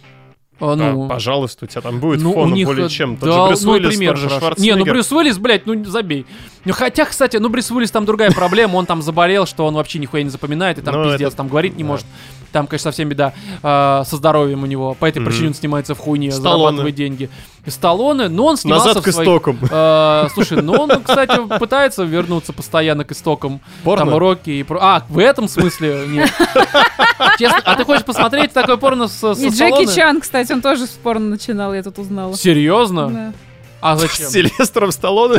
Speaker 1: А, ну,
Speaker 3: а, пожалуйста, у тебя там будет
Speaker 1: ну,
Speaker 3: фон
Speaker 1: у них,
Speaker 3: более
Speaker 1: э,
Speaker 3: чем. Тот
Speaker 1: да,
Speaker 3: же Брюс
Speaker 1: ну,
Speaker 3: Уиллис,
Speaker 1: например,
Speaker 3: тот же
Speaker 1: хорошо. Не, ну
Speaker 3: Шварценеггер.
Speaker 1: Брюс Уиллис, блядь, ну забей. Ну хотя, кстати, ну Брюс Уиллис там другая проблема, он там заболел, что он вообще нихуя не запоминает, и там
Speaker 3: Ну,
Speaker 1: пиздец,
Speaker 3: это-
Speaker 1: там говорить не
Speaker 3: да.
Speaker 1: может. Там, конечно, совсем беда а, со здоровьем у него. По этой
Speaker 3: Мгм.
Speaker 1: причине он снимается в хуйне,
Speaker 3: Сталлоне.
Speaker 1: зарабатывает деньги. Сталлоне, но он снимался
Speaker 3: Назад
Speaker 1: в
Speaker 3: к
Speaker 1: своих-
Speaker 3: истокам.
Speaker 1: А, слушай, ну он, кстати, пытается вернуться постоянно к истокам.
Speaker 3: Порно?
Speaker 1: Там Рокки и про... А, в этом смысле нет. Честно, а ты хочешь посмотреть такое порно с,
Speaker 2: И
Speaker 1: со
Speaker 2: Джеки
Speaker 1: Сталлоне?
Speaker 2: Чан, кстати, он тоже с порно начинал, я тут узнала.
Speaker 1: Серьезно?
Speaker 2: Да.
Speaker 1: А
Speaker 3: С
Speaker 1: зачем?
Speaker 3: Сильвестром Сталлоне.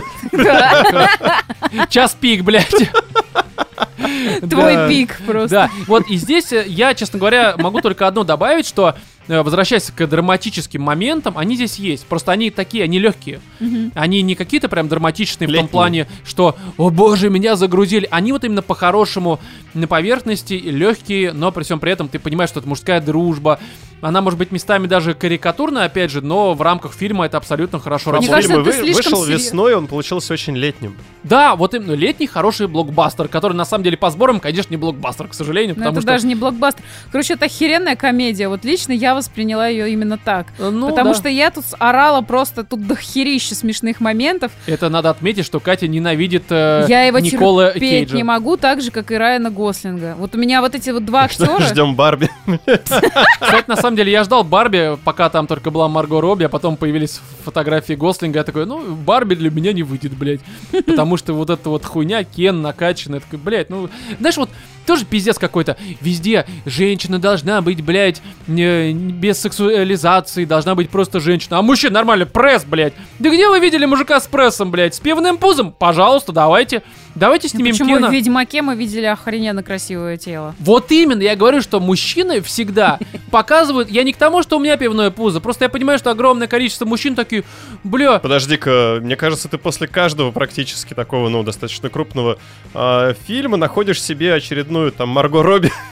Speaker 1: Час пик, блядь.
Speaker 2: Твой
Speaker 1: Да.
Speaker 2: пик просто.
Speaker 1: Да, вот и здесь э, я, честно говоря, могу только одно добавить, что, э, возвращаясь к драматическим моментам, они здесь есть. Просто они такие, они легкие.
Speaker 2: Мгм.
Speaker 1: Они не какие-то прям драматичные в том
Speaker 3: Летние.
Speaker 1: плане, что, о боже, меня загрузили. Они вот именно по-хорошему на поверхности, легкие, но при всем при этом ты понимаешь, что это мужская дружба. Она может быть местами даже карикатурная, опять же, но в рамках фильма это абсолютно хорошо
Speaker 2: Мне
Speaker 1: работает.
Speaker 2: кажется,
Speaker 3: Фильм
Speaker 2: ты
Speaker 3: вы-
Speaker 2: слишком
Speaker 3: вышел
Speaker 2: серьё-
Speaker 3: весной, он получился очень летним.
Speaker 1: Да, вот именно летний хороший блокбастер, который на самом деле по сборам, конечно, не блокбастер, к сожалению,
Speaker 2: Но
Speaker 1: потому
Speaker 2: это
Speaker 1: что...
Speaker 2: даже не блокбастер. Короче, это охеренная комедия. Вот лично я восприняла ее именно так.
Speaker 1: э, ну,
Speaker 2: Потому
Speaker 1: да.
Speaker 2: что я тут орала просто, тут дохерища смешных моментов.
Speaker 1: Это надо отметить, что Катя ненавидит э,
Speaker 2: Я его
Speaker 1: Никола
Speaker 2: терпеть
Speaker 1: Кейджа.
Speaker 2: не могу, так же, как и Райана Гослинга. Вот у меня вот эти вот два актера.
Speaker 3: Ждем Барби.
Speaker 1: Кстати, на самом деле, я ждал Барби, пока там только была Марго Робби, а потом появились фотографии Гослинга. Я такой, ну, Барби для меня не выйдет, блядь. Потому что вот эта вот хуйня, Кен накачанный. Я такой, блядь, ну... Знаешь, вот тоже пиздец какой-то. Везде женщина должна быть, блядь, не- без сексуализации, должна быть просто женщина. А мужчина нормально, пресс, блядь. Да где вы видели мужика с прессом, блядь? С пивным пузом? Пожалуйста, давайте. Давайте снимем
Speaker 2: Почему
Speaker 1: Кена.
Speaker 2: в «Ведьмаке» мы видели охрененно красивое тело?
Speaker 1: Вот именно, я говорю, что мужчины всегда показывают, я не к тому, что у меня пивное пузо, просто я понимаю, что огромное количество мужчин такие, бля,
Speaker 3: Подожди-ка, мне кажется, ты после каждого практически такого, ну, достаточно крупного а, фильма находишь себе очередную там Марго Робби.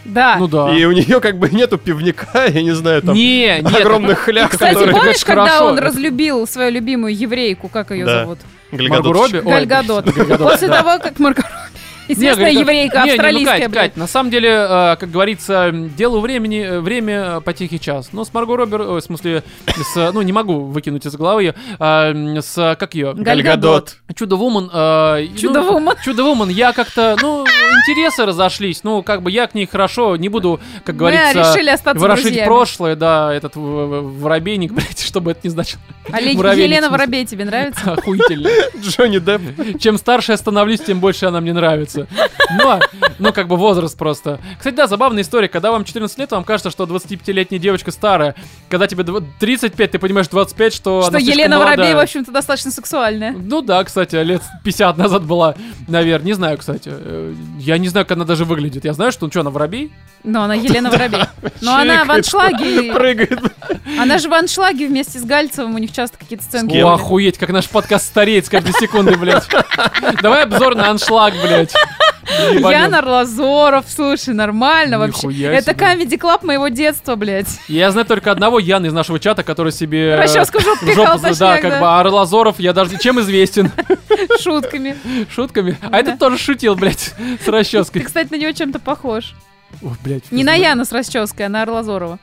Speaker 2: Да.
Speaker 1: Ну да.
Speaker 3: И у нее как бы нету пивника, я не знаю, там
Speaker 1: Не, нет,
Speaker 3: огромных хляб,
Speaker 2: Кстати,
Speaker 3: которые...
Speaker 2: помнишь,
Speaker 1: это
Speaker 2: когда
Speaker 1: хорошо.
Speaker 2: он разлюбил свою любимую еврейку, как ее
Speaker 3: Да.
Speaker 2: зовут?
Speaker 1: Марго
Speaker 3: Гальгадотчик.
Speaker 1: Робби? Ой,
Speaker 2: Галь Гадот.
Speaker 1: Галь Гадот,
Speaker 2: После
Speaker 1: да.
Speaker 2: того, как Марго Робби, известная
Speaker 1: Не,
Speaker 2: еврейка,
Speaker 1: не, не, ну,
Speaker 2: австралийская,
Speaker 1: Кать,
Speaker 2: блядь.
Speaker 1: Кать, на самом деле, э, как говорится, делу времени, э, время по тихий час. Ну, с Марго Робби, ой, в смысле, с, ну, не могу выкинуть из головы ее, э, с, как ее?
Speaker 2: Галь Гадот.
Speaker 1: Чудо-вумен. Э,
Speaker 2: Чудо-вумен.
Speaker 1: Ну, Чудо-вумен, я как-то, ну, интересы разошлись, ну, как бы я к ней хорошо, не буду, как
Speaker 2: Мы
Speaker 1: говорится,
Speaker 2: решили остаться
Speaker 1: ворошить
Speaker 2: друзьями.
Speaker 1: прошлое, да, этот в- в- воробейник, блядь, что бы это ни значило.
Speaker 2: А Ле-
Speaker 1: Муравейник,
Speaker 2: Елена
Speaker 1: в смысле.
Speaker 2: Воробей тебе нравится?
Speaker 1: Охуительно.
Speaker 3: Джонни Депп.
Speaker 1: Чем старше я становлюсь, тем больше она мне нравится. Ну, ну, как бы возраст просто. Кстати, да, забавная история. Когда вам четырнадцать лет, вам кажется, что двадцатипятилетняя девочка старая. Когда тебе дв- тридцать пять, ты понимаешь двадцать пять, что,
Speaker 2: Что
Speaker 1: она слишком
Speaker 2: Елена
Speaker 1: молодая.
Speaker 2: Воробей, в общем-то, достаточно сексуальная.
Speaker 1: Ну да, кстати, лет пятьдесят назад была, наверное. Не знаю, кстати. Э, Я не знаю, как она даже выглядит. Я знаю, что, ну что, она Воробей?
Speaker 2: Но она Елена Воробей. Но она в аншлаге.
Speaker 3: Прыгает.
Speaker 2: Она же в аншлаге вместе с Гальцевым. У них часто какие-то сценки.
Speaker 3: кем?
Speaker 1: О,
Speaker 2: были.
Speaker 1: охуеть, как наш подкаст стареет с каждой секунды, блядь. Давай обзор на аншлаг, блядь. Ебанем.
Speaker 2: Ян Арлазоров, слушай, нормально вообще.
Speaker 1: Нихуя
Speaker 2: Это
Speaker 1: себе.
Speaker 2: Comedy Club моего детства, блядь.
Speaker 1: Я знаю только одного Яна из нашего чата, который себе... э,
Speaker 2: Расческу в жопу
Speaker 1: в
Speaker 2: пихал,
Speaker 1: жопу, да,
Speaker 2: точняк,
Speaker 1: как
Speaker 2: да.
Speaker 1: бы Арлазоров, я даже... Чем известен?
Speaker 2: Шутками.
Speaker 1: Шутками? А
Speaker 2: Да.
Speaker 1: этот тоже шутил, блядь, с
Speaker 2: Ты,
Speaker 1: расческой.
Speaker 2: кстати, на него чем-то похож.
Speaker 1: Ой, блядь.
Speaker 2: Не на
Speaker 1: пизда.
Speaker 2: Яна с расческой, а на Арлазорова.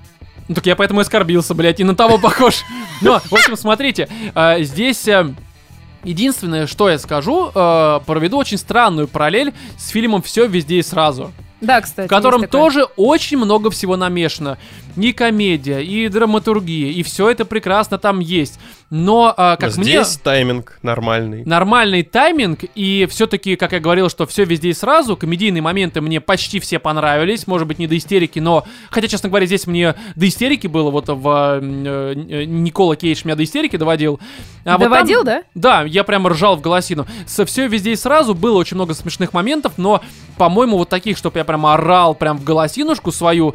Speaker 1: Ну так я поэтому и оскорбился, блядь, и на того похож. Но, в общем, смотрите, э, здесь... э, Единственное, что я скажу, э, проведу очень странную параллель с фильмом «Все везде и сразу»,
Speaker 2: Да, кстати.
Speaker 1: в котором
Speaker 2: есть такое.
Speaker 1: тоже очень много всего намешано. И комедия, и драматургия, и все это прекрасно там есть. Но, э, как мне...
Speaker 3: Здесь тайминг нормальный.
Speaker 1: Нормальный тайминг, и все-таки, как я говорил, что все везде и сразу, комедийные моменты мне почти все понравились, может быть, не до истерики, но, хотя, честно говоря, здесь мне до истерики было, вот в э, э, Никола Кейдж меня до истерики доводил. А вот там-
Speaker 2: Доводил, да?
Speaker 1: Да, я прям ржал в голосину. Со все везде и сразу было очень много смешных моментов, но, по-моему, вот таких, чтобы я прям орал прям в голосинушку свою,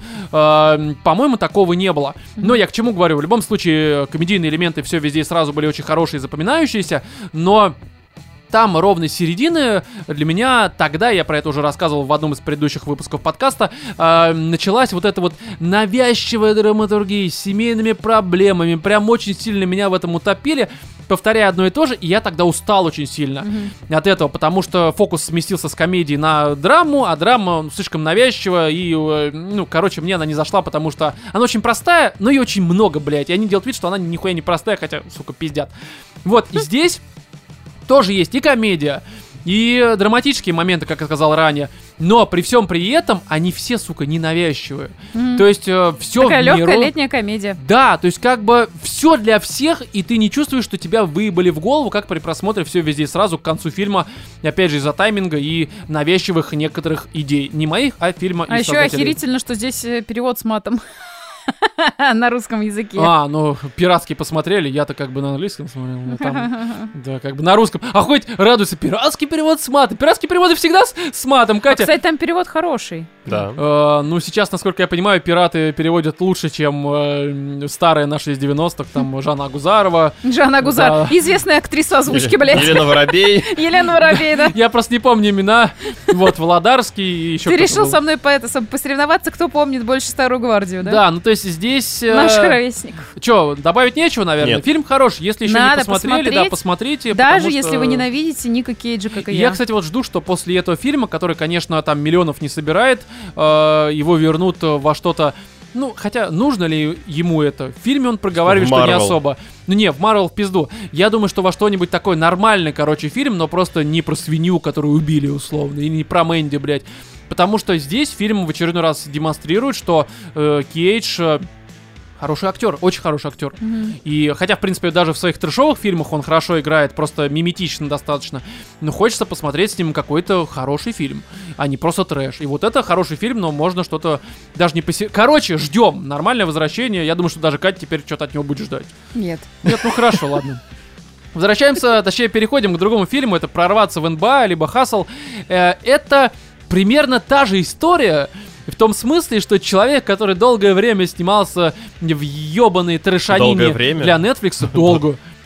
Speaker 1: э, по-моему, такого не было. Но я к чему говорю? В любом случае, комедийные элементы все везде и сразу были очень хорошие и запоминающиеся, но там ровно середины для меня тогда, я про это уже рассказывал в одном из предыдущих выпусков подкаста, э, началась вот эта вот навязчивая драматургия с семейными проблемами, прям очень сильно меня в этом утопили, повторяя одно и то же, и я тогда устал очень сильно
Speaker 2: Мгм.
Speaker 1: от этого, потому что фокус сместился с комедии на драму, а драма ну, слишком навязчивая, и, э, ну, короче, мне она не зашла, потому что она очень простая, но и очень много, блядь, и они делают вид, что она нихуя не простая, хотя, сука, пиздят. Вот, и здесь тоже есть и комедия, и драматические моменты, как я сказал ранее, но при всем при этом они все, сука, ненавязчивые.
Speaker 2: Мгм.
Speaker 1: То есть э, все
Speaker 2: Такая
Speaker 1: в
Speaker 2: легкая
Speaker 1: меру-
Speaker 2: летняя комедия.
Speaker 1: Да, то есть как бы все для всех, и ты не чувствуешь, что тебя выебали в голову, как при просмотре все везде и сразу к концу фильма, опять же из-за тайминга и навязчивых некоторых идей. Не моих, а фильма
Speaker 2: А
Speaker 1: и
Speaker 2: еще
Speaker 1: создателей.
Speaker 2: охерительно, что здесь э, перевод с матом. На русском языке.
Speaker 1: А, ну, пиратский посмотрели, я-то как бы на английском смотрел, но там, да, как бы на русском. А хоть радуйся, пиратский перевод с матом. Пиратские переводы всегда с, с матом, Катя.
Speaker 2: Кстати, там перевод хороший.
Speaker 3: Да.
Speaker 1: Э, ну, сейчас, насколько я понимаю, пираты переводят лучше, чем э, старые наши из девяностых, там, Жанна Агузарова.
Speaker 2: Жанна Агузар,
Speaker 1: Да.
Speaker 2: известная актриса озвучки, блядь.
Speaker 3: Елена Воробей.
Speaker 2: Елена Воробей, да.
Speaker 1: Я просто не помню имена. Вот, Володарский и еще
Speaker 2: Ты
Speaker 1: кто-то
Speaker 2: решил
Speaker 1: был.
Speaker 2: со мной по это, со- посоревноваться, кто помнит больше Старую Гвардию, да?
Speaker 1: Да, ну то есть здесь... э,
Speaker 2: Наш ровесник.
Speaker 1: Чё, добавить нечего, наверное?
Speaker 3: Нет.
Speaker 1: Фильм хороший, если еще
Speaker 2: Надо
Speaker 1: не посмотрели, да,
Speaker 2: посмотреть.
Speaker 1: посмотрите.
Speaker 2: Даже
Speaker 1: потому
Speaker 2: если
Speaker 1: что-
Speaker 2: вы ненавидите Ника Кейджа, как и
Speaker 1: Я,
Speaker 2: я.
Speaker 1: кстати, вот жду, что после этого фильма, который, конечно, там миллионов не собирает, э, его вернут э, во что-то. Ну, хотя, нужно ли ему это? В фильме он проговаривает,
Speaker 3: В
Speaker 1: что не
Speaker 3: Marvel.
Speaker 1: особо. Ну не, в Марвел в пизду. Я думаю, что во что-нибудь такой нормальный, короче, фильм, но просто не про свинью, которую убили, условно, и не про Мэнди, блядь. Потому что здесь фильм в очередной раз демонстрирует, что э, Кейдж... э, Хороший актер, очень хороший актер.
Speaker 2: Мгм.
Speaker 1: И хотя, в принципе, даже в своих трешовых фильмах он хорошо играет, просто миметично достаточно, но хочется посмотреть с ним какой-то хороший фильм, а не просто трэш. И вот это хороший фильм, но можно что-то даже не посе... Короче, ждем. Нормальное возвращение. Я думаю, что даже Катя теперь что-то от него будет ждать.
Speaker 2: Нет.
Speaker 1: Нет, ну хорошо, ладно. Возвращаемся, точнее, переходим к другому фильму. Это «Прорваться в эн бэ а», либо «Хасл». Э, Это примерно та же история, в том смысле, что человек, который долгое время снимался в ебаной трэшанине
Speaker 3: Долгое время?
Speaker 1: для Netflix, долго.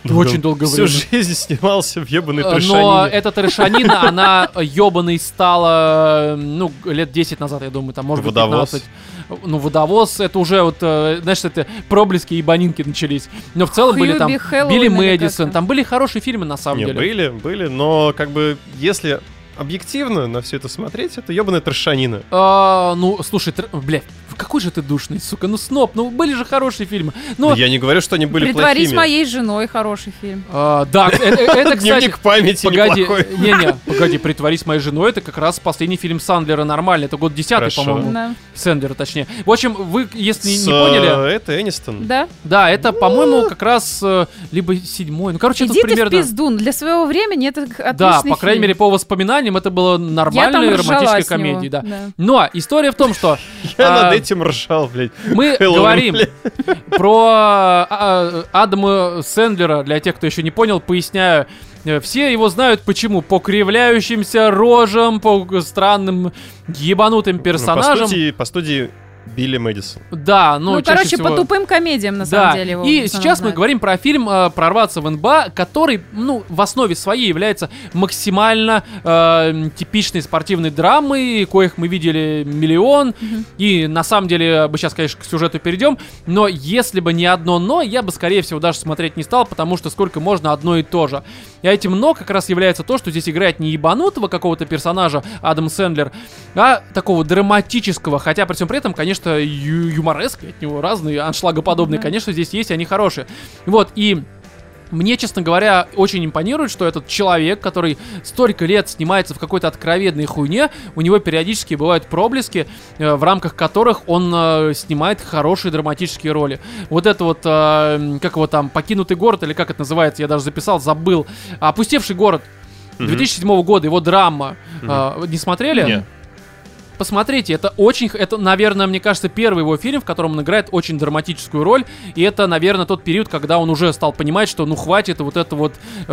Speaker 1: очень долгое
Speaker 3: Всю
Speaker 1: время.
Speaker 3: жизнь снимался в ебаной
Speaker 1: Но
Speaker 3: трешанине.
Speaker 1: эта трешанина, она ебаной стала, ну, лет десять назад, я думаю, там, может быть,
Speaker 3: Водовоз.
Speaker 1: пятнадцать. Ну, водовоз, это уже вот, э, знаешь, это проблески и ебанинки начались. Но в целом были там
Speaker 2: Хьюби Хэллоуин
Speaker 1: Билли
Speaker 2: или
Speaker 1: Мэдисон,
Speaker 2: как-то.
Speaker 1: там были хорошие фильмы, на самом
Speaker 3: Не,
Speaker 1: деле.
Speaker 3: были, были, но как бы если объективно на все это смотреть, это ебаная трешанина.
Speaker 1: А, ну, слушай, тр... блядь, какой же ты душный, сука, ну, Сноп, ну, были же хорошие фильмы. Но,
Speaker 3: Я не говорю, что они были
Speaker 2: «Притворись
Speaker 3: плохими.
Speaker 2: моей женой» хороший фильм.
Speaker 1: а, да, э- э- это, кстати...
Speaker 3: Дневник памяти
Speaker 1: Погоди,
Speaker 3: неплохой.
Speaker 1: не-не, погоди, «Притворись моей женой», это как раз последний фильм Сандлера нормальный, это год десятый,
Speaker 3: Хорошо.
Speaker 1: по-моему,
Speaker 2: Да.
Speaker 1: Сэндлера, точнее. В общем, вы, если
Speaker 3: С,
Speaker 1: не поняли,
Speaker 3: э, Это Энистон.
Speaker 2: Да?
Speaker 1: да, это, по-моему, как раз э, либо седьмой, ну, короче, это
Speaker 2: Иди ты
Speaker 1: примерно...
Speaker 2: в пизду, для своего времени это отличный
Speaker 1: Да, по крайней
Speaker 2: фильм.
Speaker 1: мере, по воспоминаниям, это было
Speaker 2: Я там
Speaker 1: нормальной
Speaker 2: ржала
Speaker 1: романтической
Speaker 2: с него,
Speaker 1: комедией, да.
Speaker 2: да.
Speaker 1: Но история в том, что
Speaker 3: Я
Speaker 1: а,
Speaker 3: над этим ржал, блядь.
Speaker 1: мы
Speaker 3: Хэллоуин,
Speaker 1: говорим
Speaker 3: блядь.
Speaker 1: про а, а, Адама Сэндлера, для тех, кто еще не понял, поясняю. Э, Все его знают почему? По кривляющимся рожам, по странным ебанутым
Speaker 3: Ну,
Speaker 1: персонажам.
Speaker 3: По студии, по студии Билли Мэдисон.
Speaker 1: Да, ну,
Speaker 2: Ну,
Speaker 1: чаще
Speaker 2: короче,
Speaker 1: всего...
Speaker 2: по тупым комедиям, на
Speaker 1: Да,
Speaker 2: самом деле. его в
Speaker 1: и
Speaker 2: основном
Speaker 1: сейчас мы
Speaker 2: знают.
Speaker 1: говорим про фильм э, «Прорваться в эн бэ а», который, ну, в основе своей является максимально э, типичной спортивной драмой, коих мы видели миллион, и на самом деле, мы сейчас, конечно, к сюжету перейдем, но если бы не одно «но», я бы, скорее всего, даже смотреть не стал, потому что сколько можно одно и то же. И этим «но» как раз является то, что здесь играет не ебанутого какого-то персонажа Адам Сэндлер, а такого драматического, хотя при всем при этом, конечно, ю- юморески от него разные, аншлагоподобные,
Speaker 2: Мгм.
Speaker 1: конечно, здесь есть, они хорошие. Вот, и мне, честно говоря, очень импонирует, что этот человек, который столько лет снимается в какой-то откровенной хуйне, у него периодически бывают проблески, э, в рамках которых он э, снимает хорошие драматические роли. Вот это вот, э, как его там, «Покинутый город», или как это называется, я даже записал, забыл. «Опустевший город» две тысячи седьмого года, его драма. Э, не смотрели?
Speaker 3: Нет.
Speaker 1: Посмотрите, это очень, это, наверное, мне кажется, первый его фильм, в котором он играет очень драматическую роль, и это, наверное, тот период, когда он уже стал понимать, что, ну, хватит вот это вот, э,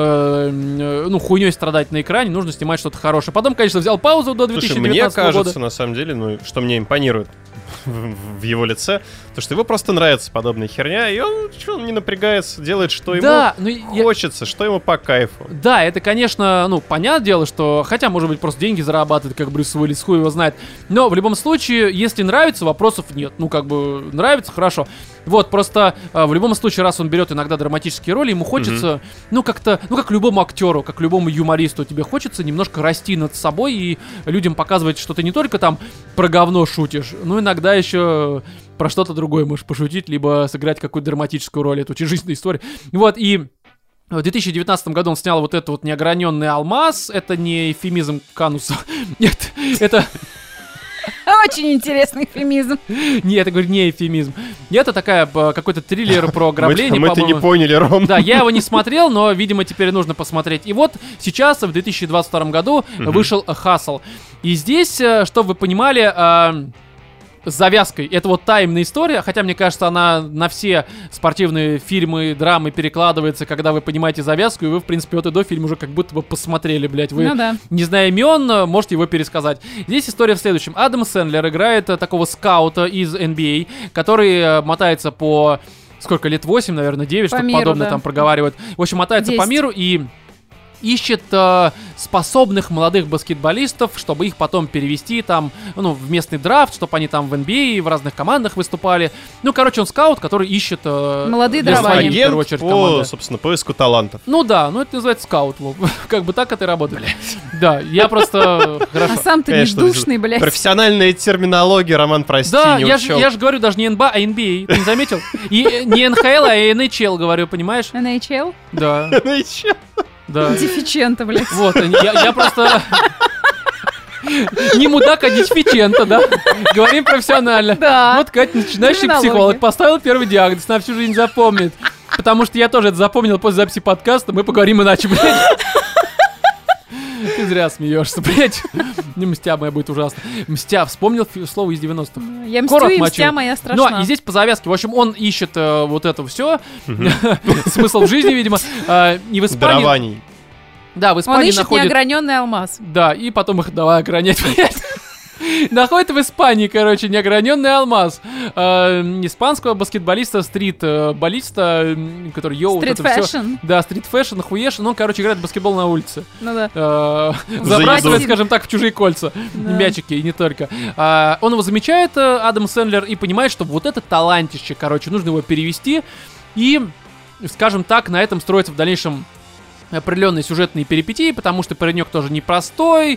Speaker 1: э, ну, хуйней страдать на экране, нужно снимать что-то хорошее. Потом, конечно, взял паузу до две тысячи
Speaker 3: Слушай, мне
Speaker 1: девятнадцатого
Speaker 3: кажется,
Speaker 1: года.
Speaker 3: на самом деле, ну, что мне импонирует в, в его лице, то, что его просто нравится подобная херня, и он, чё, он не напрягается, делает, что
Speaker 1: Да,
Speaker 3: ему
Speaker 1: ну, я-
Speaker 3: хочется, что ему по кайфу.
Speaker 1: Да, это, конечно, ну, понятное дело, что... Хотя, может быть, просто деньги зарабатывает, как Брюс Уиллис, хуй его знает. Но, в любом случае, если нравится, вопросов нет. Ну, как бы, нравится, хорошо. Вот, просто, э, в любом случае, раз он берет иногда драматические роли, ему хочется, ну, как-то... Ну, как любому актеру, как любому юмористу, тебе хочется немножко расти над собой и людям показывать, что ты не только там про говно шутишь, но иногда еще... про что-то другое можешь пошутить, либо сыграть какую-то драматическую роль. Это очень жизненная история. Вот, и в две тысячи девятнадцатом году он снял вот это вот «Неограненный алмаз». Это не эвфемизм Кануса. Нет, это...
Speaker 2: Очень интересный эвфемизм.
Speaker 1: Нет, я говорю, не эвфемизм. Это такая, э, какой-то триллер про ограбление,
Speaker 3: Мы-то не
Speaker 1: по-моему.
Speaker 3: поняли, Ром.
Speaker 1: Да, я его не смотрел, но, видимо, теперь нужно посмотреть. И вот сейчас, в две тысячи двадцать втором году, вышел «Хасл». И здесь, э, чтобы вы понимали... э, с завязкой. Это вот таймная история, хотя, мне кажется, она на все спортивные фильмы, драмы перекладывается, когда вы понимаете завязку, и вы, в принципе, от и до фильм уже как будто бы посмотрели, блядь. Вы,
Speaker 2: Ну да.
Speaker 1: не зная имен, можете его пересказать. Здесь история в следующем. Адам Сэндлер играет э, такого скаута из эн би эй, который э, мотается по... Сколько, лет восемь, наверное, девять,
Speaker 2: По
Speaker 1: что-то
Speaker 2: миру,
Speaker 1: подобное
Speaker 2: да.
Speaker 1: там проговаривает. В общем, мотается по
Speaker 2: десять.
Speaker 1: миру и... ищет э, способных молодых баскетболистов, чтобы их потом перевести там, ну, в местный драфт, чтобы они там в эн би эй, в разных командах выступали. Ну, короче, он скаут, который ищет... э,
Speaker 2: Молодые
Speaker 1: для
Speaker 2: дрова.
Speaker 1: своей, в первую
Speaker 3: Агент
Speaker 1: очередь,
Speaker 3: по,
Speaker 1: команды.
Speaker 3: собственно, поиску талантов.
Speaker 1: Ну да, ну это называется скаут, Вов. Как бы так это и работает. Да, я просто...
Speaker 2: А
Speaker 1: Хорошо.
Speaker 2: сам ты не
Speaker 3: Конечно,
Speaker 2: душный, блядь.
Speaker 3: Профессиональная терминология, Роман, прости,
Speaker 1: Да,
Speaker 3: не
Speaker 1: я же
Speaker 3: учел.
Speaker 1: я ж говорю даже не эн би эй, а эн би эй. Ты не заметил? И э, не эн эйч эл, а эн эйч эл говорю, понимаешь?
Speaker 2: эн эйч эл?
Speaker 1: Да,
Speaker 3: Ну и чё?
Speaker 1: да.
Speaker 2: Дефичента, блядь.
Speaker 1: Вот, я, я просто... Не мудак, а дефичента, да? Говорим профессионально.
Speaker 2: Да.
Speaker 1: Вот Катя, начинающий
Speaker 2: Терминология.
Speaker 1: психолог, поставил первый диагноз, на всю жизнь запомнит. Потому что я тоже это запомнил после записи подкаста, мы поговорим иначе, блядь. Ты зря смеешься, блядь. Не мстя моя будет ужасно. Мстя, вспомнил фи- слово из девяностых.
Speaker 2: Я мстю,
Speaker 1: Корот
Speaker 2: и
Speaker 1: мочил.
Speaker 2: мстя моя
Speaker 1: Ну,
Speaker 2: страшна.
Speaker 1: а и здесь по завязке. В общем, он ищет э, вот это все. Смысл в жизни, видимо. Э, И в Испании...
Speaker 3: Дарований.
Speaker 1: Да, в
Speaker 2: Он
Speaker 1: Испании
Speaker 2: ищет
Speaker 1: находит...
Speaker 2: неограненный алмаз.
Speaker 1: Да, и потом их давай огранять, блядь. находит в Испании, короче, неограненный алмаз э, испанского баскетболиста, стрит-баллиста, который йоу, вот это
Speaker 2: Стрит-фэшн.
Speaker 1: Да, стрит-фэшн, хуеш, ну, короче, играет в баскетбол на улице.
Speaker 2: Ну да.
Speaker 1: Э, забрасывает, скажем так, в чужие кольца. Мячики, и не только. А, он его замечает, Адам Сэндлер, и понимает, что вот это талантище, короче, нужно его перевести. И, скажем так, на этом строится в дальнейшем определенные сюжетные перипетии, потому что паренек тоже непростой,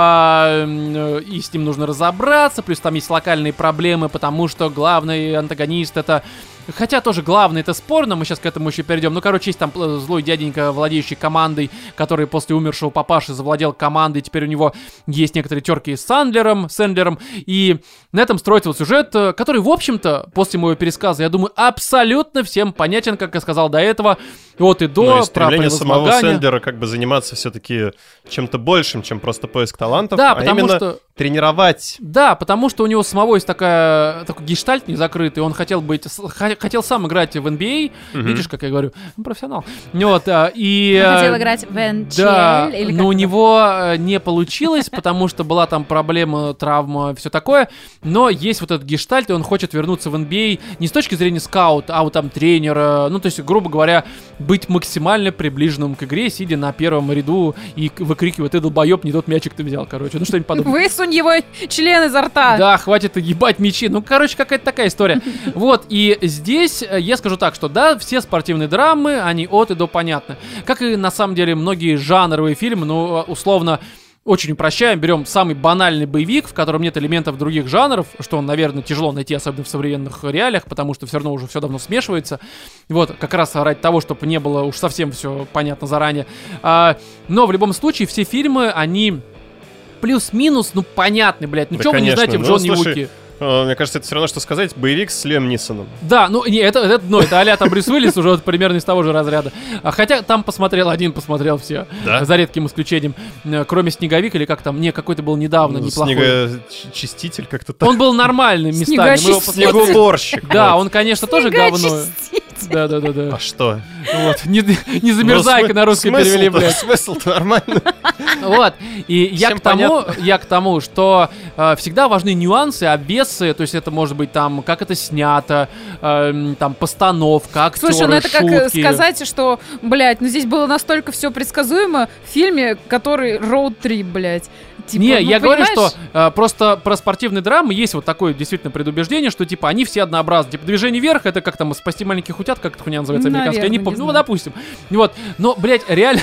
Speaker 1: а, и с ним нужно разобраться, плюс там есть локальные проблемы, потому что главный антагонист — это... Хотя тоже главное, это спорно, мы сейчас к этому еще перейдем. Ну, короче, есть там злой дяденька, владеющий командой, который после умершего папаши завладел командой, теперь у него есть некоторые терки с Сэндлером, Сэндлером, и на этом строится вот сюжет, который, в общем-то, после моего пересказа, я думаю, абсолютно всем понятен, как я сказал до этого, от и до,
Speaker 3: и стремление самого Сэндлера как бы заниматься все-таки чем-то большим, чем просто поиск талантов,
Speaker 1: да,
Speaker 3: а
Speaker 1: потому
Speaker 3: именно
Speaker 1: что...
Speaker 3: тренировать.
Speaker 1: Да, потому что у него самого есть такая, такой гештальт незакрытый, он хотел быть, хотел сам играть в эн би эй, mm-hmm. видишь, как я говорю, он профессионал. Вот, и...
Speaker 2: Он хотел играть в эн эйч эл,
Speaker 1: да,
Speaker 2: или
Speaker 1: но у
Speaker 2: это?
Speaker 1: него не получилось, потому что была там проблема, травма, все такое, но есть вот этот гештальт, и он хочет вернуться в эн би эй не с точки зрения скаута, а вот там тренера, ну, то есть, грубо говоря, быть максимально приближенным к игре, сидя на первом ряду и выкрикивая: ты долбоеб, не тот мячик ты взял, короче, ну, что-нибудь подобное.
Speaker 2: Высунь его член изо рта.
Speaker 1: Да, хватит ебать мячи. Ну, короче, какая-то такая история. Вот, и здесь я скажу так, что да, все спортивные драмы, они от и до понятны. Как и, на самом деле, многие жанровые фильмы, ну, условно, очень упрощаем, берем самый банальный боевик, в котором нет элементов других жанров, что, наверное, тяжело найти, особенно в современных реалиях, потому что все равно уже все давно смешивается. Вот, как раз ради того, чтобы не было уж совсем все понятно заранее. А, но в любом случае, все фильмы, они плюс-минус, ну, понятны, блядь. Ну,
Speaker 3: да,
Speaker 1: что вы не знаете в
Speaker 3: ну,
Speaker 1: Джонни
Speaker 3: слушай,
Speaker 1: Уике?
Speaker 3: Мне кажется, это все равно, что сказать боевик с Лиам Нисоном.
Speaker 1: Да, ну, не, это, это, ну, это а-ля там Брюс Уиллис уже вот примерно из того же разряда. А, хотя там посмотрел один, посмотрел все.
Speaker 3: Да?
Speaker 1: За редким исключением. Кроме «Снеговик» или как там, не, какой-то был недавно,
Speaker 3: ну,
Speaker 1: неплохой.
Speaker 3: Снегочиститель как-то так.
Speaker 1: Он был нормальным местами. Мы его посмотрели.
Speaker 3: Снегоуборщик.
Speaker 1: Да,
Speaker 3: вот.
Speaker 1: он, конечно, тоже говно. Да, да, да, да.
Speaker 3: А что?
Speaker 1: Вот. Не, не замерзайка, на русский перевели, блядь.
Speaker 3: Смысл-то нормально.
Speaker 1: Вот. И я
Speaker 3: Всем
Speaker 1: к, тому,
Speaker 3: понятно.
Speaker 1: я к тому, что э, всегда важны нюансы, обвесы. То есть это может быть там, как это снято, э, там, постановка, актеры,
Speaker 2: Слушай, ну это как
Speaker 1: шутки.
Speaker 2: сказать, что, блядь, ну здесь было настолько все предсказуемо в фильме, который роуд-трип, блядь. Типа,
Speaker 1: Не,
Speaker 2: ну,
Speaker 1: я
Speaker 2: понимаешь?
Speaker 1: говорю, что э, просто про спортивные драмы есть вот такое действительно предубеждение, что типа они все однообразны. Типа «Движение вверх» — это как там «Спасти маленьких утят», как это хуйня называется, американская, я не
Speaker 2: Наверное,
Speaker 1: помню,
Speaker 2: не
Speaker 1: ну
Speaker 2: знаю.
Speaker 1: допустим. Вот, но, блядь, реально...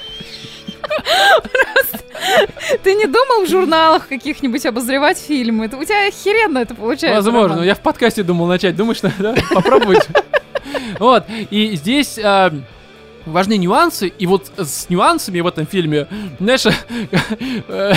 Speaker 2: Ты не думал в журналах каких-нибудь обозревать фильмы? Это, у тебя охеренно это получается.
Speaker 1: Возможно,
Speaker 2: Роман.
Speaker 1: я в подкасте думал начать, думаешь, да? Попробовать. Вот, и здесь... э, важны нюансы, и вот с нюансами в этом фильме, знаешь, э,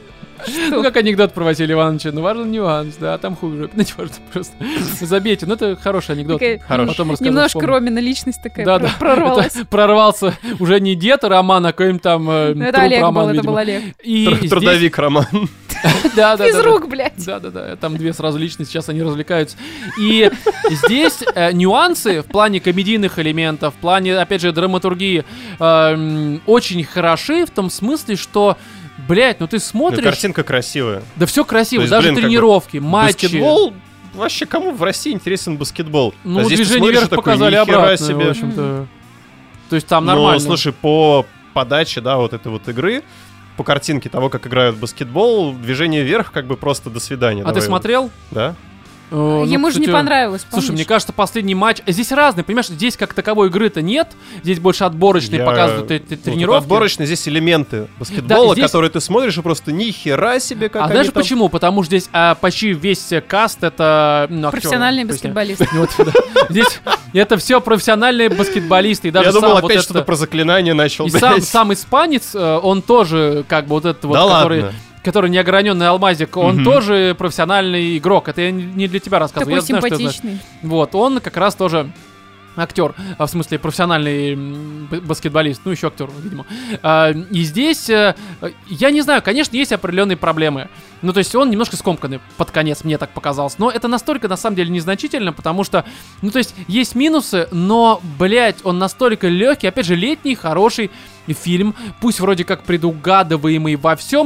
Speaker 1: ну как анекдот про Василия Ивановича, ну важен нюанс, да, а там хуже, ну не важно, просто забейте, ну это хороший анекдот.
Speaker 2: Такая
Speaker 1: Хороший. Потом расскажу,
Speaker 2: Немножко
Speaker 1: вспомню.
Speaker 2: Ромина личность такая
Speaker 1: Да,
Speaker 2: про-
Speaker 1: да.
Speaker 2: прорвалась.
Speaker 1: Это прорвался уже не дед Роман, а какой-нибудь там э,
Speaker 2: Ну, это
Speaker 1: труп
Speaker 2: Олег
Speaker 1: Роман,
Speaker 2: был, это
Speaker 1: видимо.
Speaker 2: был Олег.
Speaker 1: И
Speaker 3: Тр-
Speaker 1: здесь-
Speaker 3: Трудовик Роман.
Speaker 1: Да, да,
Speaker 2: Из
Speaker 1: да, да.
Speaker 2: рук, блядь.
Speaker 1: Да, да, да, там две сразу личности, сейчас они развлекаются. И здесь э, нюансы в плане комедийных элементов, в плане, опять же, драматургии э, м, очень хороши в том смысле, что, блядь, ну ты
Speaker 3: Ну,
Speaker 1: смотришь,
Speaker 3: картинка красивая.
Speaker 1: да все красиво,
Speaker 3: То есть,
Speaker 1: даже
Speaker 3: блин, как бы
Speaker 1: тренировки, матчи.
Speaker 3: Баскетбол? Вообще, кому в России интересен баскетбол?
Speaker 1: Ну,
Speaker 3: А здесь ты
Speaker 1: «Движение
Speaker 3: смотришь
Speaker 1: вверх»
Speaker 3: и такой,
Speaker 1: показали
Speaker 3: «Нихера
Speaker 1: обратно,
Speaker 3: себе».
Speaker 1: в общем-то. То есть там
Speaker 3: Ну,
Speaker 1: нормально.
Speaker 3: слушай, по подаче, да, вот этой вот игры, по картинке того, как играют в баскетбол, «Движение вверх» как бы просто до свидания.
Speaker 1: А ты
Speaker 3: Давай.
Speaker 1: смотрел?
Speaker 3: Да?
Speaker 1: Э, ну,
Speaker 2: Ему же не
Speaker 1: кстати,
Speaker 2: понравилось,
Speaker 1: Слушай,
Speaker 2: помнишь?
Speaker 1: мне кажется, последний матч... Здесь разный, понимаешь? Здесь как таковой игры-то нет. Здесь больше отборочные
Speaker 3: Я-
Speaker 1: показывают эти
Speaker 3: Ну, тут
Speaker 1: тренировки.
Speaker 3: отборочные здесь элементы баскетбола,
Speaker 1: здесь-
Speaker 3: которые ты смотришь и просто ни хера себе, как
Speaker 1: А
Speaker 3: они
Speaker 1: знаешь
Speaker 3: там-
Speaker 1: почему? Потому что здесь а, почти весь э, каст это ну, актеры.
Speaker 2: Профессиональные
Speaker 1: То есть,
Speaker 2: баскетболисты.
Speaker 1: вот, да. Здесь это все профессиональные баскетболисты. И даже
Speaker 3: Я думал,
Speaker 1: сам
Speaker 3: опять
Speaker 1: вот
Speaker 3: что-то
Speaker 1: это-
Speaker 3: про заклинание начал,
Speaker 1: И
Speaker 3: блядь.
Speaker 1: сам, сам испанец, э, он тоже, как бы, вот этот вот,
Speaker 3: Да
Speaker 1: который,
Speaker 3: ладно.
Speaker 1: который неограненный алмазик, он
Speaker 3: Мгм.
Speaker 1: тоже профессиональный игрок. Это я не не для тебя рассказываю.
Speaker 2: Такой
Speaker 1: я знаю, что ты знаешь.
Speaker 2: симпатичный.
Speaker 1: Вот, он как раз тоже актер, а, в смысле профессиональный м, б- баскетболист, ну еще актер, видимо. А, и здесь, э, я не знаю, конечно, есть определенные проблемы. Ну, то есть он немножко скомканный под конец, мне так показалось. Но это настолько, на самом деле, незначительно, потому что, ну, то есть есть минусы, но, блядь, он настолько легкий, опять же, летний, хороший фильм, пусть вроде как предугадываемый во всем.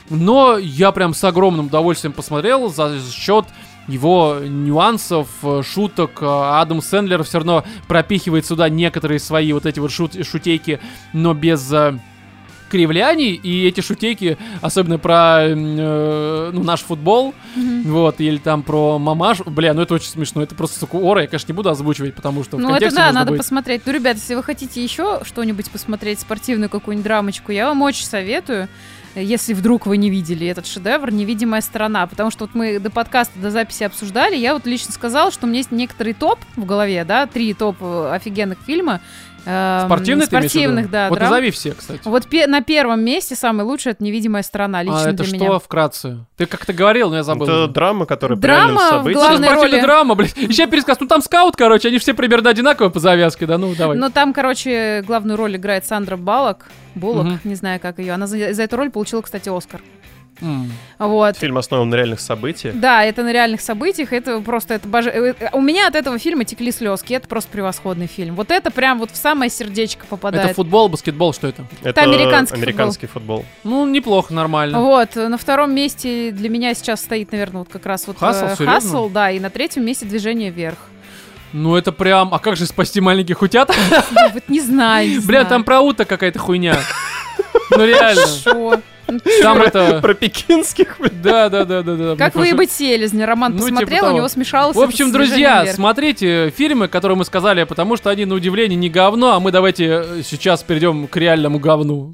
Speaker 1: Но я прям с огромным удовольствием посмотрел за счет его нюансов, шуток. Адам Сэндлер все равно пропихивает сюда некоторые свои вот эти вот шут, шутейки, но без кривляний. И эти шутейки, особенно про э, ну, наш футбол, mm-hmm. вот, или там про мамаш. Бля, ну это очень смешно. Это просто сукуора. Я, конечно, не буду озвучивать, потому что в
Speaker 2: ну,
Speaker 1: контексте
Speaker 2: это да, надо
Speaker 1: быть.
Speaker 2: посмотреть. Ну, ребят, если вы хотите еще что-нибудь посмотреть, спортивную какую-нибудь драмочку, я вам очень советую. Если вдруг вы не видели этот шедевр, «Невидимая сторона». Потому что вот мы до подкаста, до записи обсуждали, я вот лично сказала, что у меня есть некоторый топ в голове, да, три топ офигенных фильма. Эм,
Speaker 1: Спортивных,
Speaker 2: спортивных, да.
Speaker 1: Вот
Speaker 2: драм.
Speaker 1: назови все, кстати.
Speaker 2: Вот пе- на первом месте самый лучший — это «Невидимая сторона», лично
Speaker 1: а это
Speaker 2: для
Speaker 1: что
Speaker 2: меня.
Speaker 1: вкратце? Ты как-то говорил, но я забыл.
Speaker 3: Это драма, которая
Speaker 2: Драма
Speaker 3: по реальным
Speaker 2: в
Speaker 3: событиям.
Speaker 2: главной
Speaker 1: Спортивная
Speaker 2: роли.
Speaker 1: драма, блядь. Еще пересказ. Ну там скаут, короче, они же все примерно одинаковые по завязке, да, ну давай.
Speaker 2: Но там, короче, главную роль играет Сандра Баллок. Буллок,
Speaker 1: Мгм.
Speaker 2: не знаю, как ее. Она за, за эту роль получила, кстати, Оскар.
Speaker 1: М.
Speaker 2: Вот.
Speaker 3: Фильм основан на реальных событиях.
Speaker 2: Да, это на реальных событиях, это просто, это боже... э, У меня от этого фильма текли слезки, это просто превосходный фильм. Вот это прям вот в самое сердечко попадает.
Speaker 1: Это футбол, баскетбол, что это?
Speaker 3: Это
Speaker 2: американский
Speaker 3: американский футбол.
Speaker 1: Ну, неплохо, нормально.
Speaker 2: Вот, на втором месте для меня сейчас стоит, наверное, вот как раз вот
Speaker 1: Хассел,
Speaker 2: э,
Speaker 1: серьезно?
Speaker 2: Хассел, да, и на третьем месте «Движение вверх».
Speaker 1: Ну, это прям... А как же спасти маленьких утят?
Speaker 2: Ну, вот не знаю, не
Speaker 1: Бля,
Speaker 2: знаю.
Speaker 1: там про уток какая-то хуйня. Ну, реально.
Speaker 2: Шо?
Speaker 1: Там это...
Speaker 3: Про пекинских.
Speaker 1: Да, да, да, да, да.
Speaker 2: Как
Speaker 1: Мне
Speaker 2: выебать селезня? Роман
Speaker 1: Ну, типа
Speaker 2: посмотрел,
Speaker 1: того.
Speaker 2: у него смешалось.
Speaker 1: В общем,
Speaker 2: это с
Speaker 1: друзья,
Speaker 2: «Движением вверх».
Speaker 1: смотрите фильмы, которые мы сказали, потому что они, на удивление, не говно, а мы давайте э, сейчас перейдем к реальному говну.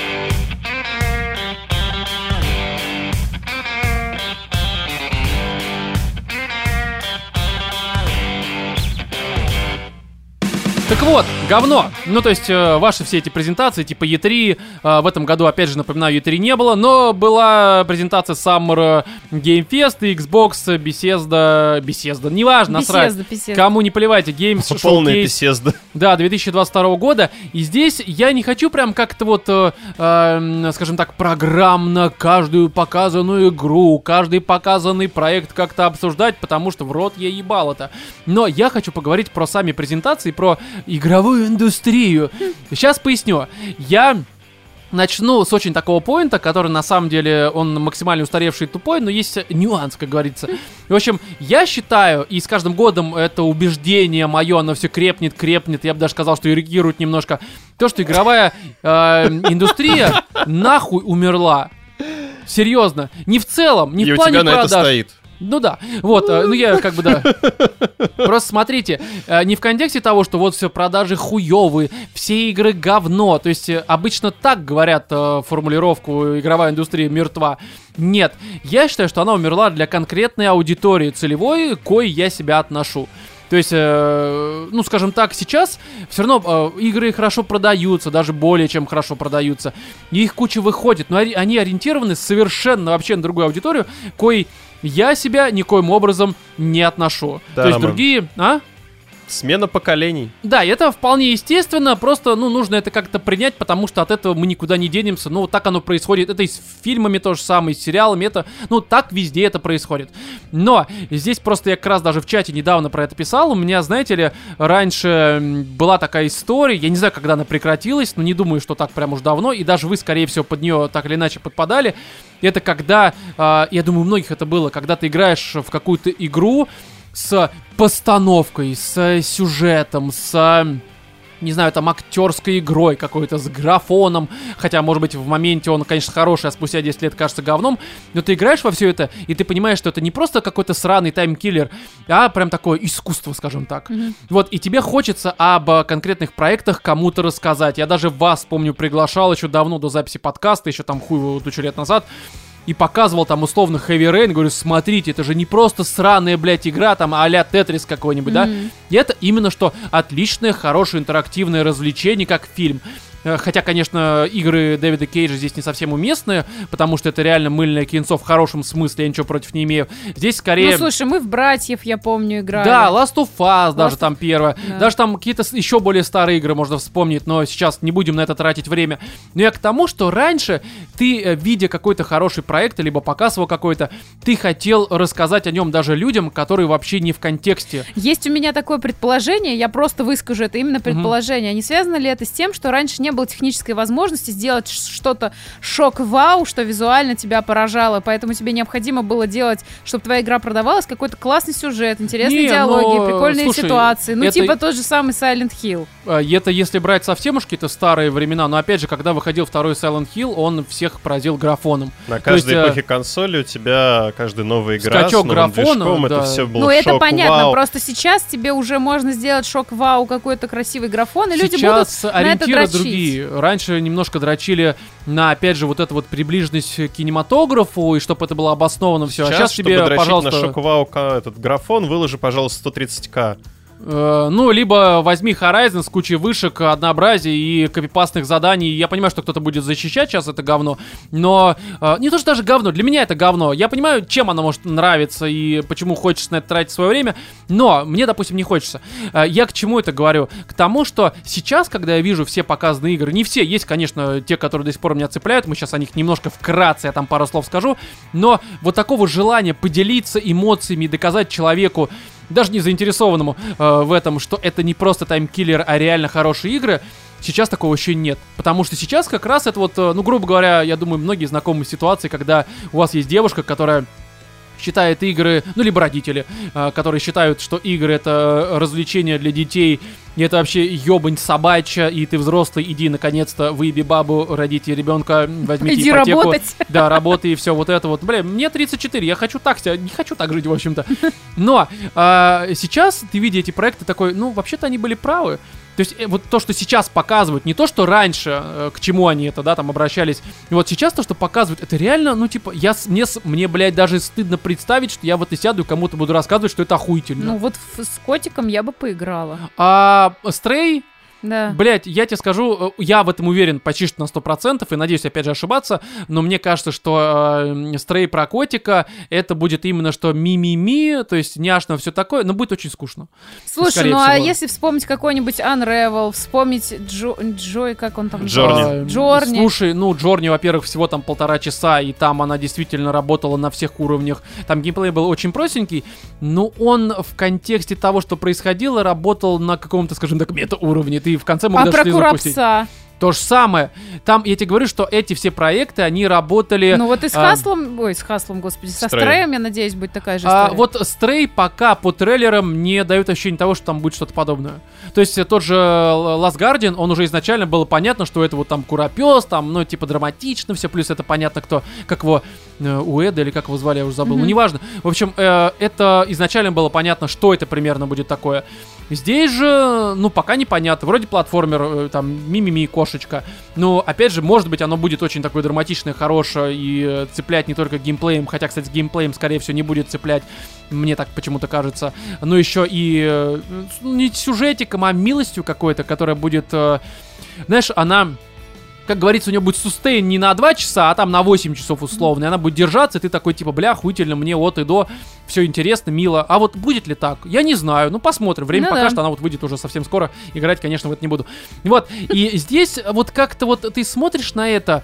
Speaker 1: Так вот, говно. Ну, то есть, э, ваши все эти презентации, типа и три, э, в этом году, опять же, напоминаю, и три не было, но была презентация Summer Game Fest и Xbox, Bethesda, Bethesda, неважно, насрать.
Speaker 2: Bethesda, Bethesda.
Speaker 1: Кому не плевайте, Games
Speaker 3: Полная
Speaker 1: Showcase,
Speaker 3: писезда.
Speaker 1: да, две тысячи двадцать второго года. И здесь я не хочу прям как-то вот, э, э, скажем так, программно каждую показанную игру, каждый показанный проект как-то обсуждать, потому что в рот я ебал это. Но я хочу поговорить про сами презентации, про игровую индустрию. Сейчас поясню. Я начну с очень такого поинта, который на самом деле он максимально устаревший и тупой, но есть нюанс, как говорится. В общем, я считаю, и с каждым годом это убеждение мое, оно все крепнет, крепнет, я бы даже сказал, что эрегирует немножко, то, что игровая э, индустрия нахуй умерла. Серьезно. Не в целом, не
Speaker 3: И
Speaker 1: в
Speaker 3: у
Speaker 1: плане
Speaker 3: тебя на это
Speaker 1: продаж.
Speaker 3: стоит.
Speaker 1: Ну да, вот, э, ну я как бы, да. Просто смотрите, э, не в контексте того, что вот все продажи хуёвые, все игры говно. То есть э, обычно так говорят э, формулировку «игровая индустрия мертва». Нет, я считаю, что она умерла для конкретной аудитории целевой, к кой я себя отношу. То есть, э, ну, скажем так, сейчас все равно э, игры хорошо продаются, даже более чем хорошо продаются. И их куча выходит, но они ориентированы совершенно вообще на другую аудиторию, кой я себя никоим образом не отношу.
Speaker 3: Да,
Speaker 1: То есть
Speaker 3: Роман.
Speaker 1: другие... А?
Speaker 3: Смена поколений.
Speaker 1: Да, и это вполне естественно, просто, ну, нужно это как-то принять, потому что от этого мы никуда не денемся, ну, вот так оно происходит, это и с фильмами то же самое, и с сериалами, это, ну, так везде это происходит. Но здесь просто я как раз даже в чате недавно про это писал, у меня, знаете ли, раньше была такая история, я не знаю, когда она прекратилась, но не думаю, что так прям уж давно, и даже вы, скорее всего, под нее так или иначе подпадали, это когда, э, я думаю, у многих это было, когда ты играешь в какую-то игру, с постановкой, с сюжетом, с, не знаю, там, актерской игрой какой-то, с графоном, хотя, может быть, в моменте он, конечно, хороший, а спустя десять лет кажется говном, но ты играешь во все это, и ты понимаешь, что это не просто какой-то сраный таймкиллер, а прям такое искусство, скажем так. Mm-hmm. Вот, и тебе хочется об конкретных проектах кому-то рассказать. Я даже вас, помню, приглашал еще давно, до записи подкаста, еще там хуй тучу лет назад, и показывал там условно Heavy Rain, говорю, смотрите, это же не просто сраная, блядь, игра там а-ля Тетрис какой-нибудь, mm-hmm. да? И это именно что отличное, хорошее интерактивное развлечение, как фильм. Хотя, конечно, игры Дэвида Кейджа здесь не совсем уместные, потому что это реально мыльное кинцо в хорошем смысле, я ничего против не имею. Здесь скорее...
Speaker 2: Ну, слушай, мы в «Братьев», я помню, играли.
Speaker 1: Да, Last of Us Last даже
Speaker 2: of...
Speaker 1: там первое. Да. Даже там какие-то еще более старые игры можно вспомнить, но сейчас не будем на это тратить время. Но я к тому, что раньше ты, видя какой-то хороший проект, либо показ его какой-то, ты хотел рассказать о нем даже людям, которые вообще не в контексте.
Speaker 2: Есть у меня такое предположение, я просто выскажу это именно предположение. Mm-hmm. Не связано ли это с тем, что раньше не было технической возможности сделать что-то шок-вау, что визуально тебя поражало, поэтому тебе необходимо было делать, чтобы твоя игра продавалась, какой-то классный сюжет, интересные
Speaker 1: Не,
Speaker 2: диалоги,
Speaker 1: но,
Speaker 2: прикольные
Speaker 1: слушай,
Speaker 2: ситуации. Ну,
Speaker 1: это-
Speaker 2: типа тот же самый Silent Hill.
Speaker 1: А, и это если брать совсем уж какие-то старые времена, но опять же, когда выходил второй Silent Hill, он всех поразил графоном.
Speaker 3: На
Speaker 1: То есть,
Speaker 3: каждой
Speaker 1: э,
Speaker 3: эпохе консоли у тебя каждая новая игра
Speaker 1: скачок
Speaker 3: с новым
Speaker 1: графона,
Speaker 3: движком,
Speaker 1: да.
Speaker 3: это все было
Speaker 2: Ну, это
Speaker 3: шок,
Speaker 2: понятно,
Speaker 3: вау.
Speaker 2: просто сейчас тебе уже можно сделать шок-вау, какой-то красивый графон, и люди будут
Speaker 1: Сейчас
Speaker 2: на это
Speaker 1: ориентиры
Speaker 2: дрочить.
Speaker 1: другие. Раньше немножко дрочили на, опять же, вот эту вот приближенность к кинематографу, и чтобы это было обосновано все.
Speaker 3: Сейчас,
Speaker 1: а сейчас
Speaker 3: чтобы
Speaker 1: тебе,
Speaker 3: дрочить
Speaker 1: пожалуйста,
Speaker 3: на шок-вау ка- этот графон, выложи, пожалуйста, сто тридцать ка.
Speaker 1: э, ну, либо возьми Horizon с кучей вышек, однообразий и копипастных заданий. Я понимаю, что кто-то будет защищать сейчас это говно, но э, не то, что даже говно, для меня это говно. Я понимаю, чем оно может нравиться и почему хочется на это тратить свое время, но мне, допустим, не хочется. Э, я к чему это говорю? К тому, что сейчас, когда я вижу все показанные игры, не все, есть, конечно, те, которые до сих пор меня цепляют, мы сейчас о них немножко вкратце, я там пару слов скажу, но вот такого желания поделиться эмоциями и доказать человеку, даже не заинтересованному э, в этом, что это не просто таймкиллер, а реально хорошие игры, сейчас такого еще нет. Потому что сейчас как раз это вот, э, ну, грубо говоря, я думаю, многие знакомы с ситуацией, когда у вас есть девушка, которая считает игры, ну, либо родители, э, которые считают, что игры — это развлечение для детей, и это вообще ёбань собачья, и ты взрослый, иди, наконец-то, выеби бабу, родите ребенка, возьмите
Speaker 2: Иди
Speaker 1: ипотеку.
Speaker 2: работать.
Speaker 1: Да, работай и все вот это вот. Бля, мне тридцать четыре, я хочу так себя, не хочу так жить, в общем-то. Но а, сейчас ты, видя эти проекты, такой, ну, вообще-то они были правы. То есть э, вот то, что сейчас показывают, не то, что раньше, э, к чему они это, да, там обращались. И вот сейчас то, что показывают, это реально, ну, типа, я, с- мне, с- мне, блядь, даже стыдно представить, что я вот и сяду и кому-то буду рассказывать, что это охуительно.
Speaker 2: Ну, вот ф- с котиком я бы поиграла.
Speaker 1: А Stray,
Speaker 2: Да.
Speaker 1: блять, я тебе скажу, э, я в этом уверен почти что на сто процентов, и надеюсь, опять же, ошибаться, но мне кажется, что э, Stray про котика, это будет именно что ми-ми-ми, то есть няшно, все такое, но будет очень скучно.
Speaker 2: Слушай,
Speaker 1: скорее
Speaker 2: ну а
Speaker 1: всего.
Speaker 2: если вспомнить какой-нибудь Unravel, вспомнить Джо... Джой, как он там
Speaker 3: Джорни.
Speaker 2: назывался?
Speaker 1: А,
Speaker 2: Джорни.
Speaker 1: Слушай, ну, Джорни, во-первых, всего там полтора часа, и там она действительно работала на всех уровнях. Там геймплей был очень простенький, но он в контексте того, что происходило, работал на каком-то, скажем так, мета-уровне. Ты в конце мог
Speaker 2: А
Speaker 1: даже
Speaker 2: про
Speaker 1: слезу пустить.
Speaker 2: Куропса?
Speaker 1: То же самое. Там, я тебе говорю, что эти все проекты, они работали...
Speaker 2: Ну вот и с
Speaker 1: а,
Speaker 2: Хаслом, ой, с Хаслом, господи, со
Speaker 3: Стреем.
Speaker 2: Стреем, я надеюсь, будет такая же
Speaker 1: А,
Speaker 2: история.
Speaker 1: вот Stray пока по трейлерам не дает ощущения того, что там будет что-то подобное. То есть э, тот же Last Guardian, он уже изначально было понятно, что это вот там Куропёс, там, ну, типа драматично все, плюс это понятно, кто, как его, э, Уэда или как его звали, я уже забыл, ну,
Speaker 2: Мгм.
Speaker 1: неважно. В общем, э, это изначально было понятно, что это примерно будет такое. Здесь же, ну, пока непонятно. Вроде платформер, э, там, ми-ми-ми, кошечка. Но, опять же, может быть, оно будет очень такое драматичное, хорошее и э, цеплять не только геймплеем. Хотя, кстати, с геймплеем, скорее всего, не будет цеплять. Мне так почему-то кажется. Но еще и э, ну, не сюжетиком, а милостью какой-то, которая будет... э, знаешь, она... Как говорится, у нее будет сустейн не на два часа, а там на восемь часов условно. И она будет держаться, и ты такой, типа, бля, охуительно, мне от и до, все интересно, мило. А вот будет ли так? Я не знаю, ну посмотрим. Время
Speaker 2: Ну
Speaker 1: покажет,
Speaker 2: да.
Speaker 1: она вот выйдет уже совсем скоро. Играть, конечно, в это не буду. Вот, и здесь вот как-то вот ты смотришь на это,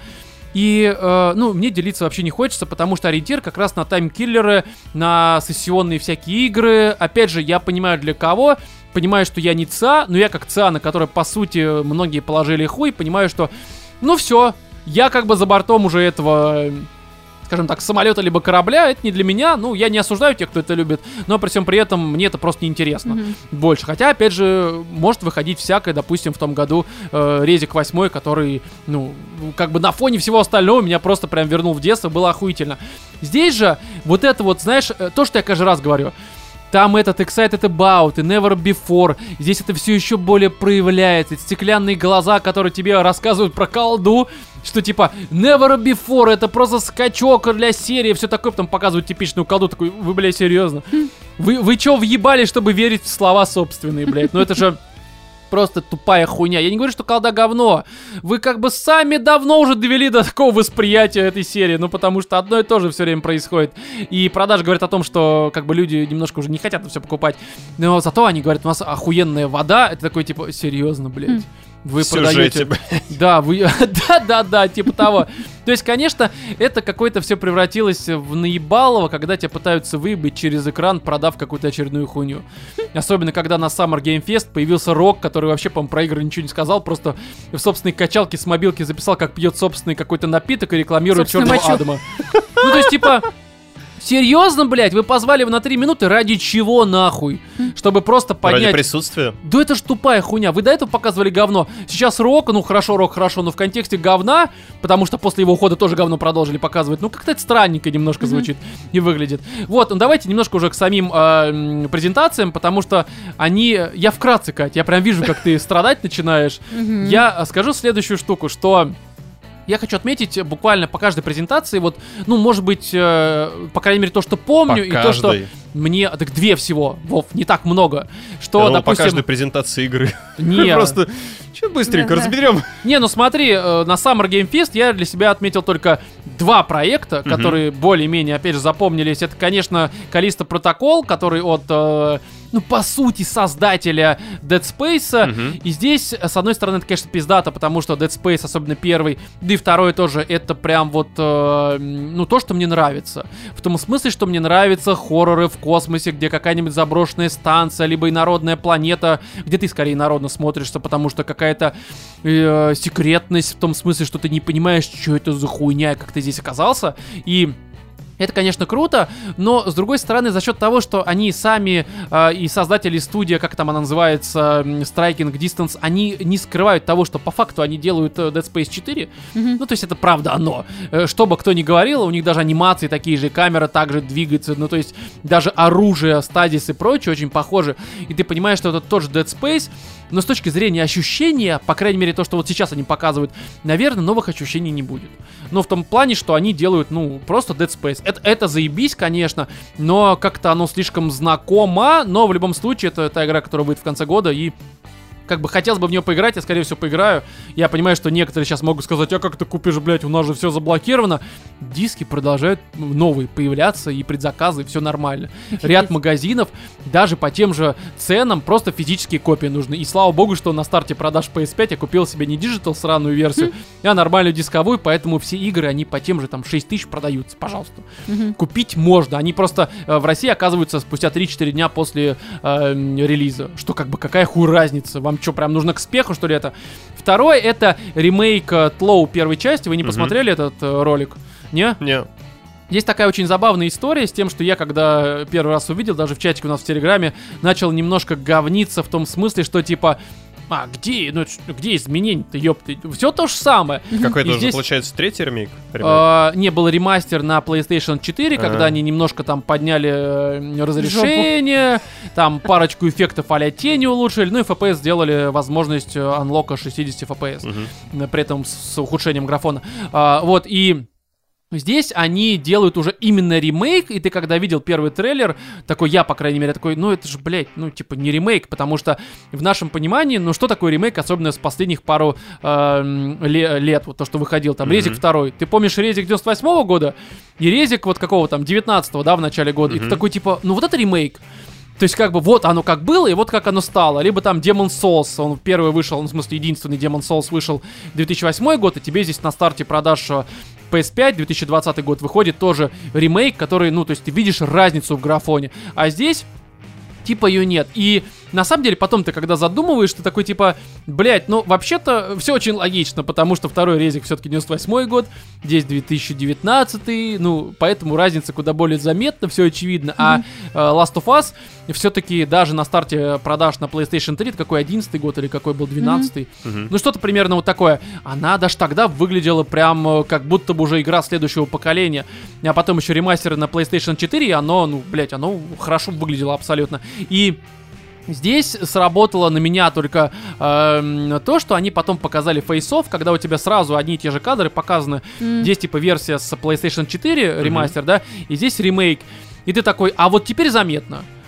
Speaker 1: и, э, ну, мне делиться вообще не хочется, потому что ориентир как раз на таймкиллеры, на сессионные всякие игры. Опять же, я понимаю, для кого. Понимаю, что я не ЦА, но я как ЦА, на который, по сути, многие положили хуй, понимаю, что, ну все, я как бы за бортом уже этого, э, скажем так, самолета либо корабля, это не для меня, ну, я не осуждаю тех, кто это любит, но при всем при этом мне это просто неинтересно
Speaker 2: Мгм.
Speaker 1: больше. Хотя, опять же, может выходить всякое, допустим, в том году э, Резик восемь, который, ну, как бы на фоне всего остального меня просто прям вернул в детство, было охуительно. Здесь же вот это вот, знаешь, э, то, что я каждый раз говорю, там этот excited about и never before. Здесь это все еще более проявляется. Эти стеклянные глаза, которые тебе рассказывают про колду, что типа never before, это просто скачок для серии, все такое, потом показывают типичную колду, такой, вы, блядь, серьезно? Вы, вы чё въебали, чтобы верить в слова собственные, блядь? Ну это же просто тупая хуйня. Я не говорю, что колда говно. Вы как бы сами давно уже довели до такого восприятия этой серии, ну потому что одно и то же все время происходит. И продажи говорят о том, что как бы люди немножко уже не хотят это все покупать. Но зато они говорят, у нас охуенная вода. Это такой типа, серьезно, блядь.
Speaker 2: Хм.
Speaker 1: вы
Speaker 3: В сюжете,
Speaker 1: продаете... Да, вы... Да-да-да, типа того. То есть, конечно, это какое-то все превратилось в наебалово, когда тебя пытаются выебать через экран, продав какую-то очередную хуйню. Особенно, когда на Summer Game Fest появился Рок, который вообще, по-моему, про игры ничего не сказал, просто в собственной качалке с мобилки записал, как пьет собственный какой-то напиток и рекламирует
Speaker 2: Собственно,
Speaker 1: Черного Адама. Ну, то есть, типа... Серьезно, блядь, вы позвали его на три минуты ради чего нахуй? Чтобы просто поднять...
Speaker 3: Ради присутствия?
Speaker 1: Да это ж тупая хуйня. Вы до этого показывали говно. Сейчас Рок, ну хорошо, Рок хорошо, но в контексте говна, потому что после его ухода тоже говно продолжили показывать. Ну как-то это странненько немножко mm-hmm. звучит и выглядит. Вот, ну давайте немножко уже к самим э, презентациям, потому что они... Я вкратце, Кать, я прям вижу, как ты страдать начинаешь. Mm-hmm. Я скажу следующую штуку, что... Я хочу отметить буквально по каждой презентации, вот, ну, может быть, э, по крайней мере, то, что помню,
Speaker 3: по
Speaker 1: и
Speaker 3: каждой.
Speaker 1: то, что мне... Так две всего, Вов, не так много. Что,
Speaker 3: Я думал,
Speaker 1: допустим...
Speaker 3: по каждой презентации игры.
Speaker 1: Не.
Speaker 3: Просто, что быстренько
Speaker 2: Да-да.
Speaker 3: разберем.
Speaker 1: Не, ну смотри, э, на Summer Game Fest я для себя отметил только два проекта,
Speaker 3: Мгм.
Speaker 1: которые более-менее, опять же, запомнились. Это, конечно, Callisto Protocol, который от... э, ну, по сути, создателя Dead Space.
Speaker 3: Мгм.
Speaker 1: И здесь, с одной стороны, это, конечно, пиздато, потому что Dead Space, особенно первый, да и второй тоже, это прям вот, э, ну, то, что мне нравится. В том смысле, что мне нравятся хорроры в космосе, где какая-нибудь заброшенная станция, либо инородная планета, где ты скорее инородно смотришься, потому что какая-то э, секретность в том смысле, что ты не понимаешь, что это за хуйня, как ты здесь оказался. И... Это, конечно, круто, но, с другой стороны, за счет того, что они сами э, и создатели студии, как там она называется, м, Striking Distance, они не скрывают того, что по факту они делают э, Dead Space четыре.
Speaker 2: Мгм.
Speaker 1: Ну, то есть это правда оно. Э, что бы кто ни говорил, у них даже анимации такие же, камера также двигается, ну, то есть даже оружие, стадис и прочее очень похоже. И ты понимаешь, что это тот же Dead Space, но с точки зрения ощущения, по крайней мере, то, что вот сейчас они показывают, наверное, новых ощущений не будет. Но в том плане, что они делают, ну, просто Dead Space. Это, это заебись, конечно, но как-то оно слишком знакомо, но в любом случае это та игра, которая выйдет в конце года, и как бы хотелось бы в нее поиграть, я, скорее всего, поиграю. Я понимаю, что некоторые сейчас могут сказать, а как ты купишь, блядь, у нас же все заблокировано. Диски продолжают новые появляться, и предзаказы, и все нормально. Ряд магазинов, даже по тем же ценам, просто физические копии нужны. И слава богу, что на старте продаж пи эс пять я купил себе не диджитал сраную версию, а нормальную дисковую, поэтому все игры, они по тем же там шесть тысяч продаются, пожалуйста.
Speaker 2: Мгм.
Speaker 1: Купить можно. Они просто э, в России оказываются спустя три-четыре дня после э, релиза. Что как бы какая хуй разница? Вам что, прям нужно к спеху, что ли, это? Второе, это ремейк э, Тлоу первой части. Вы не
Speaker 3: Мгм.
Speaker 1: посмотрели этот э, ролик? Не?
Speaker 3: Не.
Speaker 1: Есть такая очень забавная история с тем, что я, когда первый раз увидел, даже в чатике у нас в Телеграме, начал немножко говниться в том смысле, что типа... А, где, ну, это ж- где изменения-то, ёпты? Все то же самое.
Speaker 3: Какой-то
Speaker 1: И
Speaker 3: уже,
Speaker 1: здесь-
Speaker 3: получается, третий ремейк? Ремейк?
Speaker 1: А, не, был ремастер на PlayStation четыре, когда
Speaker 3: А.
Speaker 1: они немножко там подняли э, разрешение, там парочку эффектов а-ля тени улучшили, ну и эф пи эс сделали возможность э, анлока шестьдесят эф пи эс,
Speaker 3: Мгм.
Speaker 1: э, при этом с, с ухудшением графона. А, вот, и... Здесь они делают уже именно ремейк, и ты когда видел первый трейлер, такой я, по крайней мере, такой, ну это же, блядь, ну типа не ремейк, потому что в нашем понимании, ну что такое ремейк, особенно с последних пару эм, ле- лет, вот то, что выходил, там,
Speaker 3: Мгм.
Speaker 1: Резик второй. Ты помнишь Резик девяносто восьмого года и Резик вот какого там, девятнадцатого, да, в начале года, и ты
Speaker 3: Мгм.
Speaker 1: такой типа, ну вот это ремейк. То есть, как бы, вот оно как было, и вот как оно стало. Либо там Demon's Souls, он первый вышел, он, в смысле, единственный Demon's Souls вышел две тысячи восьмой год, и тебе здесь на старте продаж э, пи эс пять, две тысячи двадцатый год, выходит тоже ремейк, который, ну, то есть ты видишь разницу в графоне. А здесь, типа, ее нет. И на самом деле, потом ты, когда задумываешь, ты такой, типа, блять, ну, вообще-то, все очень логично, потому что второй Резик все-таки девяносто восьмой год, здесь две тысячи девятнадцатый, ну, поэтому разница куда более заметна, все очевидно. А э, Last of Us все-таки даже на старте продаж на PlayStation три, это какой одиннадцатый год или какой был двенадцатый,
Speaker 3: Мгм.
Speaker 1: ну, что-то примерно вот такое. Она даже тогда выглядела прям э, как будто бы уже игра следующего поколения. А потом еще ремастеры на PlayStation четыре, и оно, ну, блять, оно хорошо выглядело абсолютно. И здесь сработало на меня только эм, то, что они потом показали фейс-офф, когда у тебя сразу одни и те же кадры показаны.
Speaker 2: М.
Speaker 1: Здесь типа версия с PlayStation четыре,
Speaker 3: Мгм.
Speaker 1: ремастер, да, и здесь ремейк. И ты такой, а вот теперь заметно.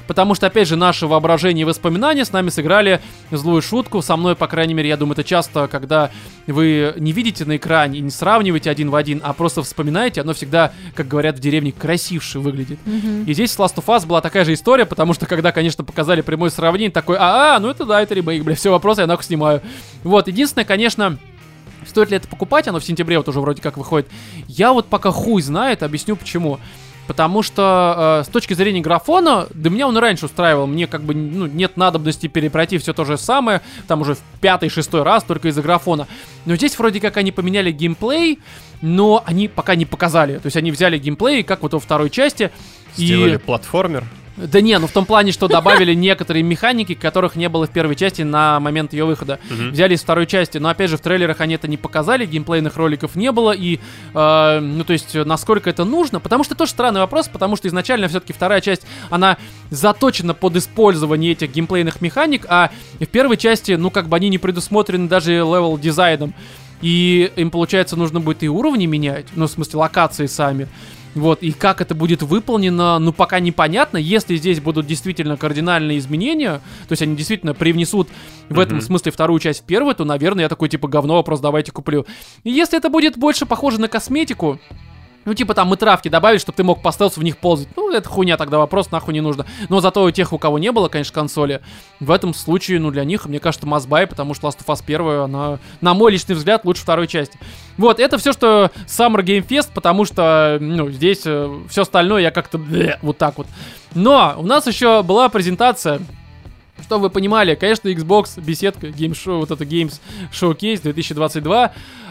Speaker 1: потому что, опять же, наше воображение и воспоминания с нами сыграли злую шутку. Со мной, по крайней мере, я думаю, это часто, когда вы не видите на экране и не сравниваете один в один, а просто вспоминаете, оно всегда, как говорят в деревне, красивше выглядит.
Speaker 2: Мгм.
Speaker 1: И здесь с Last of Us была такая же история, потому что, когда, конечно, показали прямое сравнение, такой, а, -а ну это да, это ремейк, бля, все вопросы я нахуй снимаю. Вот, единственное, конечно... Стоит ли это покупать? Оно в сентябре вот уже вроде как выходит. Я вот пока хуй знает, объясню почему. Потому что э, с точки зрения графона, да меня он и раньше устраивал. Мне как бы ну, нет надобности перепройти все то же самое. Там уже в пятый-шестой раз только из-за графона. Но здесь вроде как они поменяли геймплей, но они пока не показали. То есть они взяли геймплей, как вот во второй части.
Speaker 3: Сделали
Speaker 1: И...
Speaker 3: платформер.
Speaker 1: Да не, ну в том плане, что добавили некоторые механики, которых не было в первой части на момент ее выхода.
Speaker 3: Мгм.
Speaker 1: Взяли из второй части, но опять же в трейлерах они это не показали, геймплейных роликов не было, и, э, ну то есть, насколько это нужно, потому что тоже странный вопрос, потому что изначально все-таки вторая часть, она заточена под использование этих геймплейных механик, а в первой части, ну как бы они не предусмотрены даже левел-дизайном, и им, получается, нужно будет и уровни менять, ну в смысле локации сами. Вот, и как это будет выполнено, ну, пока непонятно. Если здесь будут действительно кардинальные изменения, то есть они действительно привнесут в этом
Speaker 3: Мгм.
Speaker 1: смысле вторую часть в первую, то, наверное, я такой, типа, говно, вопрос, давайте куплю. И если это будет больше похоже на косметику, ну, типа там и травки добавить, чтобы ты мог по стелсу в них ползать. Ну, это хуйня, тогда вопрос нахуй не нужно. Но зато у тех, у кого не было, конечно, консоли, в этом случае, ну, для них, мне кажется, must-buy, потому что Last of Us один, она, на мой личный взгляд, лучше второй части. Вот, это все, что Summer Game Fest, потому что, ну, здесь э, все остальное я как-то блeh, вот так вот. Но у нас еще была презентация. Чтобы вы понимали, конечно, Xbox, беседка, Game Show, вот это Games Showcase две тысячи двадцать два,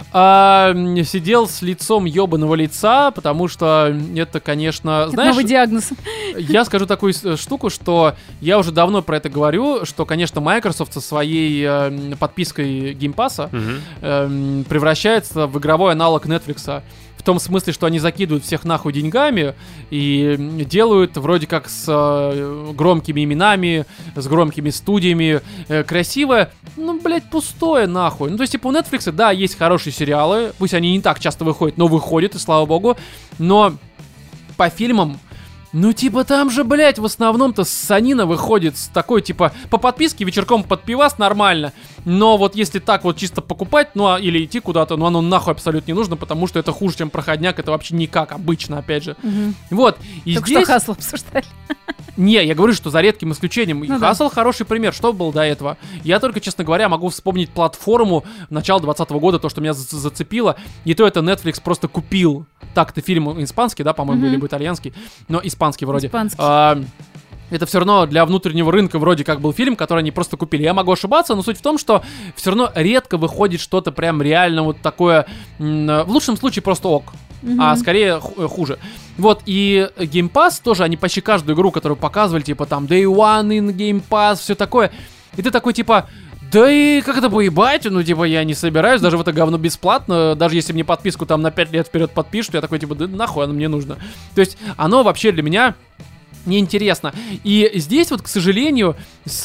Speaker 1: а, сидел с лицом ебаного лица, потому что это, конечно,
Speaker 2: Это
Speaker 1: знаешь,
Speaker 2: новый диагноз.
Speaker 1: я скажу такую с- штуку, что я уже давно про это говорю, что, конечно, Microsoft со своей э, подпиской Game Pass'а
Speaker 3: Мгм.
Speaker 1: эм, превращается в игровой аналог Netflixа. В том смысле, что они закидывают всех нахуй деньгами и м, делают вроде как с э, громкими именами, с громкими студиями, э, красиво, ну, блядь, пустое нахуй. Ну, то есть, типа, у Netflix, да, есть хорошие сериалы, пусть они не так часто выходят, но выходят, и слава богу, но по фильмам, ну, типа, там же, блядь, в основном-то ссанина выходит с такой, типа, по подписке вечерком под пивас нормально. Но вот если так вот чисто покупать, ну, а, или идти куда-то, ну, оно нахуй абсолютно не нужно, потому что это хуже, чем проходняк, это вообще никак, обычно, опять же.
Speaker 2: Мгм.
Speaker 1: Вот, и
Speaker 2: Только
Speaker 1: здесь...
Speaker 2: что Хасл обсуждали.
Speaker 1: Не, я говорю, что за редким исключением. И
Speaker 2: Ну да.
Speaker 1: Хасл хороший пример. Что было до этого? Я только, честно говоря, могу вспомнить платформу начала двадцатого года, то, что меня за- зацепило. И то это Netflix просто купил. Так-то фильм испанский, да, по-моему,
Speaker 2: Мгм.
Speaker 1: либо итальянский, но испанский вроде.
Speaker 2: Испанский.
Speaker 1: А, это все равно для внутреннего рынка вроде как был фильм, который они просто купили. Я могу ошибаться, но суть в том, что все равно редко выходит что-то прям реально вот такое, м, в лучшем случае просто ок, а
Speaker 2: Мгм.
Speaker 1: скорее ху- хуже. Вот, и Game Pass тоже, они почти каждую игру, которую показывали, типа там Day One in Game Pass, все такое. И ты такой, типа, да и как это поебать, ну, типа, я не собираюсь, даже в это говно бесплатно, даже если мне подписку там на пять лет вперед подпишут, я такой, типа, да нахуй оно мне нужно. То есть, оно вообще для меня неинтересно. И здесь вот, к сожалению,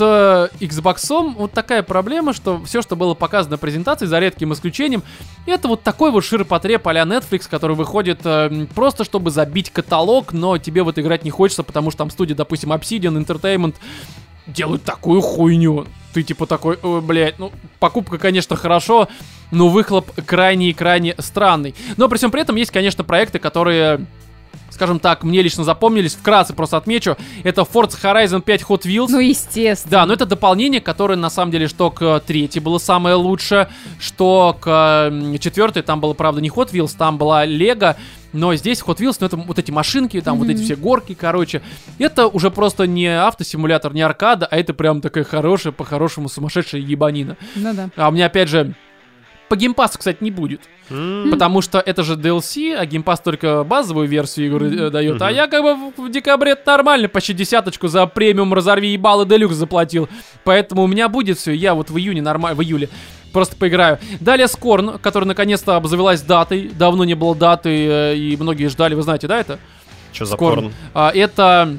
Speaker 1: с Xbox вот такая проблема, что все, что было показано на презентации, за редким исключением, это вот такой вот ширпотреб а-ля Netflix, который выходит э, просто чтобы забить каталог, но тебе вот играть не хочется, потому что там студия, допустим, Obsidian Entertainment делают такую хуйню. Ты типа такой, ой, блядь, ну, покупка, конечно, хорошо, но выхлоп крайне и крайне странный. Но при всем при этом есть, конечно, проекты, которые, скажем так, мне лично запомнились. Вкратце просто отмечу. Это Forza Horizon пять Hot Wheels.
Speaker 2: Ну, естественно.
Speaker 1: Да, но это дополнение, которое на самом деле, что к третьей было самое лучшее, что к м, четвертой, там было, правда, не Hot Wheels, там была Lego, но здесь Hot Wheels, ну это вот эти машинки, там вот эти
Speaker 2: Мгм.
Speaker 1: все горки, короче. Это уже просто не автосимулятор, не аркада, а это прям такая хорошая, по-хорошему сумасшедшая ебанина.
Speaker 2: Ну да.
Speaker 1: А у меня, опять же, по геймпасу, кстати, не будет.
Speaker 3: М.
Speaker 1: Потому что это же ди эл си, а геймпас только базовую версию игры э, дает. А
Speaker 3: Мгм.
Speaker 1: я как бы в- в декабре нормально почти десяточку за премиум разорви ебало делюкс заплатил. Поэтому у меня будет все. Я вот в июне нормально, в июле просто поиграю. Далее Скорн, которая наконец-то обзавелась датой. Давно не было даты, э, и многие ждали. Вы знаете, да, это?
Speaker 3: Чё за
Speaker 1: Скорн.
Speaker 3: порн?
Speaker 1: А, это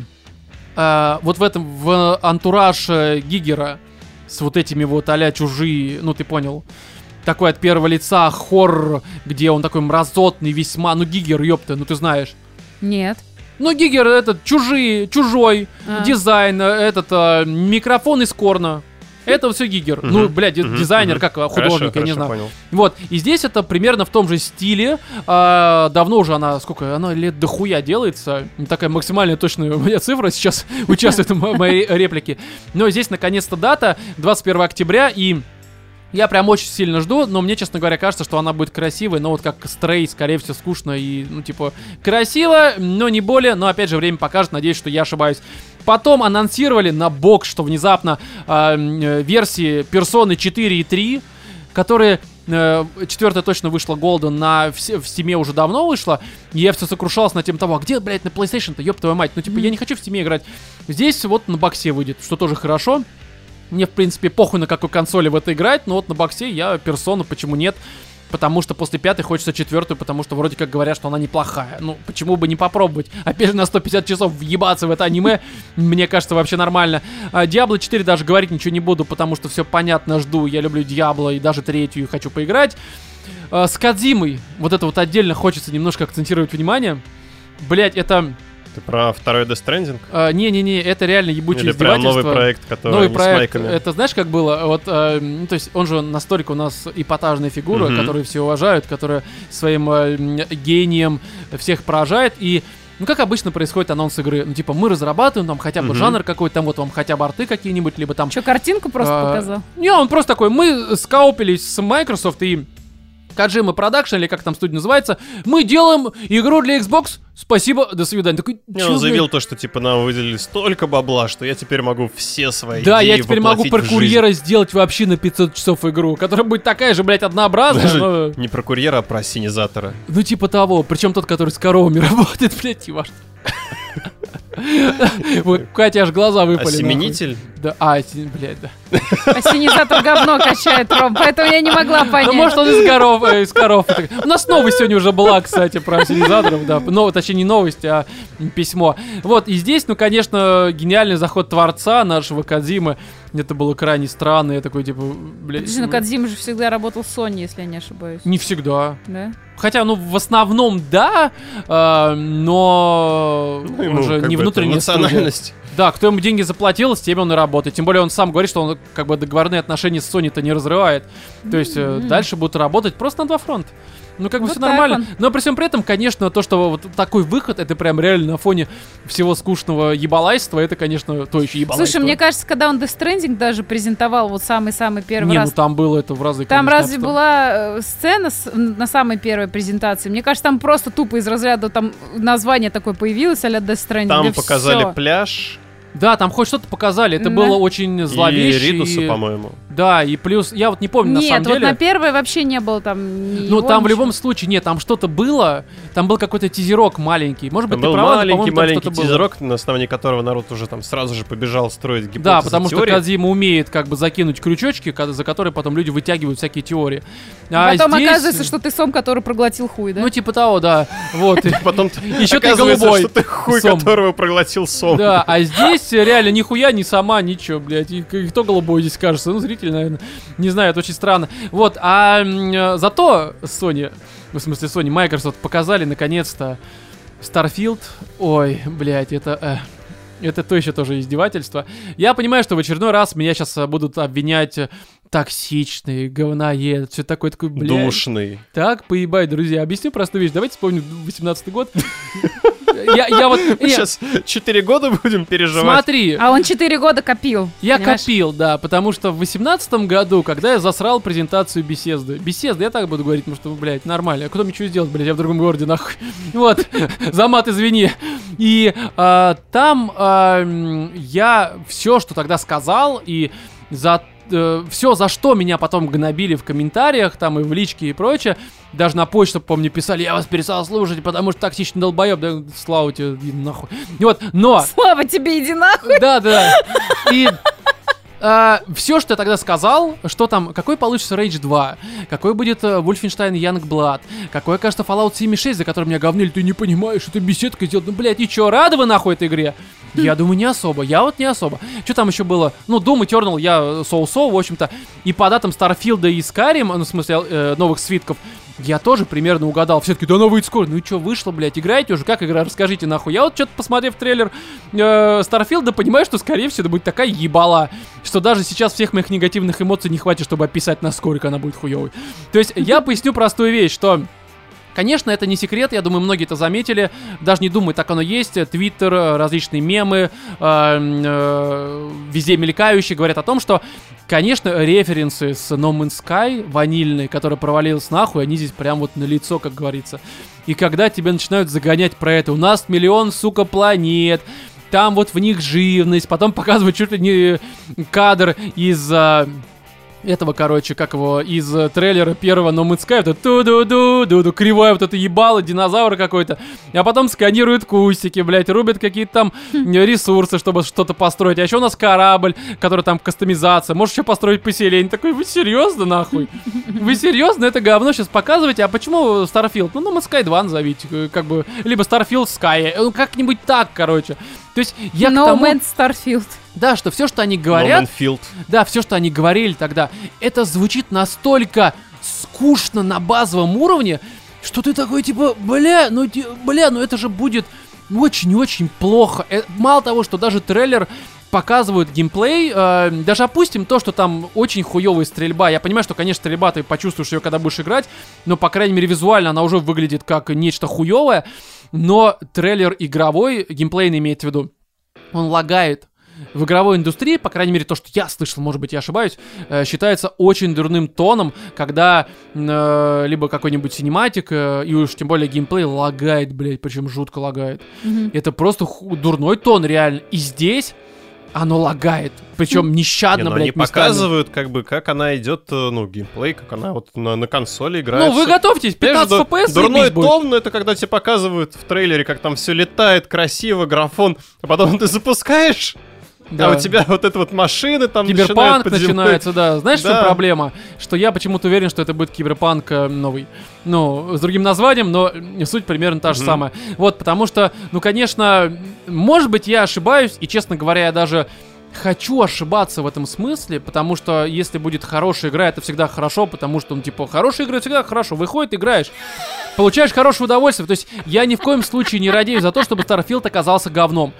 Speaker 1: а, вот в этом, в антураж э, Гигера с вот этими вот а-ля чужие, ну ты понял. Такой от первого лица хоррор, где он такой мразотный весьма. Ну, Гигер, ёпта, ну ты знаешь.
Speaker 2: Нет.
Speaker 1: Ну, Гигер этот, чужие, чужой,
Speaker 2: А.
Speaker 1: дизайн, этот, а, микрофон из Корна. Это все Гигер.
Speaker 3: Мгм.
Speaker 1: Ну, блядь,
Speaker 3: Мгм.
Speaker 1: дизайнер,
Speaker 3: Мгм.
Speaker 1: как художник,
Speaker 3: Хорошо,
Speaker 1: я не
Speaker 3: хорошо,
Speaker 1: знаю.
Speaker 3: понял.
Speaker 1: Вот, и здесь это примерно в том же стиле. А, давно уже она, сколько, она лет дохуя делается. Такая максимально точная у меня цифра сейчас участвует в мо- моей реплике. Но здесь наконец-то дата, двадцать первого октября, и я прям очень сильно жду, но мне, честно говоря, кажется, что она будет красивой, но вот как Стрей, скорее всего, скучно и, ну, типа, красиво, но не более, но, опять же, время покажет, надеюсь, что я ошибаюсь. Потом анонсировали на бокс, что внезапно э, э, версии Persona четыре и три, которые... э, Четвертая точно вышла Golden, на в, в Steam уже давно вышла, и я все сокрушался на тему того, а где, блядь, на PlayStation-то, ёб твою мать, ну, типа, я не хочу в Steam играть. Здесь вот на боксе выйдет, что тоже хорошо. Мне, в принципе, похуй на какой консоли в это играть, но вот на боксе я персону, почему нет? Потому что после пятой хочется четвертую, потому что вроде как говорят, что она неплохая. Ну, почему бы не попробовать? Опять же, на сто пятьдесят часов въебаться в это аниме, мне кажется, вообще нормально. А, Diablo четыре даже говорить ничего не буду, потому что все понятно, жду. Я люблю Diablo и даже третью хочу поиграть. А, с Кодзимой, вот это вот отдельно хочется немножко акцентировать внимание. Блять, это...
Speaker 3: Ты про второй Death Stranding?
Speaker 1: а, Не-не-не, это реально ебучее
Speaker 3: Или прям
Speaker 1: издевательство.
Speaker 3: новый проект, который
Speaker 1: Новый
Speaker 3: не с
Speaker 1: проект,
Speaker 3: майками?
Speaker 1: это знаешь, как было? Вот, э, ну, то есть он же настолько у нас эпатажная фигура,
Speaker 3: Мгм.
Speaker 1: которую все уважают, которая своим э, м, гением всех поражает. И, ну, как обычно происходит анонс игры. Ну, типа, мы разрабатываем там хотя бы
Speaker 3: Мгм.
Speaker 1: жанр какой-то, там вот вам хотя бы арты какие-нибудь, либо там...
Speaker 2: Что, картинку просто
Speaker 1: А,
Speaker 2: показал?
Speaker 1: Не, он просто такой, мы скаупились с Microsoft и Kojima Production, или как там студия называется, мы делаем игру для Xbox, спасибо, до свидания. Такой,
Speaker 3: Не,
Speaker 1: «Чё,
Speaker 3: он заявил
Speaker 1: блядь?»
Speaker 3: то, что типа нам выделили столько бабла, что я теперь могу все свои
Speaker 1: Да, я
Speaker 3: идеи
Speaker 1: теперь могу
Speaker 3: воплотить
Speaker 1: про
Speaker 3: в жизнь.
Speaker 1: курьера сделать вообще на пятьсот часов игру, которая будет такая же, блядь, однообразная,
Speaker 3: Даже
Speaker 1: но...
Speaker 3: не про курьера, а про синизатора.
Speaker 1: Ну, типа того. Причем тот, который с коровами работает, блядь, и ваш. Вот, Катя аж глаза выпали.
Speaker 3: Осеменитель?
Speaker 1: нахуй. Да, а, си- блядь, да.
Speaker 2: Ассенизатор говно качает, Ром, поэтому я не могла понять.
Speaker 1: Ну, может, он из коров, э, из коров. Это- У нас новость сегодня уже была, кстати, про осенизаторов, да. Ну, точнее, не новость, а письмо. Вот, и здесь, ну, конечно, гениальный заход творца нашего Кодзимы. Это было крайне странно. Я такой, типа, блядь...
Speaker 2: Подожди, ну Кодзима же всегда работал с Sony, если я не ошибаюсь.
Speaker 1: Не всегда.
Speaker 2: Да?
Speaker 1: Хотя, ну, в основном, да, э, но
Speaker 3: Ну,
Speaker 1: он
Speaker 3: ему
Speaker 1: же
Speaker 3: как
Speaker 1: не
Speaker 3: бы это
Speaker 1: внутренняя студия.
Speaker 3: национальность.
Speaker 1: Да, кто ему деньги заплатил, с тем он и работает. Тем более он сам говорит, что он как бы договорные отношения с Sony-то не разрывает. То есть э,
Speaker 2: М.
Speaker 1: дальше будут работать просто на два фронта. Ну, как бы
Speaker 2: Вот
Speaker 1: все
Speaker 2: так
Speaker 1: нормально.
Speaker 2: он.
Speaker 1: Но при всем при этом, конечно, то, что вот такой выход, это прям реально на фоне всего скучного ебалайства, это, конечно, то еще ебалайство.
Speaker 2: Слушай, мне кажется, когда он Death Stranding даже презентовал вот самый-самый первый
Speaker 1: Не,
Speaker 2: раз,
Speaker 1: ну там было это в разы,
Speaker 2: там
Speaker 1: конечно,
Speaker 2: разве
Speaker 1: обстав-
Speaker 2: была э, сцена с- на самой первой презентации? Мне кажется, там просто тупо из разряда там название такое появилось а-ля Death Stranding.
Speaker 3: Там
Speaker 2: и
Speaker 3: показали
Speaker 2: всё.
Speaker 3: пляж
Speaker 1: Да, там хоть что-то показали, это
Speaker 2: Да.
Speaker 1: было очень зловеще.
Speaker 3: и Ридуса,
Speaker 1: и-
Speaker 3: по-моему.
Speaker 1: Да, и плюс, я вот не помню на
Speaker 2: Нет,
Speaker 1: самом
Speaker 2: вот
Speaker 1: деле.
Speaker 2: на первой вообще не было там ни
Speaker 1: Ну,
Speaker 2: его,
Speaker 1: там в
Speaker 2: ничего.
Speaker 1: любом случае, нет, там что-то было, там был какой-то тизерок маленький. Может быть,
Speaker 3: Там
Speaker 1: ты
Speaker 3: был
Speaker 1: права, но, по-моему, там
Speaker 3: маленький-маленький
Speaker 1: что-то было.
Speaker 3: тизерок, на основании которого народ уже там сразу же побежал строить гипотезы,
Speaker 1: Да, потому что
Speaker 3: теории.
Speaker 1: Кодзима умеет как бы закинуть крючочки, ка- за которые потом люди вытягивают всякие теории. А
Speaker 2: Потом
Speaker 1: здесь-
Speaker 2: оказывается, что ты сом, который проглотил хуй, да?
Speaker 1: Ну, типа того, да. Вот.
Speaker 3: Потом
Speaker 1: Еще ты
Speaker 3: оказывается,
Speaker 1: голубой.
Speaker 3: что ты хуй,
Speaker 1: Сом.
Speaker 3: которого проглотил сом.
Speaker 1: Да, а здесь реально нихуя, ни сама, ничего, блядь. И к- кто голубой здесь кажется? Ну, зритель, наверное. Не знаю, это очень странно. Вот, а м, э, зато Sony, в смысле Sony, Microsoft показали наконец-то Starfield. Ой, блядь, это... э, это то еще тоже издевательство. Я понимаю, что в очередной раз меня сейчас будут обвинять э, токсичный, говноед, все такое, такое, блядь.
Speaker 3: Душный.
Speaker 1: Так, поебать, друзья. Объясню простую вещь. Давайте вспомним восемнадцатый год. Я, я вот...
Speaker 3: Мы
Speaker 1: не,
Speaker 3: сейчас четыре года будем переживать.
Speaker 1: смотри,
Speaker 2: А он четыре года копил.
Speaker 1: я
Speaker 2: понимаешь?
Speaker 1: копил, да, потому что в восемнадцатом году, когда я засрал презентацию Бесезды, Бесезды, я так буду говорить, потому что, блядь, нормально, а кто мне что сделать, блядь, я в другом городе, нахуй. Вот, за мат извини. И а, там а, м, я все, что тогда сказал, и за все, за что меня потом гнобили в комментариях, там и в личке и прочее, даже на почту, помню, писали, я вас перестал слушать, потому что токсичный долбоеб, да слава тебе, иди нахуй. И вот, но...
Speaker 2: Слава тебе, иди нахуй.
Speaker 1: Да, да. И все, что я тогда сказал, что там, какой получится Rage два, какой будет э, Wolfenstein Youngblood, какой окажется Fallout семь и шесть, за который меня говнили, ты не понимаешь, это беседка сделать. Ну, блядь, и чё, рады вы нахуй этой игре? Я думаю, не особо. Я вот не особо. Что там еще было? Ну, Doom Eternal я соу-соу, в общем-то. И по датам Starfield и Skyrim, ну, в смысле, э, новых свитков, я тоже примерно угадал. Все таки, да она выйдет скоро. Ну и что, вышло, блядь, играете уже? Как игра? Расскажите нахуй. Я вот что-то, посмотрев трейлер э, Starfield, понимаю, что, скорее всего, это будет такая ебала, что даже сейчас всех моих негативных эмоций не хватит, чтобы описать, насколько она будет хуёвой. То есть, я поясню простую вещь, что... Конечно, это не секрет, я думаю, многие это заметили, даже не думаю, так оно есть, твиттер, различные мемы, э, э, везде мелькающие говорят о том, что, конечно, референсы с No Man's Sky ванильной, которая провалилась нахуй, они здесь прям вот налицо, как говорится. И когда тебя начинают загонять про это, у нас миллион, сука, планет, там вот в них живность, потом показывают чуть ли не кадр из... этого, короче, как его, из э, трейлера первого No Man's Sky, вот ту-ду-ду-ду-ду, кривая вот это ебало, динозавр какой-то, а потом сканируют кустики, блять, рубят какие-то там ресурсы, чтобы что-то построить, а еще у нас корабль, который там кастомизация, можешь еще построить поселение, такой, вы серьезно, нахуй? Вы серьезно это говно сейчас показываете? А почему Starfield? Ну, No Man's Sky два назовите, как бы, либо Starfield Sky, ну, как-нибудь так, короче. То есть я
Speaker 2: No
Speaker 1: к тому...
Speaker 2: Man's Starfield.
Speaker 1: Да, что все, что они говорят...
Speaker 3: No Man's Field.
Speaker 1: Да, все, что они говорили тогда, это звучит настолько скучно на базовом уровне, что ты такой, типа, бля, ну, бля, ну это же будет очень-очень плохо. Э, мало того, что даже трейлер показывают геймплей, э, даже опустим то, что там очень хуёвая стрельба. Я понимаю, что, конечно, стрельба ты почувствуешь ее, когда будешь играть, но, по крайней мере, визуально она уже выглядит как нечто хуёвое, но трейлер игровой, геймплейный имеется в виду, он лагает. В игровой индустрии, по крайней мере, то, что я слышал, может быть, я ошибаюсь, э, считается очень дурным тоном, когда э, либо какой-нибудь синематик, э, и уж тем более геймплей лагает, блядь, причем жутко лагает. Mm-hmm. Это просто ху- дурной тон, реально. И здесь оно лагает. Причем нещадно, не, ну, блядь,
Speaker 3: они
Speaker 1: местами.
Speaker 3: показывают, как бы, как она идет, ну, геймплей, как она вот на, на консоли играет.
Speaker 1: Ну, вы готовьтесь, пятнадцать эф пи эс.
Speaker 3: Дурной тон, но это когда тебе показывают в трейлере, как там все летает, красиво, графон, а потом ты запускаешь... Да. А у тебя вот это вот машины там
Speaker 1: Киберпанк начинается, да. Знаешь,
Speaker 3: да.
Speaker 1: в чем проблема? Что я почему-то уверен, что это будет Киберпанк новый. Ну, с другим названием, но суть примерно та же mm-hmm. самая. Вот, потому что, ну, конечно, может быть, я ошибаюсь, и, честно говоря, я даже хочу ошибаться в этом смысле, потому что если будет хорошая игра, это всегда хорошо, потому что, ну, типа, хорошая игра всегда хорошо. Выходит, играешь, получаешь хорошее удовольствие. То есть я ни в коем случае не радею за то, чтобы Starfield оказался говном.